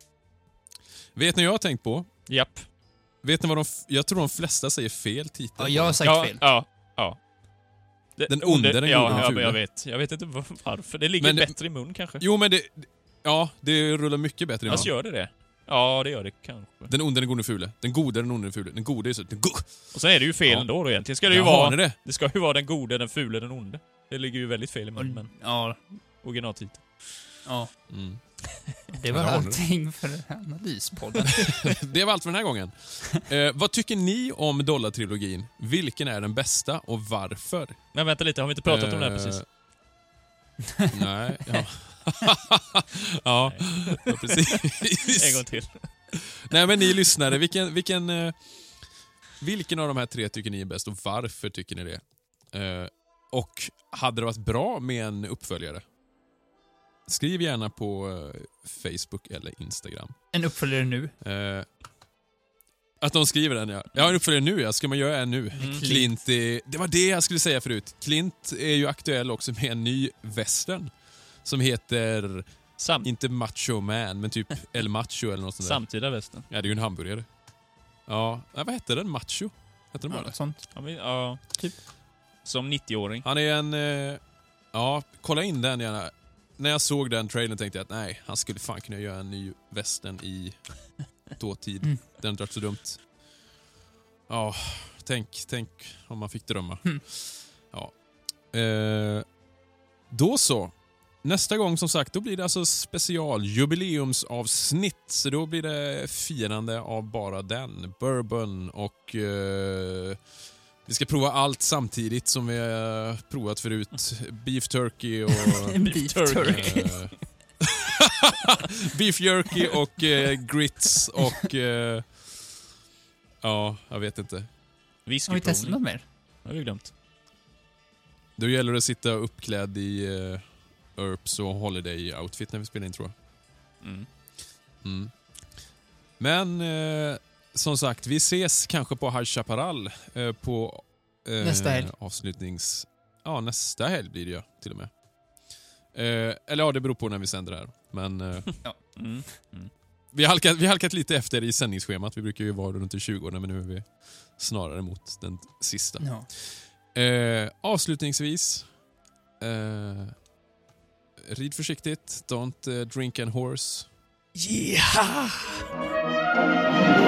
Vet ni vad jag har tänkt på? Japp. Vet ni vad de... f- Jag tror de flesta säger fel titel. Ja, jag har sagt Ja, fel. ja, ja. Det, Den onde, den ja, gode, den ja, men fule. jag vet. Jag vet inte var- varför. Det ligger Men det- bättre i mun kanske. Jo, men det... Ja, det rullar mycket bättre. Alltså Ja. gör det det? Ja, det gör det kanske. Den onde, den gode, fule. Den gode, den onde, den fule. Den gode är så... Den go- Och sen är det ju fel Ja. ändå då egentligen. Ska det ju Ja, har vara... ni det? Det ska ju vara den gode, den fule, den onde. Det ligger ju väldigt fel i Och, mun, men ja, originaltitel. ja. Mm. Det var Ja, det har du. allting för Analyspodden. Det var allt för den här gången. Eh, vad tycker ni om Dollar-trilogin? Vilken är den bästa och varför? Men vänta lite, har vi inte pratat om det här Eh, precis? Nej, ja. ja, ja, precis. En gång till. Nej, men ni lyssnare, vilken, vilken, eh, vilken av de här tre tycker ni är bäst och varför tycker ni det? Eh, och hade det varit bra med en uppföljare? Skriv gärna på eh, Facebook eller Instagram. En uppföljare nu. Eh, att de skriver den, ja. Jag har en uppföljare nu, ja. Ska man göra en nu? Mm. Clint är, det var det jag skulle säga förut. Clint är ju aktuell också med en ny western som heter, Sam inte Macho Man, men typ El Macho eller något sånt där. samtida västen. Ja, det är ju en hamburgare. Ja, ja, vad hette den? Macho? Hette den bara Ja, det? sånt. Ja, men, ja, typ. Som nittioåring. Han är en... Eh, ja, kolla in den gärna. när jag såg den trailern tänkte jag att nej, han skulle fan kunna göra en ny western i dåtid. Mm. Den har inte så dumt. Ja, tänk, tänk om man fick drömma. Mm. Ja. Eh, då så. Nästa gång som sagt, då blir det alltså special jubileumsavsnitt. Så då blir det firande av bara den. Bourbon och... Eh, vi ska prova allt samtidigt som vi har provat förut. Beef turkey och... Beef turkey. Eh, beef jerky och eh, grits och... Eh, ja, jag vet inte. Har vi testat något mer? Det har vi glömt. Då gäller det att sitta uppklädd i uh, Earps och Holiday-outfit när vi spelar in, tror jag. Mm. Mm. Men uh, som sagt, vi ses kanske på High Chaparral uh, på uh, nästa helg. Avslutnings... Ja, nästa helg blir det ju till och med. Uh, eller ja, det beror på när vi sänder det här. Men uh, ja. mm. Mm. Vi, har halkat, vi har halkat lite efter i sändningsschemat. Vi brukar ju vara runt tjugo, men nu är vi snarare mot den sista. Ja. Eh, avslutningsvis eh, rid försiktigt, don't uh, drink and horse. Yeah!